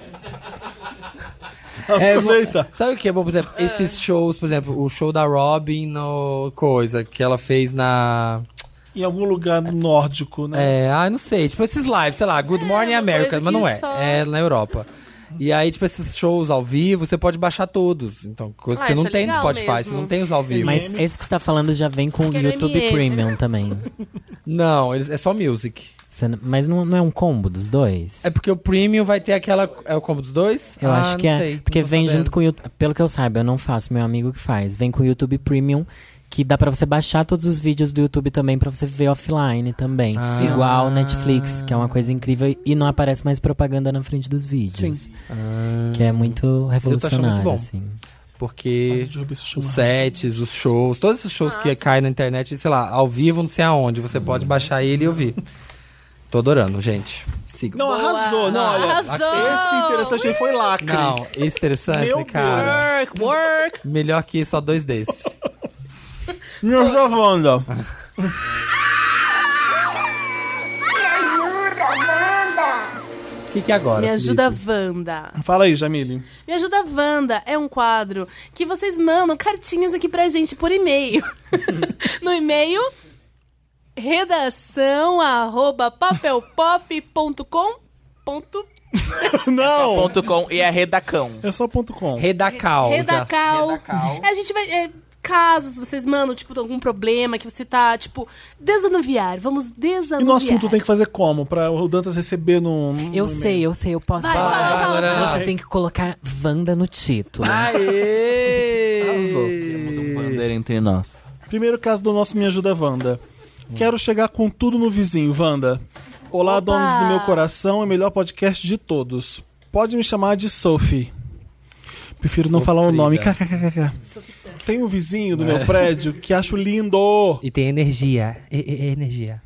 Aproveita! Sabe o que é bom, por exemplo, esses shows, por exemplo, o show da Robin no coisa, que ela fez na... Em algum lugar nórdico, né? não sei, tipo esses lives, sei lá, Good Morning uma America, coisa mas não que é, só- é na Europa. E aí, tipo, esses shows ao vivo, você pode baixar todos. Então, coisa que você isso não é tem no legal Spotify, mesmo. você não tem os ao vivo. Mas esse que você tá falando já vem com o Quero YouTube MM. Premium também. Não, é só music. Mas não é um combo dos dois? É porque o Premium vai ter aquela... É o combo dos dois? Eu acho que não é. sei, Porque não tô vem sabendo. junto com o YouTube. Pelo que eu saiba, eu não faço, meu amigo que faz. Vem com o YouTube Premium, que dá pra você baixar todos os vídeos do YouTube também, pra você ver offline também. Ah. Igual Netflix, que é uma coisa incrível. E não aparece mais propaganda na frente dos vídeos. Sim. Que é muito revolucionário, bom. assim. Porque Nossa, deixa eu ver se eu os chamo. sets, os shows, todos esses shows que caem na internet, sei lá, ao vivo, não sei aonde, você pode baixar ele e ouvir. Tô adorando, gente. Sigam. Não, arrasou. Não, olha, Arrasou! esse interessante aí foi lacre. Não, esse interessante, Meu cara. Work! Melhor que só 2 desses. Me ajuda, Wanda. Me ajuda, Wanda! O que é agora? Me ajuda, Felipe? Wanda. Fala aí, Jamile. Me ajuda, Wanda é um quadro que vocês mandam cartinhas aqui pra gente por e-mail. No e-mail redação@papelpop.com. Não, .com e é redacão. é só .com. Redacal. Redacal. Redacal. A gente vai. Casos vocês mandam, tipo, algum problema que você tá, tipo, desanuviar. Vamos E desanuviar. no assunto tem que fazer como? Pra o Dantas receber no Eu sei, eu posso Vai, falar. fala, fala. Você tem que colocar Wanda no título. Aê! Arrasou. Temos um Wander entre nós. Primeiro caso do nosso Me Ajuda, Wanda. Quero chegar com tudo no vizinho, Wanda. Olá, Opa! donos do meu coração, é o melhor podcast de todos. Pode me chamar de Sophie. Prefiro não falar o nome. Sofrida. KKKK. Tem um vizinho do meu prédio que acho lindo. E tem energia. Energia.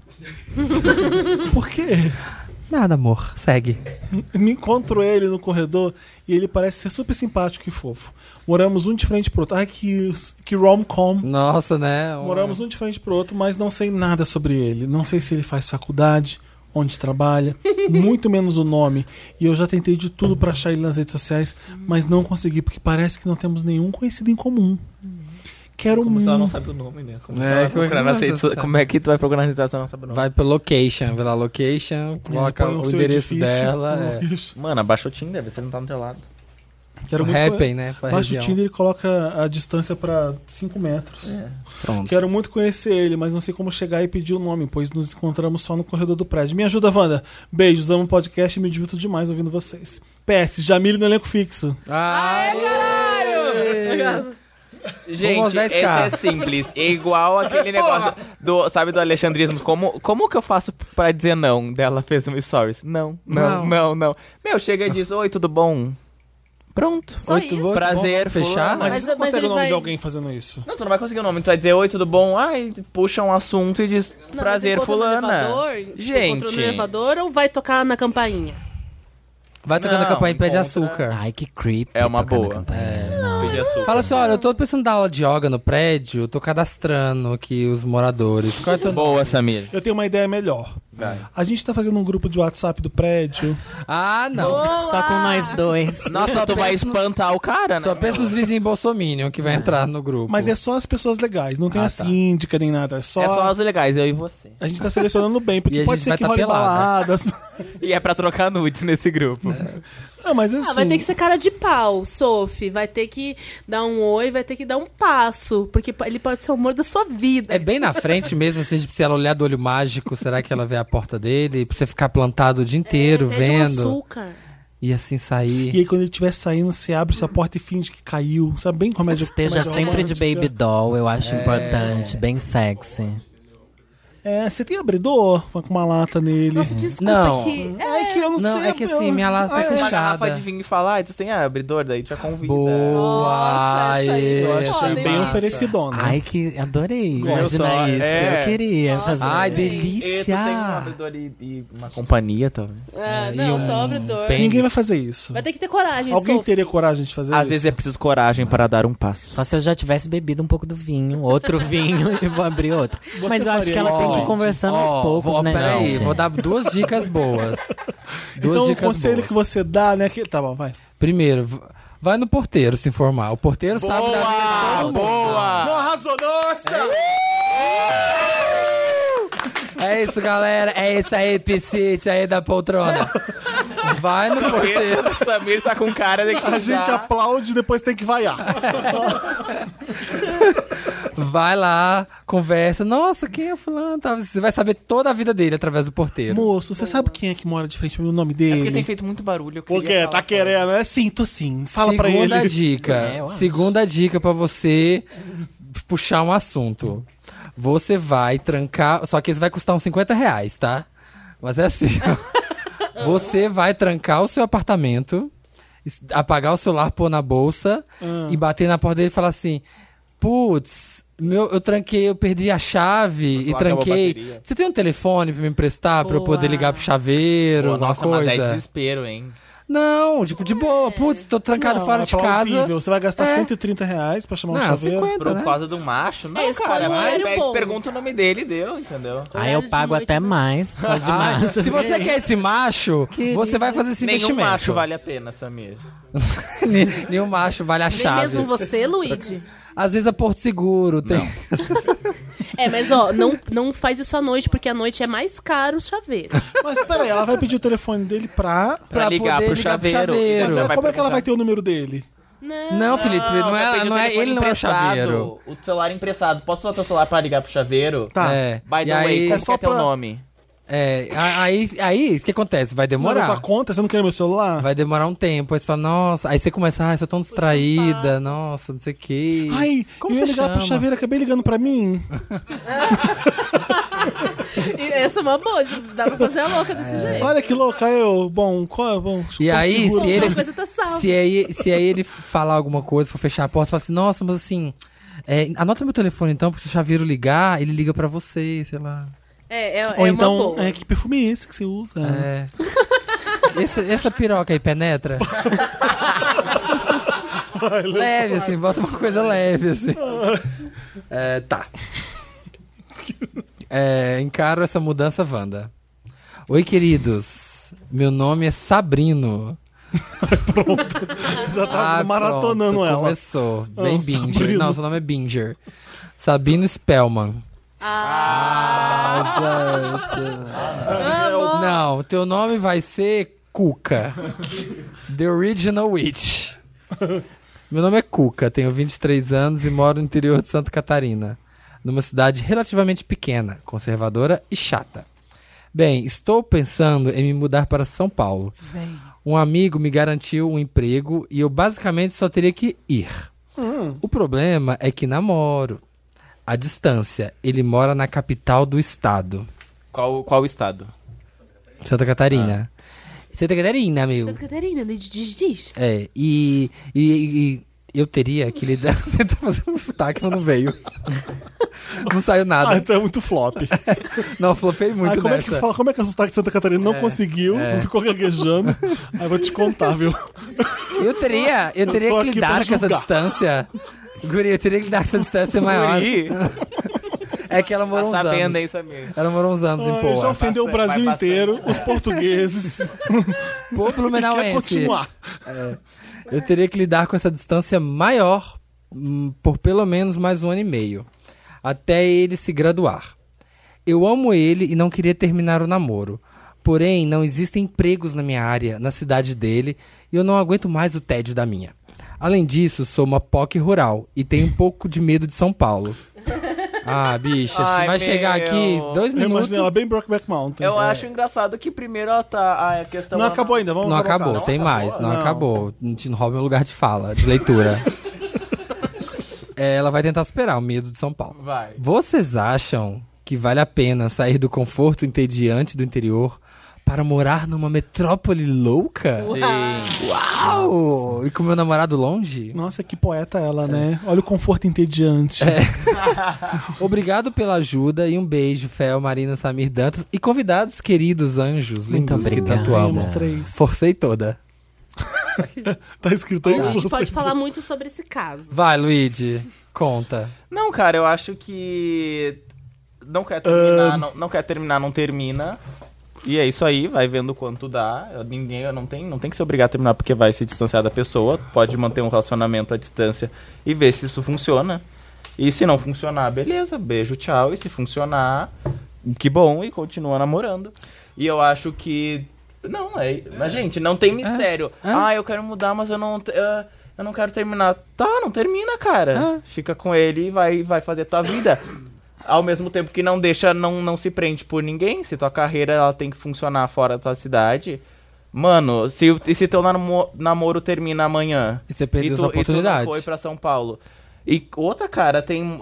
Por quê? Nada, amor. Segue. Me encontro ele no corredor e ele parece ser super simpático e fofo. Moramos um de frente pro outro. Ai, que rom-com. Nossa, né? Moramos um de frente pro outro, mas não sei nada sobre ele. Não sei se ele faz faculdade, onde trabalha, muito menos o nome. E eu já tentei de tudo pra achar ele nas redes sociais, mas não consegui, porque parece que não temos nenhum conhecido em comum. Quero Como se ela não muito. sabe o nome, né? Como, como é que tu vai procurar nas redes sociais e não sabe o nome? Vai pro location, vai lá, location, coloca põe o seu endereço edifício. dela. Mano, abaixa o Tinder, você não tá no teu lado. Quero O muito Happn, né? Pra Baixa o região. Tinder e coloca a distância pra 5 metros. Pronto. Quero muito conhecer ele, mas não sei como chegar e pedir o nome, pois nos encontramos só no corredor do prédio. Me ajuda, Wanda. Beijos, amo o podcast e me divirto demais ouvindo vocês. PS, Jamile no elenco fixo. Gente, 10K. esse é simples. É igual aquele negócio do, sabe, do alexandrismo. Como que eu faço pra dizer não? Dela fez um stories. Não. Meu, chega e diz, oi, tudo bom? Pronto. Só Oi, isso? tudo bom? Prazer, Fechar? fulano. Mas, você mas consegue ele o nome vai- de alguém fazendo isso? Não, tu não vai conseguir o nome. Tu vai dizer, oi, tudo bom? Ai, puxa um assunto e diz, Não, prazer, mas encontra no fulana. elevador? Tipo, Gente. encontrou no elevador ou vai tocar na campainha? Vai tocando a Não, campanha e pede encontra. açúcar. Ai, que creepy. É uma tocar na boa. campainha. Pedir açúcar. Fala assim, olha, eu tô pensando em dar aula de yoga no prédio, tô cadastrando aqui os moradores. Qual é teu nome? Boa, Samir. Eu tenho uma ideia melhor. Vai. A gente tá fazendo um grupo de WhatsApp do prédio. Ah, não. Só com nós dois. Nossa, tu vai pensa no- espantar o cara, né? Só pensa nos vizinhos bolsominion que vai entrar no grupo. Mas é só as pessoas legais, não tem Ah, a tá. síndica nem nada. É só, É só as legais, eu e você. A gente tá selecionando bem, E porque a pode gente ser vai que tá role pelada. baladas. E é pra trocar nudes nesse grupo. Não, mas assim... Vai ter que ser cara de pau, Sophie. Vai ter que dar um oi, vai ter que dar um passo. Porque ele pode ser o amor da sua vida. É bem na frente mesmo, assim, se ela olhar do olho mágico, será que ela vê a porta dele? Pra você ficar plantado o dia inteiro, Pede um vendo. açúcar. E assim sair. E aí quando ele estiver saindo, você abre sua porta e finge que caiu. Sabe, bem comédia. Esteja comédia sempre de romântica. baby doll, eu acho importante, bem sexy. É, você tem abridor? Vai com uma lata nele. Nossa, desculpa Não. que... É que eu não, Não, sei. é que assim, minha lata tá Mas a fechada. Rafa de vir e falar, tu tem abridor, daí já convida. Boa! Nossa, essa aí Eu foi achei foda, bem hein? oferecidona. Ai, que adorei. Meu Imagina só, isso. é. Eu queria fazer. Ai, E tu tem um delícia! abridor e uma companhia, talvez. Ah, E não, um só abridor. pênis. Ninguém vai fazer isso. Vai ter que ter coragem, Alguém Sophie. teria coragem de fazer Às isso? vezes é preciso coragem para dar um passo. Só se eu já tivesse bebido um pouco do vinho, outro vinho, e vou abrir outro. Mas eu acho que ela faria tem isso? que ir conversando aos poucos, né, Peraí, gente? vou dar duas dicas boas. Duas Então o dicas conselho boas. que você dá, né? Que... Tá bom, vai. Primeiro, vai no porteiro se informar. O porteiro sabe da vida de todo mundo. Boa! Não arrasou, nossa! É isso, galera. É isso aí, Piscite aí da poltrona. Vai no porteiro. O Samir tá com cara de que A gente já... aplaude e depois tem que vaiar. Vai lá, conversa. Nossa, quem é fulano? Tá, você vai saber toda a vida dele através do porteiro. Moço, você sabe quem é que mora de frente pro nome É porque dele? tem feito muito barulho. Eu Por queria quê? falar Tá querendo? É sim, tô sim. Fala pra Segunda ele. dica. É, eu acho. Segunda dica pra você puxar um assunto. Você vai trancar... Só que esse vai custar uns R$50, tá? Mas é assim. Você vai trancar o seu apartamento, apagar o celular, pôr na bolsa e bater na porta dele e falar assim... Putz, eu tranquei, eu perdi a chave e celular acabou a tranquei. bateria. Você tem um telefone pra me emprestar pra eu Boa. poder ligar pro chaveiro, Pô, alguma nossa, coisa? mas é desespero, hein? Não, tipo, de boa. Putz, tô trancado Não, fora é de casa. plausível. Você vai gastar É. R$130 pra chamar um Não, chaveiro. 50, Por né? causa do macho? Não, É, escolhe cara, um mas horário bom. pergunta o nome dele e deu, entendeu? Aí eu Horário de pago noite, até né? mais. Pode Ah, mais. se você quer esse macho, você vai fazer esse Nenhum investimento. macho vale a pena, Samir. Nenhum macho vale a Nem chave. mesmo você, Luigi. Às vezes é Porto Seguro, tem. É, mas ó, não faz isso à noite, porque à noite é mais caro o chaveiro. Mas peraí, ela vai pedir o telefone dele pra... Pra ligar poder pro ligar pro chaveiro. chaveiro. Mas vai como é que ela perguntar. vai ter o número dele? Não, Felipe, não vai é, pedir o não é, telefone ele não é o emprestado. chaveiro. O celular emprestado. Posso usar teu celular pra ligar pro chaveiro? Tá. É. By E the way, aí, como é que só é teu pra- nome? aí, o que acontece? Vai Não leva demorar. conta? Você não quer meu celular? Vai demorar um tempo. Aí você fala, nossa. Aí você começa, ai, sou tão distraída, nossa, não sei o quê. Ai, Como eu ia você ligar pro chama? chaveiro, acabei ligando pra mim. E essa é uma boa, dá pra fazer a louca desse jeito. Olha que louca eu. Bom, qual é? Bom, E aí, seguro. se ele- Uma coisa tá Se Se aí ele falar alguma coisa, for fechar a porta, fala assim, nossa, mas assim, anota meu telefone então, porque se o chaveiro ligar, ele liga pra você, sei lá. Ou então, uma boa. que perfume é esse que você usa? Essa piroca aí penetra? Leve, assim, bota uma coisa leve, assim. Tá. Encaro essa mudança, Wanda. Oi, queridos. Meu nome é Sabrino. Já tá maratonando pronto, ela. Começou. Bem Binger. Sabrino. Não, seu nome é Binger. Sabino Spellman. Não, teu nome vai ser Cuca. The Original Witch. Meu nome é Cuca, tenho 23 anos e moro no interior de Santa Catarina, numa cidade relativamente pequena, conservadora e chata. Bem, estou pensando em me mudar para São Paulo. Um amigo me garantiu um emprego e eu basicamente só teria que ir. O problema é que namoro. À distância, ele mora na capital do estado. Qual estado? Santa Catarina. Santa Catarina, meu. Santa Catarina, diz. E eu teria que lidar, tentar fazer um sotaque, mas não veio. Não saiu nada. Então é muito flop. Não, flopei muito como nessa. como é que o sotaque de Santa Catarina não conseguiu, ficou gaguejando? Aí vou te contar, viu? Eu teria tô que aqui lidar pra com essa julgar. distância. Guri, eu teria que lidar com essa distância maior. É que ela morou uns Sabendo, anos. hein, Samir? Ela morou uns anos em Já Poa. ofendeu o Brasil vai bastante. inteiro, os portugueses. Poa Quer Blumenauense. continuar. Eu teria que lidar com essa distância maior por pelo menos mais 1 ano e meio. Até ele se graduar. Eu amo ele e não queria terminar o namoro. Porém, não existem empregos na minha área, na cidade dele, e eu não aguento mais o tédio da minha. Além disso, sou uma POC rural e tenho um pouco de medo de São Paulo. Ah, bicha, Ai, vai chegar meu. aqui 2 Eu minutos. imaginei ela bem Brokeback Mountain. Eu acho engraçado que primeiro ela tá. A questão Não acabou ainda, vamos Não colocar. acabou, Não tem acabou? mais, não Não. acabou. Não rouba meu lugar de fala, de leitura. Ela vai tentar superar o medo de São Paulo. Vai. Vocês acham que vale a pena sair do conforto entediante do interior para morar numa metrópole louca? Sim. Uau! E com meu namorado longe? Nossa, que poeta ela, né? Olha o conforto entediante. Obrigado pela ajuda e um beijo, Fel, Marina, Samir, Dantas e convidados queridos anjos Muito lindos que obrigada. tanto amo. Temos 3. Forcei toda. Tá escrito aí. A gente você- pode falar muito sobre esse caso. Vai, Luigi, conta. Não, cara, eu acho que. Não quer terminar, não quer terminar, não termina. E é isso aí, vai vendo quanto dá. Ninguém não tem que se obrigar a terminar porque vai se distanciar da pessoa. Pode manter um relacionamento à distância e ver se isso funciona. E se não funcionar, beleza, beijo, tchau. E se funcionar, que bom, e continua namorando. E eu acho que. Não, mas, gente, não tem mistério. Eu quero mudar, mas eu não quero terminar. Tá, não termina, cara. Fica com ele e vai fazer tua vida. Ao mesmo tempo que não deixa, não se prende por ninguém. Se tua carreira ela tem que funcionar fora da tua cidade. Mano, se teu namoro termina amanhã E você perdeu sua e tu oportunidade. não foi pra São Paulo. E outra, cara, tem.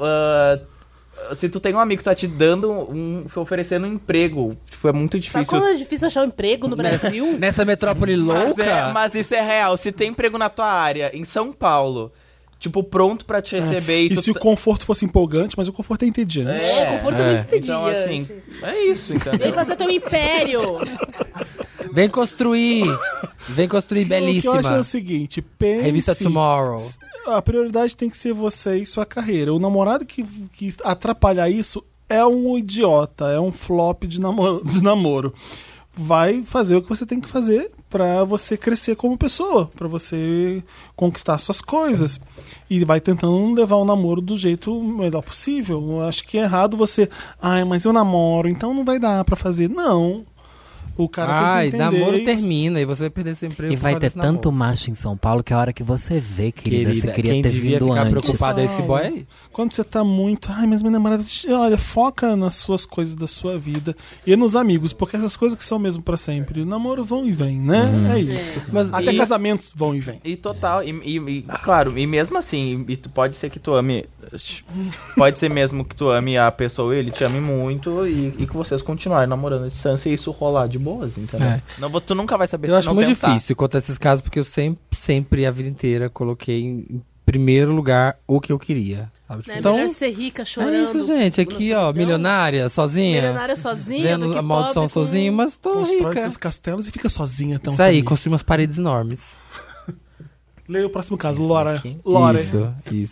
Se tu tem um amigo que tá te dando oferecendo um emprego, tipo, é muito Sabe difícil. quando é difícil achar um emprego no Brasil? Nessa metrópole louca? Mas isso é real. Se tem emprego na tua área, em São Paulo, tipo, pronto pra te receber E tu se o conforto fosse empolgante, mas o conforto é entediante. O conforto é muito Então, entediante. assim, é isso, entendeu? Vem fazer teu império. Vem construir O que eu acho é belíssima. o seguinte, pense... Revista Tomorrow. A prioridade tem que ser você e sua carreira. O namorado que atrapalhar isso é um idiota, é um flop de namoro. Vai fazer o que você tem que fazer pra você crescer como pessoa, pra você conquistar suas coisas. E vai tentando levar o namoro do jeito melhor possível. Eu acho que é errado você... mas eu namoro, então não vai dar pra fazer. Não. O cara tem que entender. namoro termina e você vai perder seu emprego. E vai por causa ter desse namoro. tanto macho em São Paulo que a hora que você vê, querida, você queria quem ter devia vindo ficar antes. preocupado é esse boy aí. Quando você tá muito... mas minha namorada... Olha, foca nas suas coisas da sua vida e nos amigos, porque essas coisas que são mesmo pra sempre. O namoro vão e vem, né? É isso. Mas Até casamentos vão e vem. E total, e claro, e mesmo assim, pode ser que tu ame. Pode ser mesmo que tu ame a pessoa e ele te ame muito e que vocês continuarem namorando à distância e isso rolar de boa. boas, entendeu? É. Não, tu nunca vai saber Eu se acho não muito tentar. difícil contar esses casos, porque eu sempre, a vida inteira, coloquei em primeiro lugar o que eu queria. Sabe? Né? Então, Melhor ser rica chorando. é isso, gente. Aqui, na ó, solidão. milionária, sozinha. Milionária sozinha, Vendo do que a maldição pobre com- sozinho, mas tô Constrói rica. seus castelos e fica sozinha. Então, Isso aí, Samir. construir umas paredes enormes. Leia o próximo caso, Esse Lora. daqui. Lore. Isso.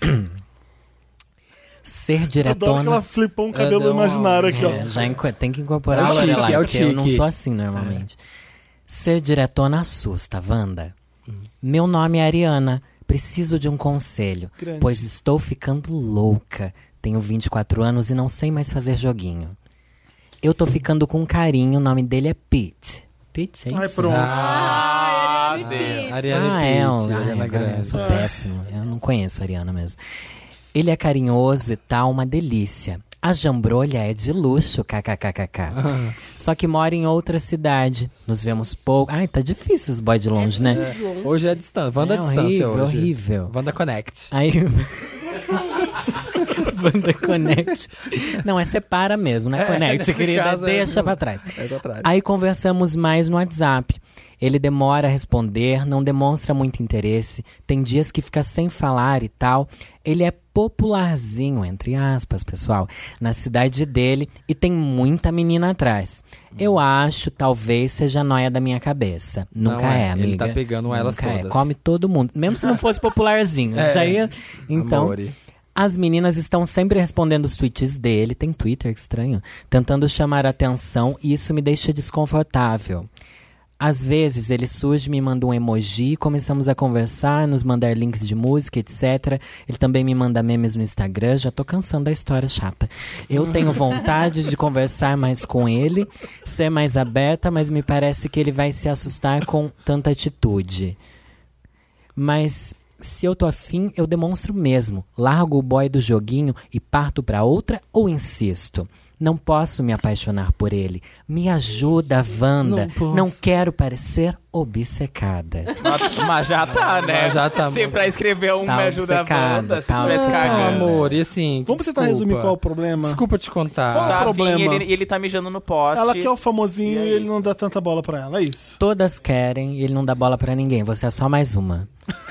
Ser Adoro que diretona. ela flipou um cabelo dou uma- imaginário aqui, ó. É, já tem que incorporar É o a Lorelai, tique, é o porque eu não tique. sou assim normalmente. Ser diretona assusta, Wanda. Meu nome é Ariana. Preciso de um conselho, Grande. pois estou ficando louca. Tenho 24 anos e não sei mais fazer joguinho. Eu tô ficando com um carinho, o nome dele é Pete. Pete, é isso? Ai, pronto. Ah, Ariane Deus. Pete. Ariana É, Pete, Ariana Ariana Grande. Eu sou péssimo. Eu não conheço a Ariana mesmo. Ele é carinhoso e tal, uma delícia. A jambrolha é de luxo, kkkk. Só que mora em outra cidade. Nos vemos pouco. Ai, tá difícil os boys de longe, né? Hoje é a distância. Wanda É à distância horrível, hoje. horrível. Wanda Connect. Aí. Wanda Connect. Não, é separa mesmo, não é Connect, nesse querida. caso é- Deixa pra trás. É o contrário. Aí conversamos mais no WhatsApp. Ele demora a responder, não demonstra muito interesse. Tem dias que fica sem falar e tal. Ele é popularzinho, entre aspas, pessoal, na cidade dele e tem muita menina atrás. Eu acho, talvez, seja noia da minha cabeça. Nunca Não é, é, amiga. ele tá pegando elas Nunca todas. É. Come todo mundo. Mesmo se não fosse popularzinho. Já ia... Então... Amore. As meninas estão sempre respondendo os tweets dele, tem Twitter, que estranho, tentando chamar a atenção e isso me deixa desconfortável. Às vezes ele surge, me manda um emoji, começamos a conversar, nos mandar links de música, etc. Ele também me manda memes no Instagram, já tô cansando da história chata. Eu tenho vontade de conversar mais com ele, ser mais aberta, mas me parece que ele vai se assustar com tanta atitude. Mas se eu tô afim, eu demonstro mesmo. Largo o boy do joguinho e parto pra outra ou insisto? Não posso me apaixonar por ele. Me ajuda, Wanda. Não posso. Não quero parecer obcecada. Mas já tá, né? Mas já tá, Se amor. pra escrever um Tá me ajuda a obcecado, Wanda, se tá tivesse obcecado. Não, cagando. amor, e assim. Vamos tentar desculpa. resumir qual é o problema? Desculpa te contar. Qual Tá o problema? afim, ele tá mijando no poste. Ela quer o famosinho E e, é ele isso. não dá tanta bola pra ela, é isso. Todas querem e ele não dá bola pra ninguém. Você é só mais uma.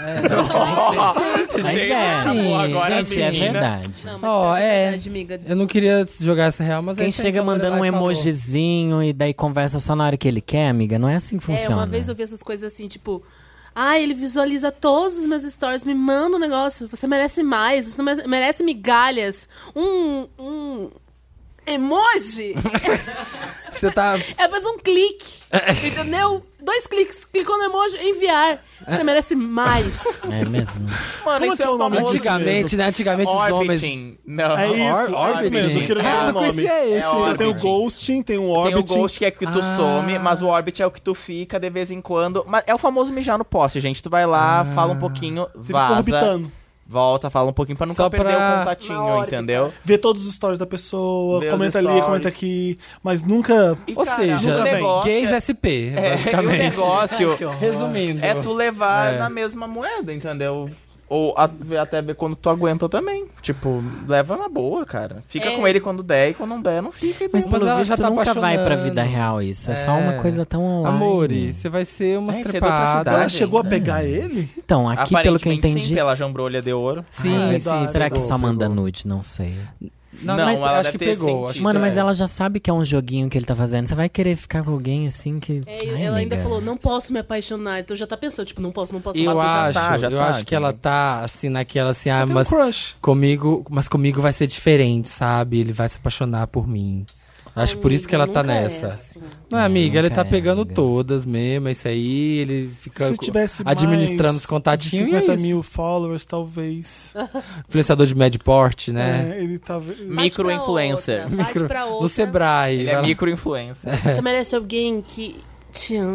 Mas é, Acabou agora, gente, é menina. verdade. Não, mas Ó, é é. verdade, amiga. Eu não queria jogar essa real, mas Quem é isso aí chega que a mandando um Lorelai falou. emojizinho e daí conversa só na hora que ele quer, amiga, não é assim que funciona. Uma vez eu vi essas coisas assim, tipo... Ah, ele visualiza todos os meus stories, me manda um negócio. Você merece mais, você merece migalhas. Um emoji Você tá. é mais um clique, entendeu? 2 cliques, clicou no emoji, enviar. Você merece mais. É mesmo. Mano, Como isso é é o o nome famoso... disso? Antigamente, né? Antigamente os homens. Orbiting. Não. É isso, Orbiting. mesmo, eu queria Ah, lembrar eu o não nome. conhecia esse. É Tem o Orbiting. Ghosting, tem o Tem o Orbiting. Ghost que é que tu some, mas o Orbit é o que tu fica de vez em quando. Mas é o famoso mijar no poste, gente. Tu vai lá, fala um pouquinho, Você fica vaza, orbitando. volta, fala um pouquinho pra nunca Só perder pra- o Na contatinho, órbita. entendeu? Vê todos os stories da pessoa, Vê os comenta ali, stories. comenta aqui, mas nunca... E, Ou cara, seja, o negócio gays é- SP, e o basicamente. negócio Resumindo. é tu levar É. na mesma moeda, entendeu? Ou até ver quando tu aguenta também. Tipo, leva na boa, cara. Fica É. com ele quando der e quando não der, não fica. Mas Mas pelo ela visto já tá nunca vai pra apaixonando. vida real isso. É só uma É. coisa tão online. Amore, você vai ser uma É, você é da outra trepada. cidade. Ela chegou a né? pegar ele? Então, aqui pelo que eu Aparentemente, entendi... sim, pela jambrolha de ouro. Sim, Ah, sim. verdade. Será que pegou, só manda pegou. nude? Não sei. Não, Não, mas ela acho deve que ter pegou. sentido. Acho Mano, mas É. ela já sabe que é um joguinho que ele tá fazendo. Você vai querer ficar com alguém assim que... É, Ai, ela ainda amiga. falou, não posso me apaixonar. Então já tá pensando, tipo, não posso. Eu Mas tu já acho, tá, já eu tá, acho que ela entendeu? tá assim naquela assim, ah, Tem um mas crush. comigo vai ser diferente, sabe? Ele vai se apaixonar por mim. Acho por isso que ela tá Nunca é nessa. assim. Não, amiga, ele nunca tá é, pegando amiga. todas mesmo, isso aí, ele fica Se tivesse administrando mais os contatinhos de e é 50 isso. mil followers, talvez. Influenciador de médio porte, né? É, ele tá... Micro-influencer. Parte pra outra. No Sebrae. Ele vai é lá. micro-influencer. Você merece alguém que te ame.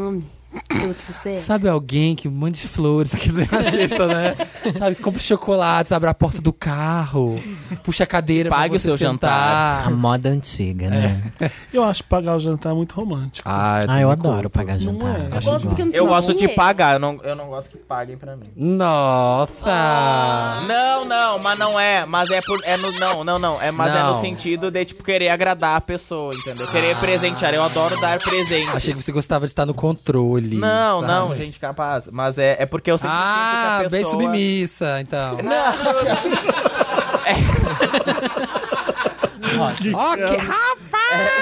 Pelo que você é. Sabe alguém que um monte de flores, que machista, né? Sabe, que compra chocolates, abre a porta do carro, puxa a cadeira Pague pra o você seu sentar. A moda antiga, né? Eu acho pagar o jantar muito romântico. Eu adoro pagar Não jantar. é? Eu Acho gosto bom. porque eu não Eu sei gosto de dinheiro. pagar, eu não gosto que paguem pra mim. Nossa! Não, mas não é. Mas é por. É no, não. É, mas é no Não. sentido de, tipo, querer agradar a pessoa, entendeu? Querer presentear. Eu adoro dar presente. Achei que você gostava de estar no controle. Não, sabe? não, gente capaz. Mas é porque eu sempre sinto que a pessoa... Bem submissa, então. Ok, rapaz!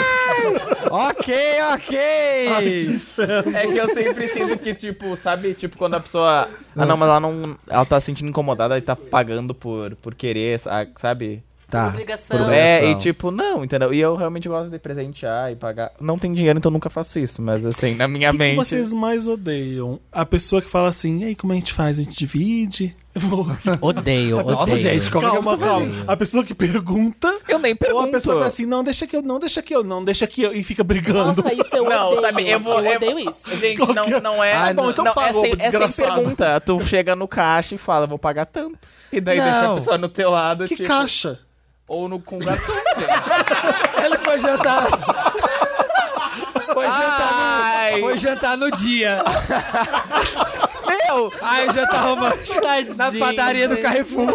Ok. É que eu sempre sinto que, tipo, sabe? Tipo, quando a pessoa... Ah, não, mas ela não... Ela tá se sentindo incomodada e tá pagando por querer, sabe? Tá. Obrigação. Por É, obrigação. e tipo, não, entendeu? E eu realmente gosto de presentear e pagar. Não tem dinheiro, então nunca faço isso. Mas assim, na minha O que mente... vocês mais odeiam? A pessoa que fala assim, e aí, como a gente faz? A gente divide? Odeio. Nossa, gente, como Calma, é que eu calma. A pessoa que pergunta, Eu nem ou pergunto. a pessoa que fala assim, não, deixa que eu, e fica brigando. Nossa, isso eu Não, odeio. sabe, eu odeio isso. Gente, não é... Ah, bom, então não, pagou, é sem desgraçado. pergunta. Tu chega no caixa e fala, vou pagar tanto. E daí deixa a Não. pessoa no teu lado, Que tipo... caixa? Ou no com garçom, gente. Ele foi jantar. Ai. Foi jantar no dia. Meu, Ai, jantar romântico. Na padaria do Carrefour.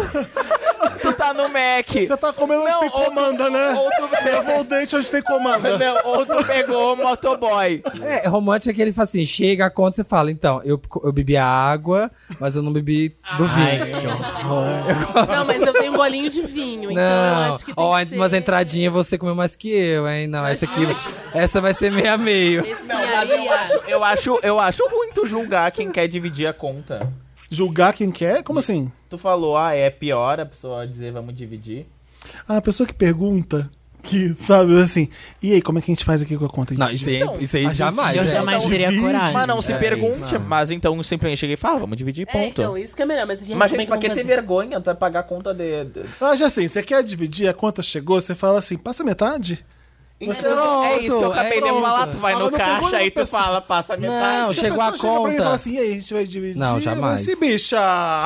tu tá no Mac. Você tá comendo onde tem comanda, né? Ou tu, Levou o dente onde tem comanda. não, ou tu pegou o motoboy. É, romântico é que ele fala assim, chega a conta e você fala, então, eu bebi a água, mas eu não bebi do vinho. Não, mas eu tenho um golinho de vinho, então eu acho que tem que ser... mas a entradinha você comeu mais que eu, hein? Não, essa vai ser meio a meio. Mesquinharia. Eu acho ruim tu julgar quem quer dividir a conta. Julgar quem quer? Como assim? Tu falou, é pior a pessoa dizer vamos dividir. Ah, a pessoa que pergunta, que sabe assim, e aí, como é que a gente faz aqui com a conta? Não, isso aí a jamais. Eu gente- né? jamais teria divide. coragem. Mas não se de fazer pergunte, isso. mas então simplesmente cheguei e fala, vamos dividir, É, ponto. então, isso que é melhor. Mas, Mas, como é gente, que pra que vamos ter fazer? vergonha? Tu vai pagar a conta de... Ah, já sei, você quer dividir, a conta chegou, você fala assim, passa metade? Então, é isso que eu acabei de pronto. falar. Tu vai Agora no não pegou caixa nenhuma e tu pessoa. fala, passa a metade. Não, Se chegou a pessoa chega pra mim e conta. fala assim, e aí, a gente vai dividir? Não, jamais. Esse bicha!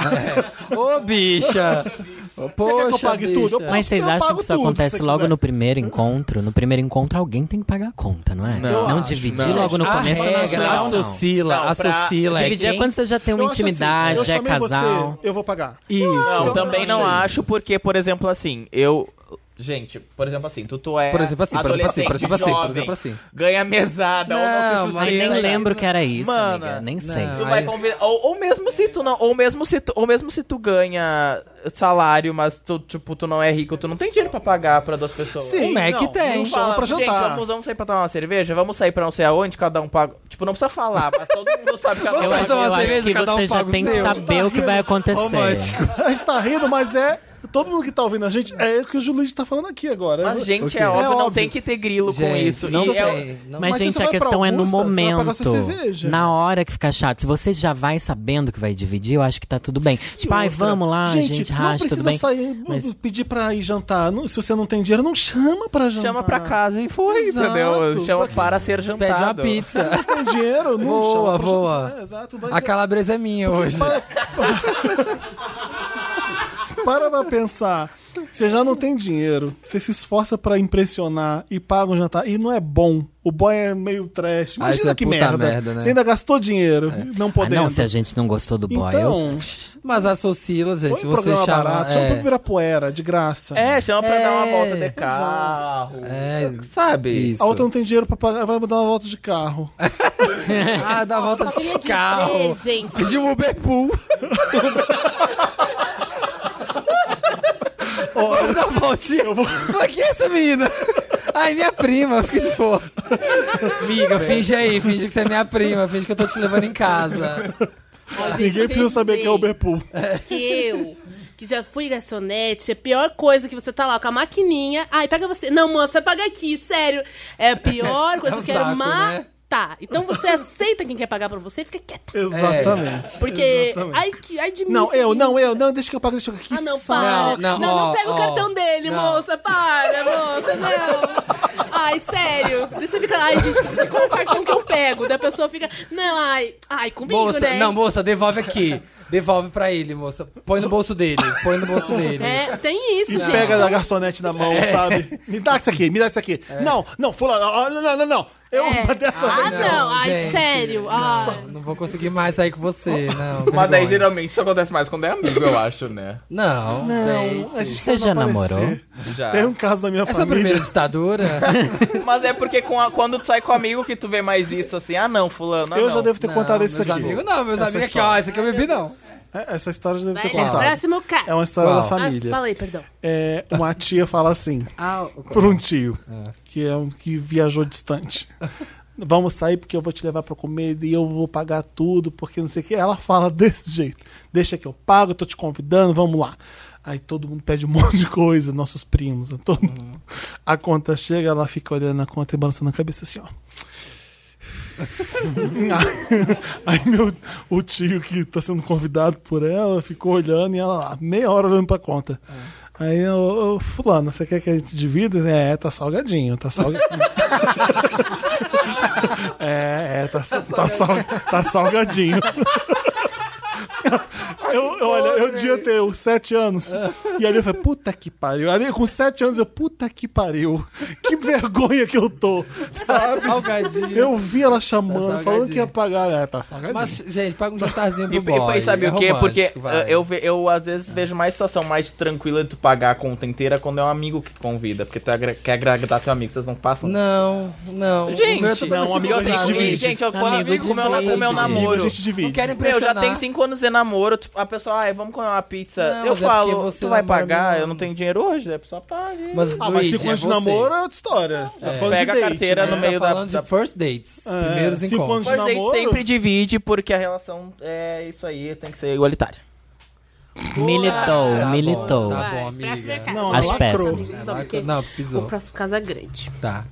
Ô, bicha! Poxa, quer que eu pague bicha. tudo? Mas vocês Eu acham pago que isso tudo, se acontece você logo quiser. no primeiro encontro? No primeiro encontro, alguém tem que pagar a conta, não é? Não Não acho, dividir não. logo no A começo eu não acho regra legal, não. associla, Não, pra- associla. Dividir é quem- quando você já tem uma Eu acho assim, intimidade, eu é chamei casal. Você, eu vou pagar. Isso. Não, Eu também não achei. acho, porque, por exemplo, assim, eu... Gente, por exemplo assim, tu é Por exemplo assim, adolescente, jovem, ganha mesada, Não, ou mas não Mas nem se lembro que era isso, Mano, amiga. Nem sei. não. Tu vai Aí- convidar, ou mesmo se tu não, ou mesmo se tu ganha salário, mas tu não é rico, tu não tem dinheiro pra pagar pra duas pessoas. Sim, O Mac não, tem. não chama Fala, pra gente, jantar. vamos sair pra tomar uma cerveja? Vamos sair pra não sei aonde, cada um paga. Tipo, não precisa falar, mas todo mundo sabe que cada um Vamos Eu, tomar eu uma acho cerveja, que cada um você já paga o tem que seu. saber o que vai acontecer. Romântico. A gente tá rindo, mas todo mundo que tá ouvindo a gente, é o que o Júlio tá falando aqui agora. Mas, gente, O quê? é óbvio, É não óbvio. tem que ter grilo com Gente, isso. não E tem. Não- Mas, Mas gente, você a vai pra questão é no Augusta, você vai pagar momento. sua cerveja. Na hora que fica chato. Se você já vai sabendo que vai dividir, eu acho que tá tudo bem. Tipo, ai, outra, vamos lá, a gente não racha, precisa tudo bem. sair, Mas- pedir pra ir jantar. Se você não tem dinheiro, não chama pra jantar. chama pra casa e foi, Exato. entendeu? Chama Pra- para ser jantado. Pede uma pizza. Não tem dinheiro, não Voa, chama pra voa. jantar. É, exato, vai A calabresa é minha hoje. Para pra pensar. Você já não tem dinheiro, você se esforça pra impressionar e paga um jantar e não é bom. O boy é meio trash. isso Imagina é que puta merda. merda, né? Você ainda gastou dinheiro, não Ah, podendo. não, se a gente não gostou do boy, Então, Mas associa, gente, põe se um você programa chama... barato, chama pra Ibirapuera, de graça. É, chama pra dar uma É, volta de carro. É, Sabe? isso. A outra não tem dinheiro pra pagar, vai dar uma volta de carro. Ah, dá a volta Só queria de carro. dizer, gente. Pedir um Uber Pool. Vamos dar uma voltinha. Pra que essa menina? Ai, minha prima, fica de fora. Amiga, finge aí, finge que você é minha prima, finge que eu tô te levando em casa. Ó, gente, Ninguém só precisa queria saber que é dizer Uberpool. que eu, que já fui garçonete, a pior coisa que você tá lá com a maquininha. Ai, pega você. Não, moça, paga aqui, sério. É a pior coisa É um que eu quero saco, né? matar. Então você aceita quem quer pagar pra você e fica quieta. Exatamente. Porque. Exatamente. Ai de mim. Não, isso eu, aqui. não, deixa que eu pago, deixa que eu Ah, não, saco. para. Não, Não ó, pega o ó, cartão dele, não. moça. Para, moça, não. Ai, sério. Daí você fica, ai, gente, qual o cartão que eu pego? Daí a pessoa fica, não, ai, comigo, Moça, né? não, moça, devolve aqui. Devolve pra ele, moça. Põe no bolso dele. Põe no bolso dele. É, tem isso, E gente. pega da garçonete na mão, sabe? Me dá isso aqui, me dá isso aqui. Não, fulano, não. Eu, dessa Ah, vez não, ai, gente. sério. Ai. Não vou conseguir mais sair com você, não. Mas daí vergonha. geralmente isso acontece mais quando é amigo, eu acho, né? Não, Não, a gente Você pode já aparecer. namorou? Já. Tem um caso na minha Essa família. primeira ditadura? Mas é porque quando tu sai com amigo que tu vê mais isso, assim, não, fulano, Eu não. já devo ter contado Não, isso meus aqui. amigos não, meus Essa amigos aqui, história. ó. Esse aqui eu bebi, não. Essa história eu já devo Vai, ter contado. próximo cara. É uma história Qual? da família. Fala aí, perdão. Uma tia fala assim, por um tio, que viajou distante. Vamos sair porque eu vou te levar pra comer e eu vou pagar tudo, porque não sei o que. Ela fala desse jeito. Deixa que eu pago, eu tô te convidando, vamos lá. Aí todo mundo pede um monte de coisa, nossos primos. Todo mundo. A conta chega, ela fica olhando a conta e balançando a cabeça assim, ó. Aí o tio que tá sendo convidado por ela ficou olhando e ela lá, meia hora olhando pra conta. Aí, fulano, você quer que a gente divida? Tá salgadinho, tá salgadinho. Tá salgadinho. Eu devia ter uns 7 anos. E ali eu falei, puta que pariu. Ali com 7 anos puta que pariu. Que vergonha que eu tô, sabe? Salgadinho. Eu vi ela chamando, salgadinho. falando que ia pagar. Tá salgadinho. Mas, gente, paga um jantarzinho pro E boy. sabe é o quê? Porque romântico, vai. eu às vezes vejo mais situação mais tranquila de tu pagar a conta inteira quando é um amigo que te convida. Porque tu quer agradar teu amigo, vocês não passam. Não. Gente, O meu é totalmente não, um amigo a gente igual. divide. Gente, quando Amigo amigo com meu divide. namoro. A gente divide. Não quero Meu, impressionar. já tem 5 anos de namoro, a pessoa, vamos comer uma pizza. Não, Eu mas é falo, porque você tu vai namora pagar, mesmo. eu não tenho dinheiro hoje, a pessoa paga. Mas, Mas Luigi, 5 anos de você. namoro é outra história. Tá falando Pega de a date, carteira né? no Você meio tá da- falando da- de first dates. Primeiros 5 encontros. anos de First date namoro? sempre divide, porque a relação é isso aí, tem que ser igualitária. Militou, Tá militou. Bom, tá Vai, bom, amiga. próximo é cara. Não, Acho ela péssimo. lacrou. Só porque Não, o pisou. próximo caso é grande. Tá.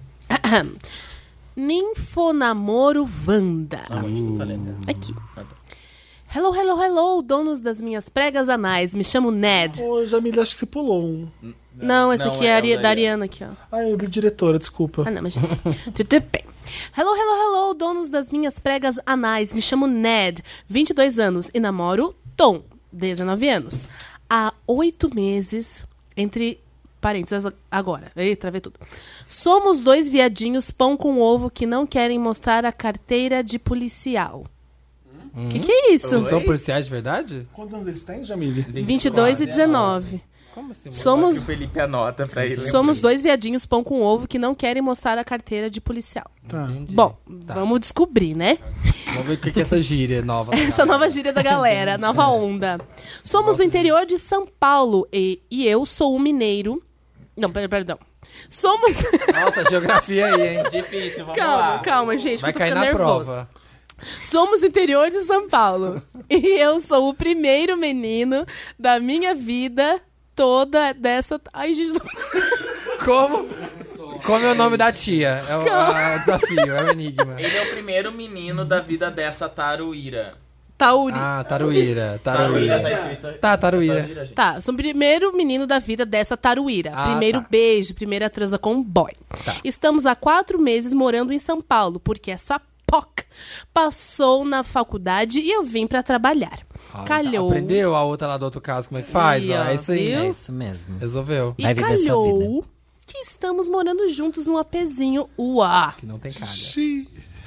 Ninfonamoro Wanda. Aqui. Hello, hello, hello, donos das minhas pregas anais. Me chamo Ned. Ô, Jamila, acho que você pulou um. Não, esse aqui é, o da da Ariana aqui, ó. Ah, é do diretora, desculpa. Ah, não, mas... Tudo bem. Hello, hello, hello, donos das minhas pregas anais. Me chamo Ned, 22 anos, e namoro Tom, 19 anos. Há 8 meses, entre parênteses agora. Ei, travei tudo. Somos 2 viadinhos pão com ovo que não querem mostrar a carteira de policial. Que é isso? São policiais de verdade? Quantos anos eles têm, Jamile? 22 e 19. Como assim? Somos... O Felipe anota pra ele. Somos 2 viadinhos pão com ovo que não querem mostrar a carteira de policial. Tá. Bom, vamos descobrir, né? Vamos ver o que é essa gíria nova. Essa nova gíria da galera, nova onda. Somos do interior de São Paulo e eu sou um mineiro. Não, perdão. Somos. Nossa, geografia aí, hein? Difícil, vamos Calma, lá. calma, gente, Vai que eu tô cair ficando na nervoso. prova. Somos do interior de São Paulo. E eu sou o primeiro menino da minha vida toda dessa. Ai, gente. Como? Como é o nome da tia? É o desafio, é o enigma. Ele é o primeiro menino da vida dessa Taruíra. Tauri. Ah, Taruíra. Tá escrito. Tá, Taruíra. gente. Tá, sou o primeiro menino da vida dessa taruíra. Ah, Primeiro tá. beijo, primeira transa com um boy. Tá. Estamos há 4 meses morando em São Paulo, porque essa POC passou na faculdade e eu vim pra trabalhar. Calhou. Aprendeu a outra lá do outro caso como é que faz? Ih, Ó, ó, é isso aí. viu? É isso mesmo. Resolveu. E Vai viver sua calhou que estamos morando juntos num apezinho UA. Que não tem cara. Xiii.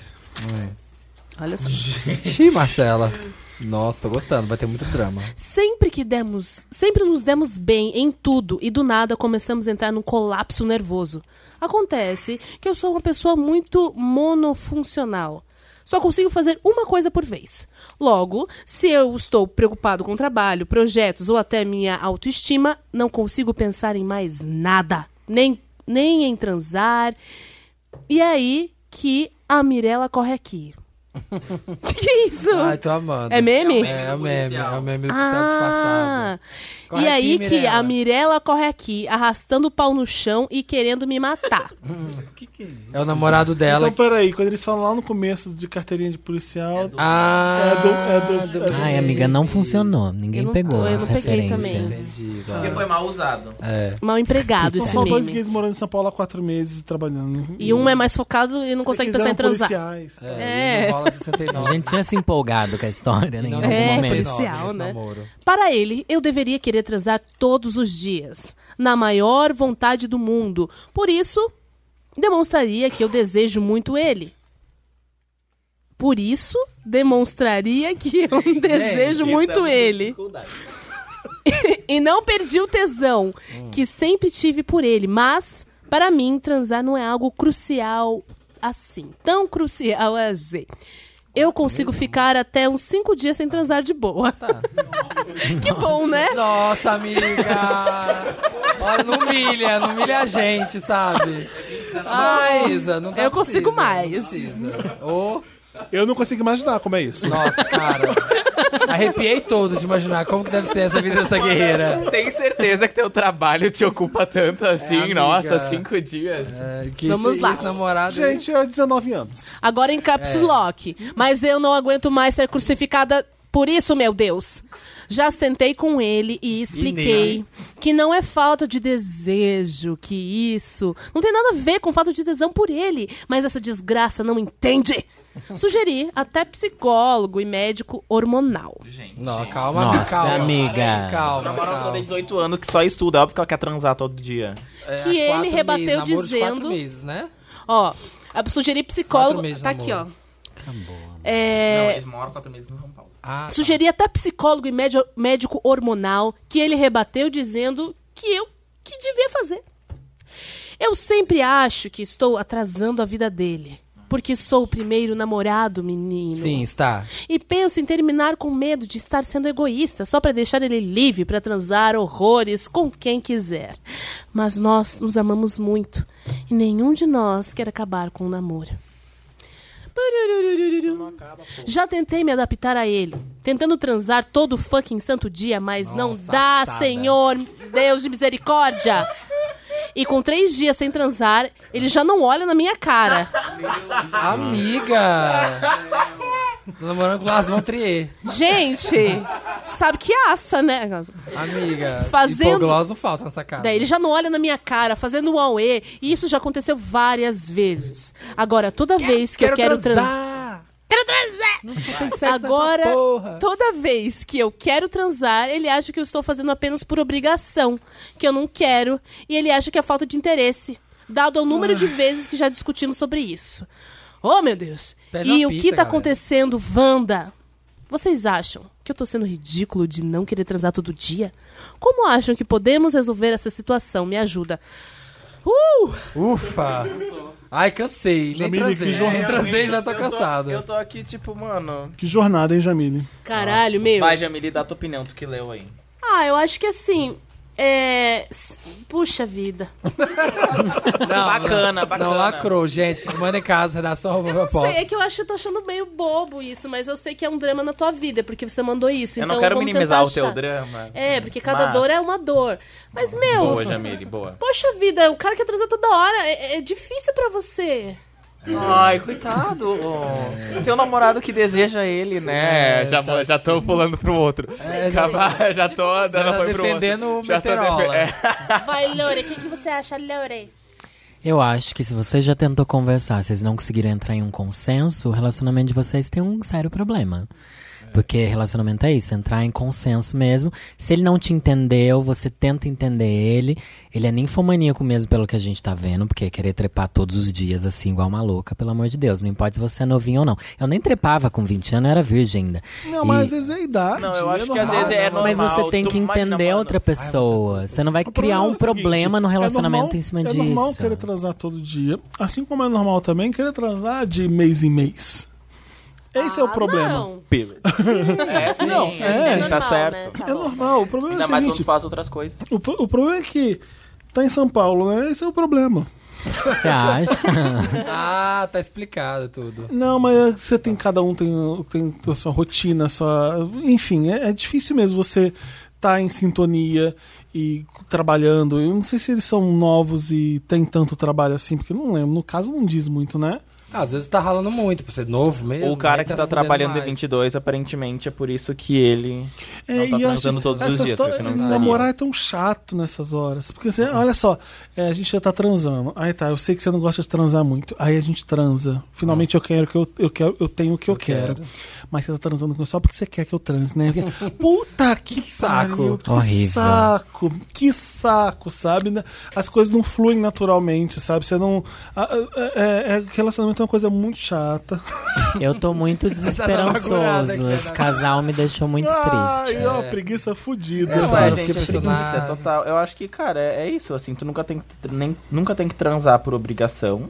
Olha só. Xiii, Marcela. Nossa, tô gostando, vai ter muito drama. Sempre nos demos bem em tudo e do nada começamos a entrar num colapso nervoso. Acontece que eu sou uma pessoa muito monofuncional. Só consigo fazer uma coisa por vez. Logo, se eu estou preocupado com trabalho, projetos ou até minha autoestima, não consigo pensar em mais nada. Nem em transar. E é aí que a Mirella corre aqui. Que é isso? Ai, tô amando. É meme? É o meme do policial disfarçado. Corre E aí aqui, que Mirella. a Mirella corre aqui, arrastando o pau no chão e querendo me matar. É o namorado dela. Então, peraí, quando eles falam lá no começo de carteirinha de policial. Ai, amiga, não funcionou. Ninguém Eu não pegou tô- eu essa não peguei referência. também. Entendi. Porque foi mal usado. Mal empregado São esse só dois meme. gays morando em São Paulo há 4 meses trabalhando. E um é mais focado e não consegue pensar em transar. Policiais. É. Não rola A 69. gente tinha se empolgado com a história, né? Em Não, algum É, momento. policial, esse né? namoro. Para ele, eu deveria querer transar todos os dias, na maior vontade do mundo. Por isso, demonstraria que eu desejo muito ele. Por isso, demonstraria que eu desejo muito ele. E não perdi o tesão que sempre tive por ele. Mas, para mim, transar não é algo crucial assim. Tão crucial assim. Eu consigo ficar até uns 5 dias sem transar de boa. Que bom, né? Nossa, amiga! Olha, não humilha a gente, sabe? Ai, Não tá eu consigo precisa, mais. Não precisa. Ô, Eu não consigo imaginar como é isso. nossa, cara. Arrepiei todo de imaginar como que deve ser essa vida dessa guerreira. Tem certeza que teu trabalho te ocupa tanto assim? amiga. Nossa, 5 dias. Vamos lá. Esse namorado... Gente, é 19 anos. Agora em caps lock. Mas eu não aguento mais ser crucificada por isso, meu Deus. Já sentei com ele e expliquei que não é falta de desejo, que isso não tem nada a ver com falta de tesão por ele. Mas essa desgraça não entende. Sugeri até psicólogo e médico hormonal. Gente. Não, calma, Nossa, calma. amiga. Calma, Namora uma pessoa de calma. 18 anos que só estuda. Óbvio que ela quer transar todo dia. Que ele 4 rebateu meses, namoro de 4 dizendo- meses, né? Ó, sugeri psicólogo. 4 meses de Tá aqui, ó. namoro. Não, É, eles moram 4 meses em São Paulo. Ah, sugeri até psicólogo e médico hormonal, que ele rebateu dizendo que eu que devia fazer. Eu sempre acho que estou atrasando a vida dele, porque sou o primeiro namorado, menino. sim, está. E penso em terminar com medo de estar sendo egoísta, só pra deixar ele livre pra transar horrores com quem quiser. Mas nós nos amamos muito e nenhum de nós quer acabar com o namoro. Já tentei me adaptar a ele, tentando transar todo fucking santo dia, mas não dá, safada. Senhor Deus de misericórdia. E com 3 dias sem transar, ele já não olha na minha cara. Amiga! Tô namorando com o Lars von Trier. Gente, sabe que assa, né? Amiga. Fazendo- Hipoglós não falta nessa casa. Daí ele já não olha na minha cara, fazendo um auê. E isso já aconteceu várias vezes. Agora, toda vez que eu quero transar. Agora, toda vez que eu quero transar, ele acha que eu estou fazendo apenas por obrigação, que eu não quero, e ele acha que é falta de interesse, dado o número de vezes que já discutimos sobre isso. Oh, meu Deus! Pede E uma o pizza, que tá galera. acontecendo, Wanda? Vocês acham que eu tô sendo ridículo de não querer transar todo dia? Como acham que podemos resolver essa situação? Me ajuda. Ufa! Ai, cansei. Nem Jamile, transei. que jornada. Nem transei, já tô cansado. Eu tô aqui, tipo, mano. Que jornada, hein, Jamile? Caralho, meu. Vai, Jamile, dá tua opinião, tu que leu aí. Ah, eu acho que assim. Puxa vida. Bacana. Não lacrou, gente. Manda em casa, redação Não sei, é que eu tô achando meio bobo isso, mas eu sei que é um drama na tua vida, porque você mandou isso. Eu então não quero vamos minimizar o tentar teu achar. drama. É, porque cada Mas- dor é uma dor. Mas, meu, Boa, Jamile, boa. poxa vida, o cara quer transar toda hora. É difícil pra você. Ai, coitado. Tem um namorado que deseja ele, né? Já tô pulando pro outro. Já tô dando Tá foi pro outro. defendendo o Já tô Meteorola. Vai, Lore, o que você acha, Lore? Eu acho que se você já tentou conversar, vocês não conseguiram entrar em um consenso, o relacionamento de vocês tem um sério problema. Porque relacionamento é isso, entrar em consenso mesmo. Se ele não te entendeu, você tenta entender ele. Ele é ninfomaníaco mesmo pelo que a gente tá vendo, porque querer trepar todos os dias assim, igual uma louca, pelo amor de Deus. Não importa se você é novinho ou não. Eu nem trepava com 20 anos, eu era virgem ainda. Não, E- mas às vezes é a idade. Não, eu é acho que normal. às vezes é normal. Mas você tem Tu que imagina, entender mano. outra pessoa. Você não vai O criar problema é um o seguinte, problema no relacionamento normal- em cima É disso. normal querer transar todo dia. Assim como é normal também querer transar de mês em mês. Esse é o problema. Não. É, sim, Não, é tá normal, certo. né? Tá É bom. normal. O problema é Ainda o mais quando seguinte. tu faz outras coisas. O problema é que tá em São Paulo, né? Esse é o problema. Você acha? Ah, tá explicado tudo. Não, mas você tem, cada um tem a sua rotina, enfim, é difícil mesmo você estar em sintonia e trabalhando. Eu não sei se eles são novos e tem tanto trabalho assim, porque eu não lembro. No caso, não diz muito, né? Às vezes tá ralando muito, por ser novo mesmo. O cara aí que tá se fudendo trabalhando mais. de 22, aparentemente é por isso que ele não tá e eu transando acho- todos os essa dias, história- porque senão estaria. namorar é ttão chato nessas horas. Porque assim, olha só, a gente já tá transando. Aí tá, eu sei que você não gosta de transar muito. Aí a gente transa. Finalmente eu quero que eu tenho o que eu quero. Mas você tá transando comigo só porque você quer que eu transe, né? Puta que saco. pariu, que Horrível. saco. Que saco, sabe? As coisas não fluem naturalmente, sabe? Você não. Relacionamento é uma coisa muito chata. Eu tô muito desesperançoso. Esse casal me deixou muito triste. Ai, ó, preguiça fudida. É, Não, Exato, gente, é que preguiça, personagem. é total. Eu acho que, cara, é isso, assim, tu nunca tem que transar por obrigação.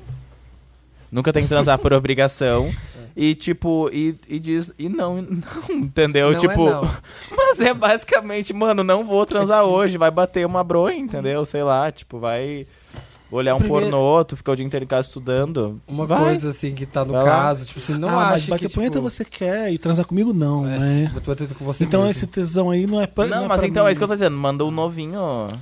Nunca tem que transar por obrigação. E, tipo, e diz, e não, entendeu? Não tipo, é não. mas é basicamente, mano, não vou transar hoje, vai bater uma bronha, entendeu? Sei lá, tipo, vai olhar um Primeiro- pornô, tu ficar o dia inteiro em casa estudando. Uma Vai. coisa assim que tá no Vai lá. caso, tipo assim, não mas acho bater que punheta tipo, você quer e transar comigo não, né? eu tô tendo com você Então mesmo. esse tesão aí não é pra Não, é mas pra então mim. é isso que eu tô dizendo, manda um novinho.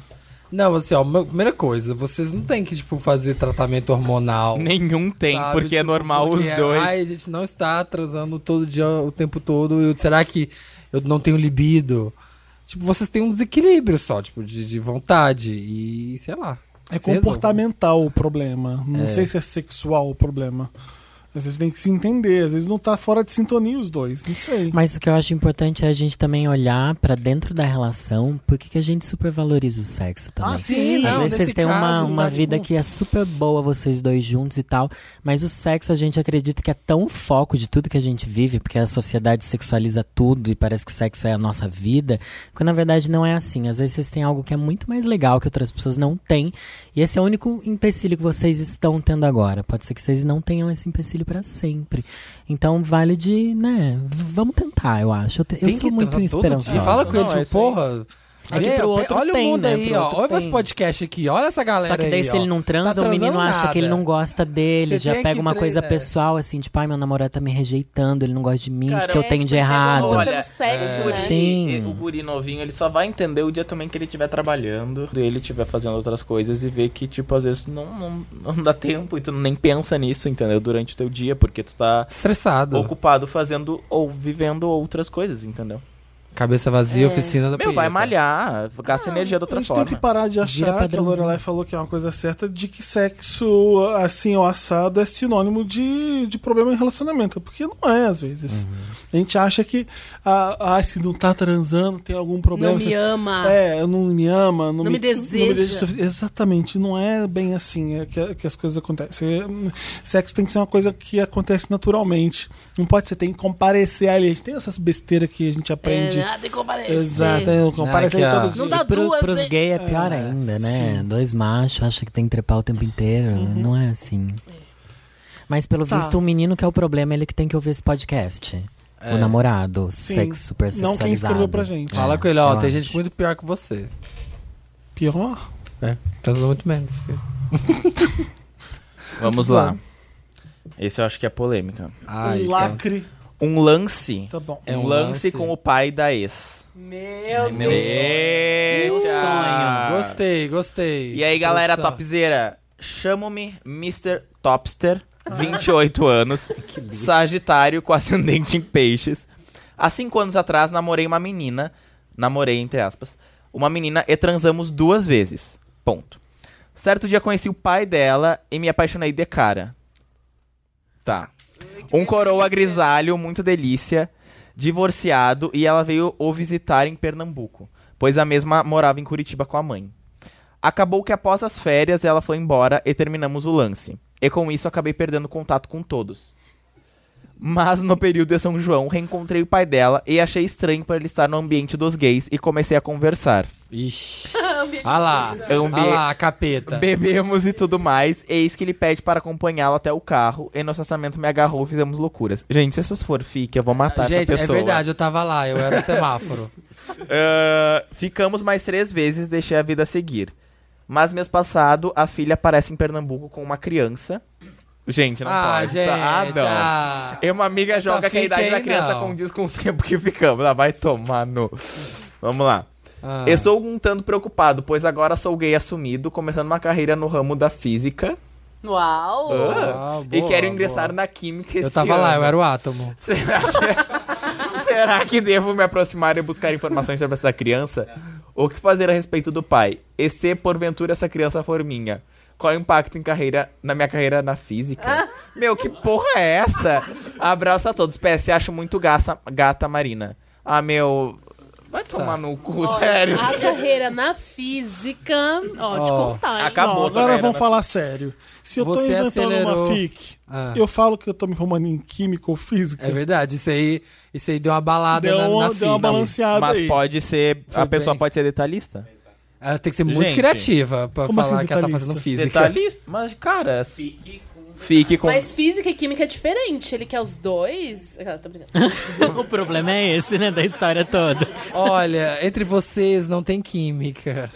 Não, assim, ó, primeira coisa, vocês não tem que, tipo, fazer tratamento hormonal. Nenhum tem, sabe? porque é Tipo, normal porque os dois. Ai, a gente não está transando todo dia, o tempo todo. Será que eu não tenho libido? Tipo, vocês têm um desequilíbrio só, tipo, de vontade e, sei lá. É se comportamental o problema. Não É. sei se é sexual o problema. Às vezes tem que se entender, às vezes não tá fora de sintonia os dois, não sei. Mas o que eu acho importante é a gente também olhar pra dentro da relação, porque que a gente supervaloriza o sexo também. Ah, sim, Às não, vezes vocês nesse têm caso, uma tá, vida tipo- que é super boa, vocês dois juntos e tal, mas o sexo a gente acredita que é tão o foco de tudo que a gente vive, porque a sociedade sexualiza tudo e parece que o sexo é a nossa vida, quando na verdade não é assim. Às vezes vocês têm algo que é muito mais legal que outras pessoas não têm, e esse é o único empecilho que vocês estão tendo agora. Pode ser que vocês não tenham esse empecilho pra sempre. Então vale de, né, vamos tentar, eu acho. Eu sou muito esperançosa. E fala com Não, ele, tipo, é isso aí. porra. É que aí, pro ó, outro olha tem, o mundo né? aí, Pro ó. outro Olha tem. esse podcast aqui, olha essa galera Só que daí aí, se ele ó. não transa, Tá o menino transando acha que ele nada. não gosta dele, Você já tem pega que uma coisa tre- pessoal, assim, tipo, ai, meu namorado tá me rejeitando, ele não gosta de mim, o Cara, que eu tenho de tipo, errado? pelo Olha, sexo, né? Sim. O guri novinho, ele só vai entender o dia também que ele estiver trabalhando, ele estiver fazendo outras coisas e ver que, tipo, às vezes não dá tempo e tu nem pensa nisso, entendeu? Durante o teu dia, porque tu tá Estressado. ocupado fazendo ou vivendo outras coisas, entendeu? Cabeça vazia, oficina da Meu, vai punheta. malhar, gasta energia de A outra gente forma. tem que parar de Vira achar que a padrãozinho. Lorelai falou que é uma coisa certa, de que sexo assim ou assado é sinônimo de problema em relacionamento. Porque não é, às vezes. A gente acha que se não tá transando, tem algum problema. Não me ama. Não me ama, não me deseja. Exatamente, não é bem assim que as coisas acontecem. Sexo tem que ser uma coisa que acontece naturalmente. Não pode ser, tem que comparecer ali. A gente tem essas besteiras que a gente aprende. Tem que comparecer. Exato, comparecer Não, é que todo a- dia. Não dá duas, Pros né? gays é pior ainda, né? sim. Dois machos acham que tem que trepar o tempo inteiro. Não é assim. Mas pelo Tá. visto, o menino que é o problema, ele que tem que ouvir esse podcast. O namorado, Sim. sexo super Não sexualizado. quem escreveu pra gente. Fala com ele, ó, eu tem acho. gente muito pior que você. Pior? É, transando muito menos. Vamos lá. Esse eu acho que é polêmica. Ai, um lacre. Um lance. Tá bom. É um um lance lance. com o pai da ex. Meu meu Deus. Eita! Gostei, gostei. E aí, galera Produção. topzera, chamo-me Mr. Topster, 28 anos, Sagitário com ascendente em peixes. Há 5 anos atrás, namorei uma menina, entre aspas, uma menina e transamos 2 vezes. Ponto. Certo dia conheci o pai dela e me apaixonei de cara. Tá. Um coroa grisalho, muito delícia, divorciado, e ela veio o visitar em Pernambuco, pois a mesma morava em Curitiba com a mãe. Acabou que após as férias ela foi embora e terminamos o lance. E com isso acabei perdendo contato com todos. Mas no período de São João reencontrei o pai dela e achei estranho por ele estar no ambiente dos gays e comecei a conversar. Ixi. Ah lá, Ambi- ah lá, capeta. Bebemos e tudo mais, eis que ele pede para acompanhá-la até o carro e no estacionamento me agarrou e fizemos loucuras. Gente, se essas for fique, eu vou matar Gente, essa pessoa. é verdade, eu tava lá, eu era o semáforo. Ficamos mais 3 vezes, deixei a vida seguir. Mas mês passado, a filha aparece em Pernambuco com uma criança. Gente, não pode. Gente, não. E uma amiga joga que a idade da criança condiz com o tempo que ficamos. Vai tomar no... Vamos lá. Estou um tanto preocupado, pois agora sou gay assumido, começando uma carreira no ramo da física. Uau! E quero ingressar na química esse Eu tava lá, ano. eu era o átomo. Será que devo me aproximar e buscar informações sobre essa criança? O que fazer a respeito do pai? E se porventura essa criança for minha? Qual o impacto na minha carreira na física? Meu, que porra é essa? Abraço a todos. PS, acho muito gata Marina. Meu... Vai tomar no cu, sério. A carreira na física, te contar, hein? Acabou. Não, agora vamos falar sério. Se eu tô Você inventando acelerou. uma fic, eu falo que eu tô me formando em química ou física. É verdade, isso aí deu uma balada Deu na uma física. balanceada Mas aí. pode ser... Foi a pessoa bem. pode ser detalhista? Ela tem que ser muito Gente. criativa pra Como falar assim, que ela tá detalhista? fazendo física. Detalhista? Mas, cara... Fique com... Mas física e química é diferente. Ele quer os dois. Tô brincando. O problema é esse, né, da história toda. Olha, entre vocês não tem química.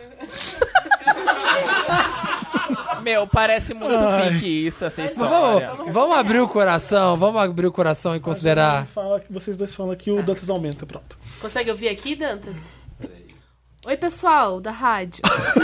Meu, parece muito fique isso, essa história. Vamos abrir o coração e considerar. Vocês dois falam que o Dantas aumenta, pronto. Consegue ouvir aqui, Dantas? Oi, pessoal da rádio.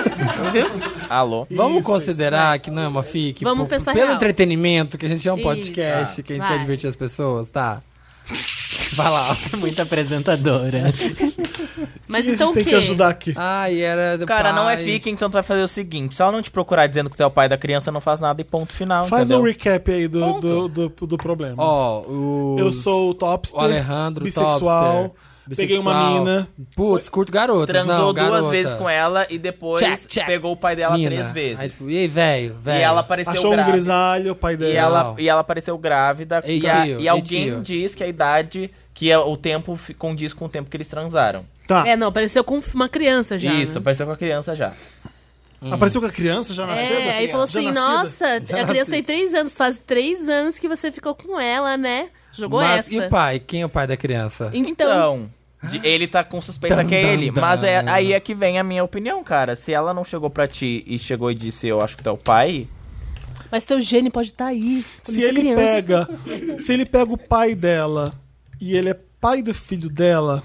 Alô? Vamos Isso, considerar que não é uma fic? Vamos pensar pelo real. entretenimento, que a gente é um Isso, podcast, que a gente vai. quer divertir as pessoas, tá? Vai lá. Muita apresentadora. Mas E a então gente o tem quê? que ajudar aqui. Ai, era do Cara, não é pai. fique, então tu vai fazer o seguinte. Se ela não te procurar dizendo que tu é o pai da criança, não faz nada e ponto final, Faz entendeu? um recap aí Ponto. do problema. Ó, Eu sou o Topster, o Alejandro bissexual, Topster. peguei uma Bissexual. mina. Putz, curto garotas. Transou não, duas garota. vezes com ela e depois Check. pegou o pai dela Mina. 3 vezes. Aí, tipo, e aí, velho? E ela apareceu Achou um grávida. grisalho, o pai dela. E ela apareceu grávida. Ei, tio, E alguém tio. diz que a idade, o tempo condiz com o tempo que eles transaram. Tá. Não, apareceu com uma criança já. Isso, né? apareceu com a criança já. Apareceu com a criança já nasceu? Aí falou assim, nossa, a criança tem 3 anos, faz 3 anos que você ficou com ela, né? Jogou Mas, essa. e o pai? Quem é o pai da criança? Então, Ele tá com suspeita que é ele. Mas aí é que vem a minha opinião, cara. Se ela não chegou pra ti e chegou e disse, eu acho que tu é o pai... mas teu gene pode estar aí. quando Se você é ele criança. se ele pega o pai dela e ele é pai do filho dela,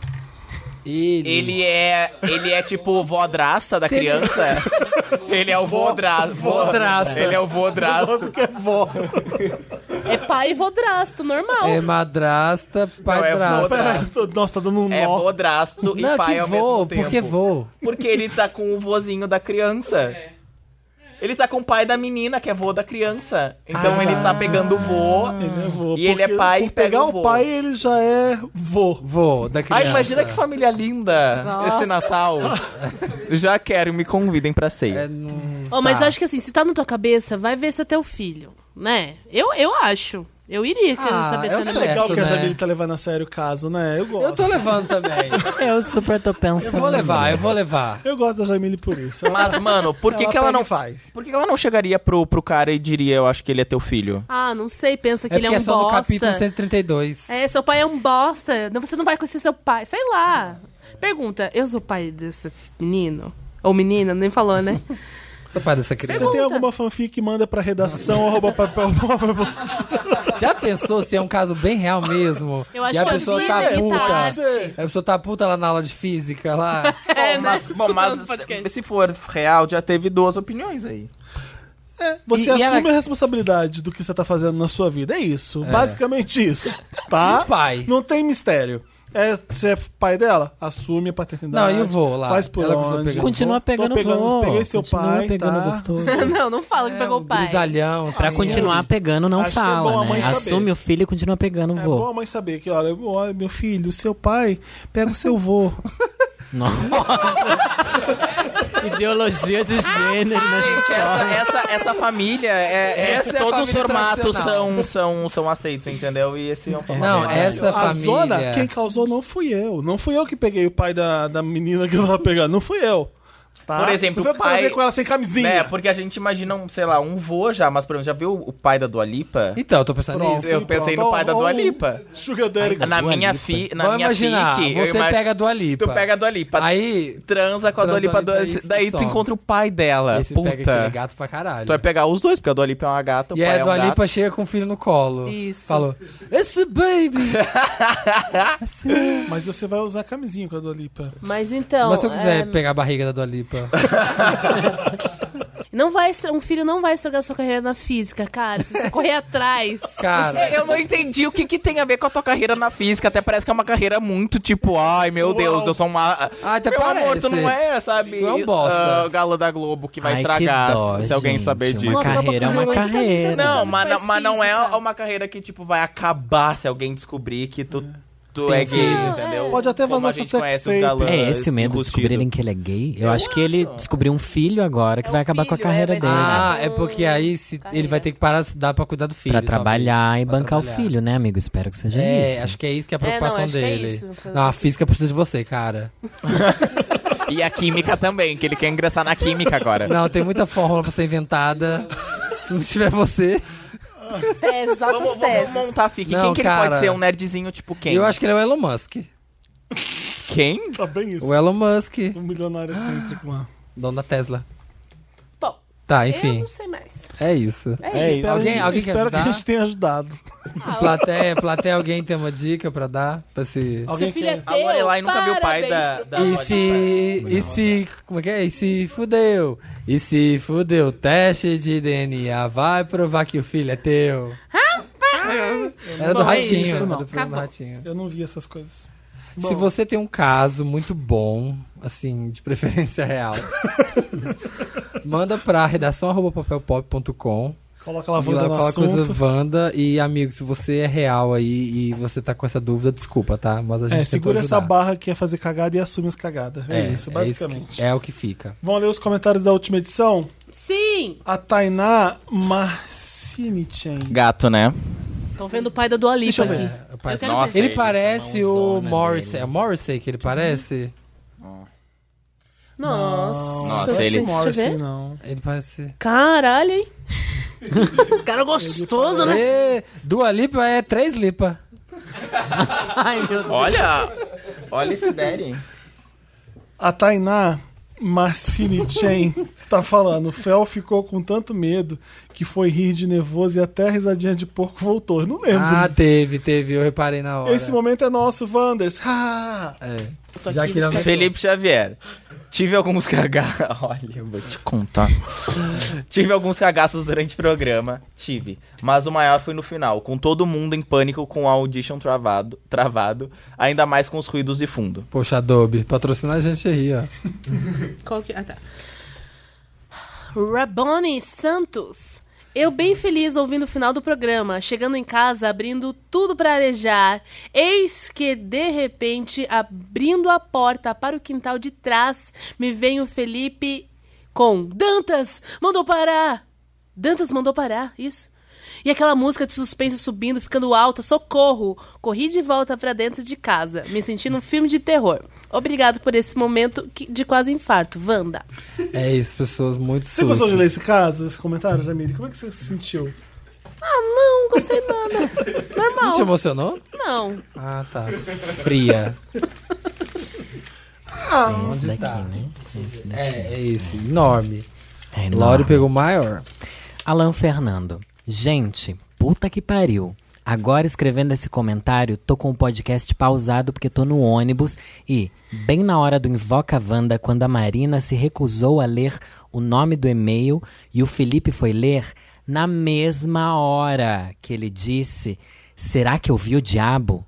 Ele é tipo vodrasta da criança. Ele é o vodrasto. Vodrasta. Ele é o vodrasto. nossa, que é vó. É pai vodrasto, normal. É madrasta, pai Não, é drasta. Pera, nossa, tá dando um É nó. vodrasto e Não, pai que ao vô, mesmo tempo. por que vô? Porque ele tá com o vozinho da criança. Ele tá com o pai da menina, que é vô da criança. Então ele tá pegando o vô. Ele é vô. E ele é Porque pai por e pega pegar o vô. o pai, ele já é vô. Vô da criança. Ai, imagina que família linda esse Natal. Já quero, me convidem pra ceia. Mas Tá. eu acho que assim, se tá na tua cabeça, vai ver se é teu filho, né? Eu acho. Eu iria querer saber se eu é sei. meu Legal Certo, que a né? Jamile tá levando a sério o caso, né? Eu gosto. Eu tô levando também. Eu super tô pensando. Eu vou levar. Eu gosto da Jamile por isso. Mas, mano, por que ela pega não e faz? Por que ela não chegaria pro cara e diria, eu acho que ele é teu filho? Ah, não sei, pensa que É ele é porque um é só no bosta. capítulo 132. É, seu pai é um bosta. Você não vai conhecer seu pai. Sei lá. Pergunta, eu sou pai desse menino? Ou menina, nem falou, né? Sou pai dessa Se criança. você tem alguma fanfic, manda pra redação @papel. Já pensou se é um caso bem real mesmo? Eu acho e a que pessoa eu tá preciso puta. evitar. A pessoa tá puta lá na aula de física lá. Mas se for real, já teve 2 opiniões aí. Você E ela- assume a responsabilidade do que você tá fazendo na sua vida. É isso. Basicamente isso. Tá? E o pai? Não tem mistério. Você é pai dela? Assume a paternidade. Não, e o vô lá? Faz por Ela continua onde. pegando Continua pegando vô. Peguei seu Continua pai, pegando tá? gostoso. Não fala que pegou o pai. Grisalhão. Pra assim. continuar pegando, não Acho que é fala, bom a mãe né? saber. Assume o filho e continua pegando o É bom vô. a mãe saber que, olha, meu filho, seu pai pega o seu vô. Nossa. Ideologia de gênero nessa Gente, história. essa família Essa é a todos os família formatos tradicional. são aceitos, entendeu? E esse é um formato Não, maravilhoso. essa A família... zona, quem causou não fui eu. Não fui eu que peguei o pai da menina que eu tava pegando. Não fui eu. tá? Por exemplo, não o foi transei pai... com ela sem camisinha. Né, porque a gente imagina, sei lá, um vô já, mas por exemplo, já viu o pai da Dua Lipa? Então, eu tô pensando Pronto. nisso. Eu pensei no pai da Dua Lipa. Sugar Daddy. Na Dua minha Lipa. na Vamos minha imaginar, fic, você pega a Dua Lipa. Tu pega a Dua Lipa, Aí, transa com a Dua Lipa, isso daí tu some. encontra o pai dela. esse pega aquele Puta. gato pra caralho. Tu vai pegar os dois, porque a Dua Lipa é uma gata, o E pai aí é a um Dua gato. Lipa chega com o filho no colo. Isso. Falou, esse baby. Mas você vai usar camisinha com a Dua Lipa. Mas então. Mas se eu quiser pegar a barriga da Dua Lipa. Não vai um filho não vai estragar sua carreira na física, cara. Se você correr atrás. Cara, Eu não entendi o que tem a ver com a tua carreira na física. Até parece que é uma carreira muito tipo, ai meu Deus, eu sou uma. até Meu amor, parece. tu não é, sabe? Tu é um bosta. Gala da Globo que vai Ai, estragar que dó, se alguém gente. saber disso. Uma carreira é uma carreira. Não, Faz mas não é física. uma carreira que, tipo, vai acabar se alguém descobrir que tu Tem é gay, filho. entendeu? Pode até Como vazar a seu gente sex conhece os tape. galãs É esse o medo de enrustidos. descobrirem que ele é gay? Eu acho que ele descobriu um filho agora que É vai um acabar com a filho, carreira vai dele. ser- Ah, é porque aí ele vai ter que parar de estudar pra cuidar do filho. Pra trabalhar talvez. e Pra bancar o trabalhar. filho, né, amigo? Espero que seja É, isso. acho que é isso que é a É, não, preocupação acho que é dele. isso. Não, a física precisa de você, cara. E a química também, que ele quer ingressar na química agora. Não, tem muita fórmula pra ser inventada. Se não tiver você. Teses, altas Vamos teses. montar a fic. Não, Quem que ele cara. pode ser? Um nerdzinho tipo quem? Eu acho que ele é o Elon Musk. Quem? Tá bem isso. O Elon Musk, Um milionário excêntrico lá. dono da Tesla. Bom, Tá, eu enfim. não sei mais. É isso. É isso. isso. Alguém quer Espero que a ajudar? gente tenha ajudado. Plateia, alguém tem uma dica pra dar? Pra se... Alguém Seu filho é quer? teu, A Lorelai nunca viu o pai parabéns da pro E Dua se... Como é que é? E se fudeu? E se fudeu? Teste de DNA vai provar que o filho é teu. Era do Não, Ratinho. isso Era não. do programa do Acabou. Ratinho. Eu não vi essas coisas. Se você tem um caso muito bom, assim, de preferência real, manda pra redação@papelpop.com. Coloca lá a E Wanda lá no coloca coisa assunto. Wanda. E, amigo, se você é real aí e você tá com essa dúvida, desculpa, tá? Mas a gente Segura tentou essa ajudar. barra que é fazer cagada e assume as cagadas. É, isso, basicamente. É o que fica. Vamos ler os comentários da última edição? Sim! A Tainá Marcinichen. Gato, né? Tô vendo o pai da Dua Deixa Lipa eu aqui. ver. O pai- Eu quero Nossa, ver. Ele Ele, parece essa o mãozona Morrissey. dele. É Morrissey que ele parece? Nossa, ele- Deixa eu Morrissey, ver. não. Ele parece... Caralho, hein? Cara gostoso, né? Ê, Dua Lipa é 3 lipa. Olha esse daddy. A Tainá Marcinichen tá falando. O Fel ficou com tanto medo que foi rir de nervoso e até a risadinha de porco voltou. Eu não lembro. Ah, disso. teve. Eu reparei na hora. Esse momento é nosso, Wanders. Ah! É. Tô Já aqui, que não... Felipe Xavier. Tive alguns cagaços. Olha, eu vou te contar. Tive alguns cagaços durante o programa. Tive. Mas o maior foi no final, com todo mundo em pânico com a audition travado, ainda mais com os ruídos de fundo. Poxa, Adobe, patrocina a gente aí, ó. Qual que... Ah, tá. Rabone Santos. Eu bem feliz ouvindo o final do programa, chegando em casa, abrindo tudo pra arejar. Eis que, de repente, abrindo a porta para o quintal de trás, me vem o Felipe com Dantas mandou parar. Dantas mandou parar, isso. E aquela música de suspense subindo, ficando alta, socorro! Corri de volta pra dentro de casa, me sentindo um filme de terror. Obrigado por esse momento de quase infarto, Wanda. É isso, pessoas muito Você gostou de sustas. ler esse caso, esse comentário, Jamile? Como é que você se sentiu? Ah, não, gostei nada. Não te Normal. emocionou? Não. Ah, tá. Fria. Esse daqui, tá? né? Esse daqui. É esse, enorme. É enorme. Lore pegou o maior. Alan Fernando. Gente, puta que pariu. Agora escrevendo esse comentário, tô com o podcast pausado porque tô no ônibus e, bem na hora do Invoca Wanda, quando a Marina se recusou a ler o nome do e-mail e o Felipe foi ler, na mesma hora que ele disse, será que eu vi o diabo?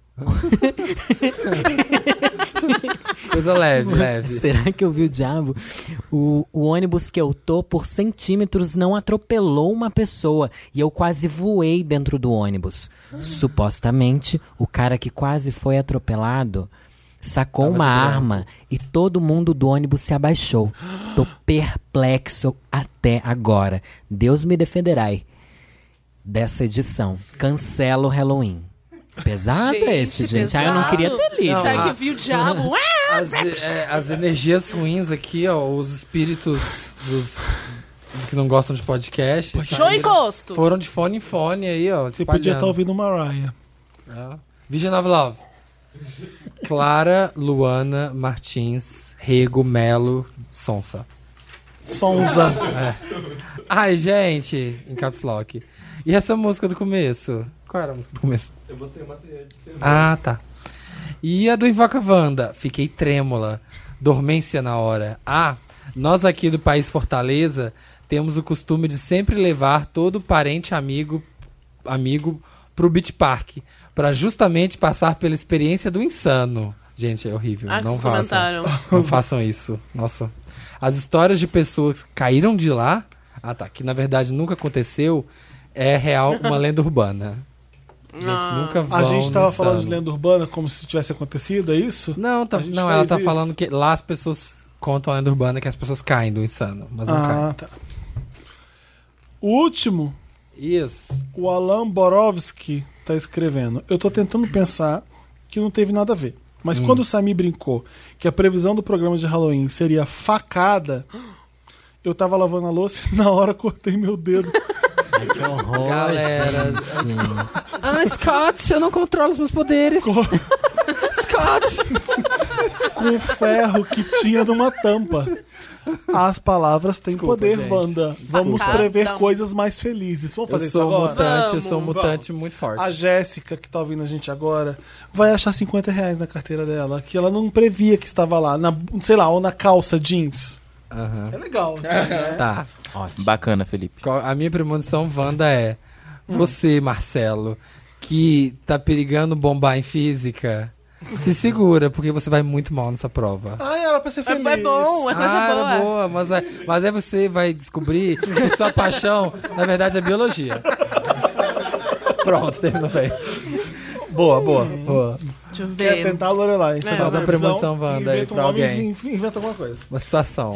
Coisa leve. Será que eu vi o diabo? O ônibus que eu tô, por centímetros, não atropelou uma pessoa. E eu quase voei dentro do ônibus. Supostamente, o cara que quase foi atropelado sacou uma arma e todo mundo do ônibus se abaixou. Tô perplexo até agora. Deus me defenderá dessa edição. Cancela o Halloween. Pesado esse, gente. Ah, eu não queria ter lido. Será que viu o diabo? As energias ruins aqui, ó, os espíritos dos que não gostam de podcast. Show e gosto. Foram de fone em fone aí, ó. Você podia estar ouvindo Mariah. Vision of Love. Clara, Luana, Martins, Rego, Melo, Sonsa. Sonza. Ai, gente, em caps lock. E essa música do começo? Qual era a música do começo? Eu botei uma trilha de terror. Ah, tá. E a do Invoca Wanda? Fiquei trêmula. Dormência na hora. Ah, nós aqui do país Fortaleza temos o costume de sempre levar todo parente amigo pro Beach Park, pra justamente passar pela experiência do insano. Gente, é horrível. Não vocês façam. comentaram. Não façam isso. Nossa. As histórias de pessoas que caíram de lá, que na verdade nunca aconteceu, é real uma lenda urbana. Gente, nunca vão A gente tava no falando de insano. lenda urbana como se tivesse acontecido, é isso? Não, A gente ela fez tá isso. falando que lá as pessoas contam a lenda urbana que as pessoas caem do insano, mas não caem. Tá. O último, Isso. o Alan Borowski tá escrevendo. Eu tô tentando pensar que não teve nada a ver. Mas quando o Sami brincou que a previsão do programa de Halloween seria facada, eu tava lavando a louça e na hora cortei meu dedo. Ai, que horror, Galera. gente. Scott, eu não controlo os meus poderes. Scott! Com o ferro que tinha numa tampa. As palavras têm Desculpa, poder, gente. Wanda. Vamos Facada. prever coisas mais felizes. Vamos fazer Eu isso sou agora? mutante, eu Vamos, sou um mutante muito forte. A Jéssica, que tá ouvindo a gente agora, vai achar R$50 na carteira dela, que ela não previa que estava lá, sei lá, ou na calça jeans. Aham. É legal, assim, né? Tá. Ótimo. Bacana, Felipe. A minha premonição, Wanda, é você, Marcelo, que tá perigando bombar em física, se segura, porque você vai muito mal nessa prova. Ai, era pra ser feliz. É bom, é coisa Era boa. boa, mas aí você vai descobrir que sua paixão, na verdade, é biologia. Pronto, terminou bem. Boa, boa. Boa. Deixa eu Quer ver. tentar a Lorelai. Fazer Faz a previsão, premonição, Wanda, aí inventa um pra nome alguém. e inventa alguma coisa. Uma situação.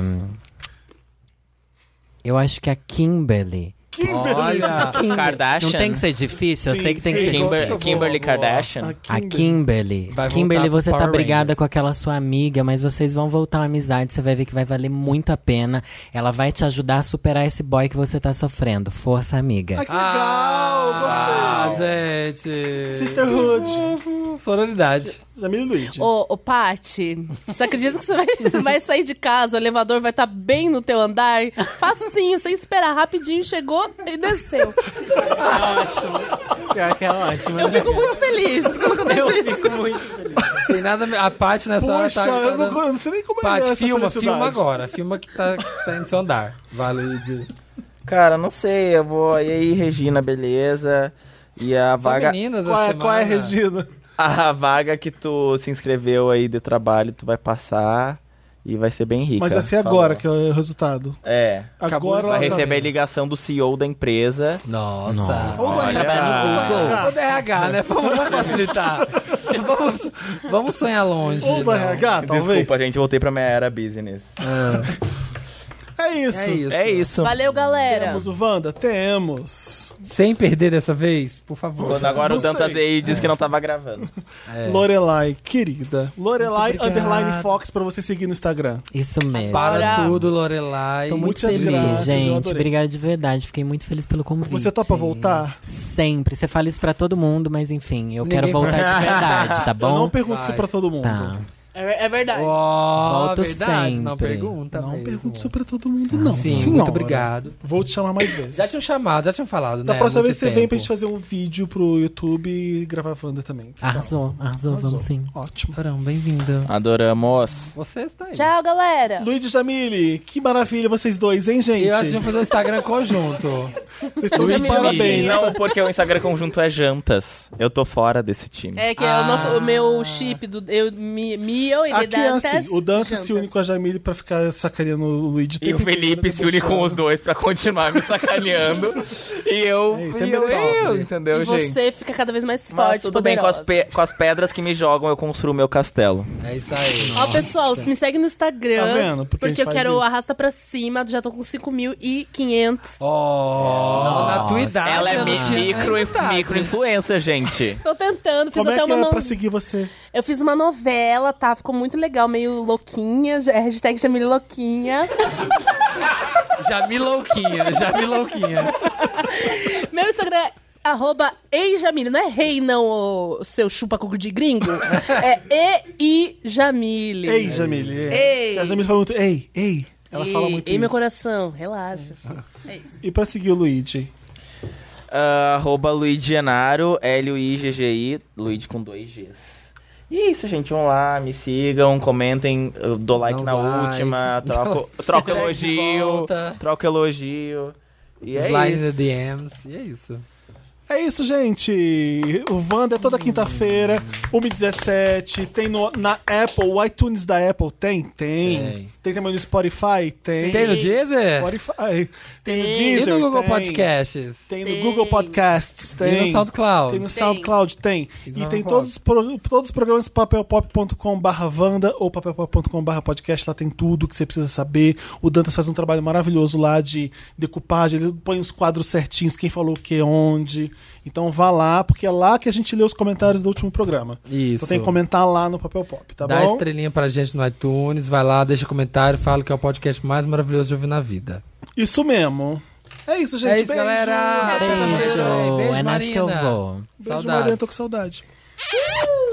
Eu acho que a Kimberly. Olha, Kardashian. Não tem que ser difícil, eu Sim, sei que tem que sim. ser Kimberly Boa. Kardashian. A Kimberly. Vai Kimberly, voltar pro você tá Power brigada Rangers. com aquela sua amiga, mas vocês vão voltar à amizade, você vai ver que vai valer muito a pena. Ela vai te ajudar a superar esse boy que você tá sofrendo. Força, amiga. Ai, que legal, gostei. gente. Sisterhood. Sororidade. Jamile Luigi. Ô, Paty, você acredita que você vai sair de casa, o elevador vai estar bem no teu andar? Facinho, sem esperar, rapidinho, chegou e desceu. Pior que é ótimo. Eu fico muito feliz quando acontece isso. Tem nada a parte nessa hora Poxa, tá. eu não sei nem como é Paty, essa filma felicidade. agora. Filma que tá indo no seu andar. Vale de. Cara, não sei, eu vou. E aí, Regina, beleza? E a Só vaga. meninas Qual essa é, qual é, semana. Regina? A vaga que tu se inscreveu aí de trabalho, tu vai passar e vai ser bem rica. Mas vai ser falou. agora que é o resultado. É. Acabou Agora de Vai ela tá receber vendo. ligação do CEO da empresa. Nossa. Olha. O DRH, né? Vamos facilitar. Vamos sonhar longe. Ou do não. RH, talvez. Desculpa, gente, voltei pra minha era business. É isso. É isso. É isso. Valeu, galera. Temos o Wanda? Temos. Sem perder dessa vez, por favor. Quando agora Não o Dantas sei. aí disse que não tava gravando. Lorelai, querida. Lorelai Muito obrigado. _ Fox pra você seguir no Instagram. Isso mesmo. Para Bora. tudo, Lorelai. Tô muito Muitas feliz, graças, eu gente. adorei. Obrigado de verdade. Fiquei muito feliz pelo convite. Você topa voltar? Sempre. Você fala isso pra todo mundo, mas enfim, eu Ninguém quero voltar de verdade, tá Eu não bom? pergunto isso Vai. pra todo mundo. Tá. É verdade. Volto verdade, não sempre. pergunta Não mesmo. pergunto isso pra todo mundo, não. Sim, Senhora. muito obrigado. Vou te chamar mais vezes. Já tinham chamado, já tinham falado, Da né? próxima Há vez muito você vem pra tempo. gente fazer um vídeo pro YouTube e gravar Wanda também. Arrasou, vamos sim. Ótimo. Caramba, bem-vindo. Adoramos. Você está aí. Tchau, galera. Luiz e Jamile, que maravilha vocês dois, hein, gente? Eu acho que vamos fazer um Instagram conjunto. Vocês estão de Jamile. parabéns. Não, porque o Instagram conjunto é jantas. Eu tô fora desse time. É que é o meu chip do meu e Aqui é Dantas. assim, o Dantas se Jantas. une com a Jamile pra ficar sacaneando o Luigi. E o Felipe se une com os dois pra continuar me sacaneando. E eu. É isso, é e eu, merecível. entendeu, E gente? você fica cada vez mais Mas forte, tudo bem, poderosa. com as pedras que me jogam, eu construo meu castelo. É isso aí. Ó, pessoal, me segue no Instagram. Tá vendo? Porque a gente eu faz quero isso. arrasta pra cima. Já tô com 5.500. Oh, na tua idade. Ela é eu não tinha nem idade. micro-influencer, gente. Tô tentando, fiz Como é até que uma é pra novela. seguir você? Eu fiz uma novela, tá? tá? Ficou muito legal, meio louquinha. Hashtag Jamile Louquinha. Jamilouquinha. Meu Instagram é @eijamile. Não é rei, não, o seu chupa-cuco de gringo. É eijamile. Ei, Jamile. Ei. A Jamile fala muito ei. Ela fala muito Ei, isso. meu coração, relaxa. É isso. E pra seguir o Luigi? Luigi Genaro, Luiggi, Luigi com 2 Gs. E é isso, gente. Vão lá, me sigam, comentem, eu dou like Dá na like. última, troco Segue de elogio, volta. troco elogio. E é Slide in the isso. DMs. E é isso. É isso, gente. O Wanda é toda quinta-feira, 1h17. Tem na Apple, o iTunes da Apple tem? Tem. Tem também no Spotify? Tem. Tem no Deezer? Spotify. Tem no Tem. E Deezer? no Google Tem. Podcasts? Tem no Tem. Google Podcasts? Tem. E no SoundCloud? Tem no SoundCloud? Tem. E E no tem Rock. todos os programas papelpop.com/Wanda ou papelpop.com/podcast. Lá tem tudo que você precisa saber. O Dantas faz um trabalho maravilhoso lá de decupagem. Ele põe os quadros certinhos, quem falou o que, onde. Então vá lá, porque é lá que a gente lê os comentários do último programa. Isso. Então tem que comentar lá no Papel Pop, tá Dá bom? estrelinha pra gente no iTunes, vai lá, deixa comentário, fala que é o podcast mais maravilhoso de ouvir na vida. Isso mesmo. É isso, gente. É isso, Beijo. galera. Beijo. Beijo, É nessa que eu Marina. vou. Beijo, Saudades. Marina. Tô com saudade.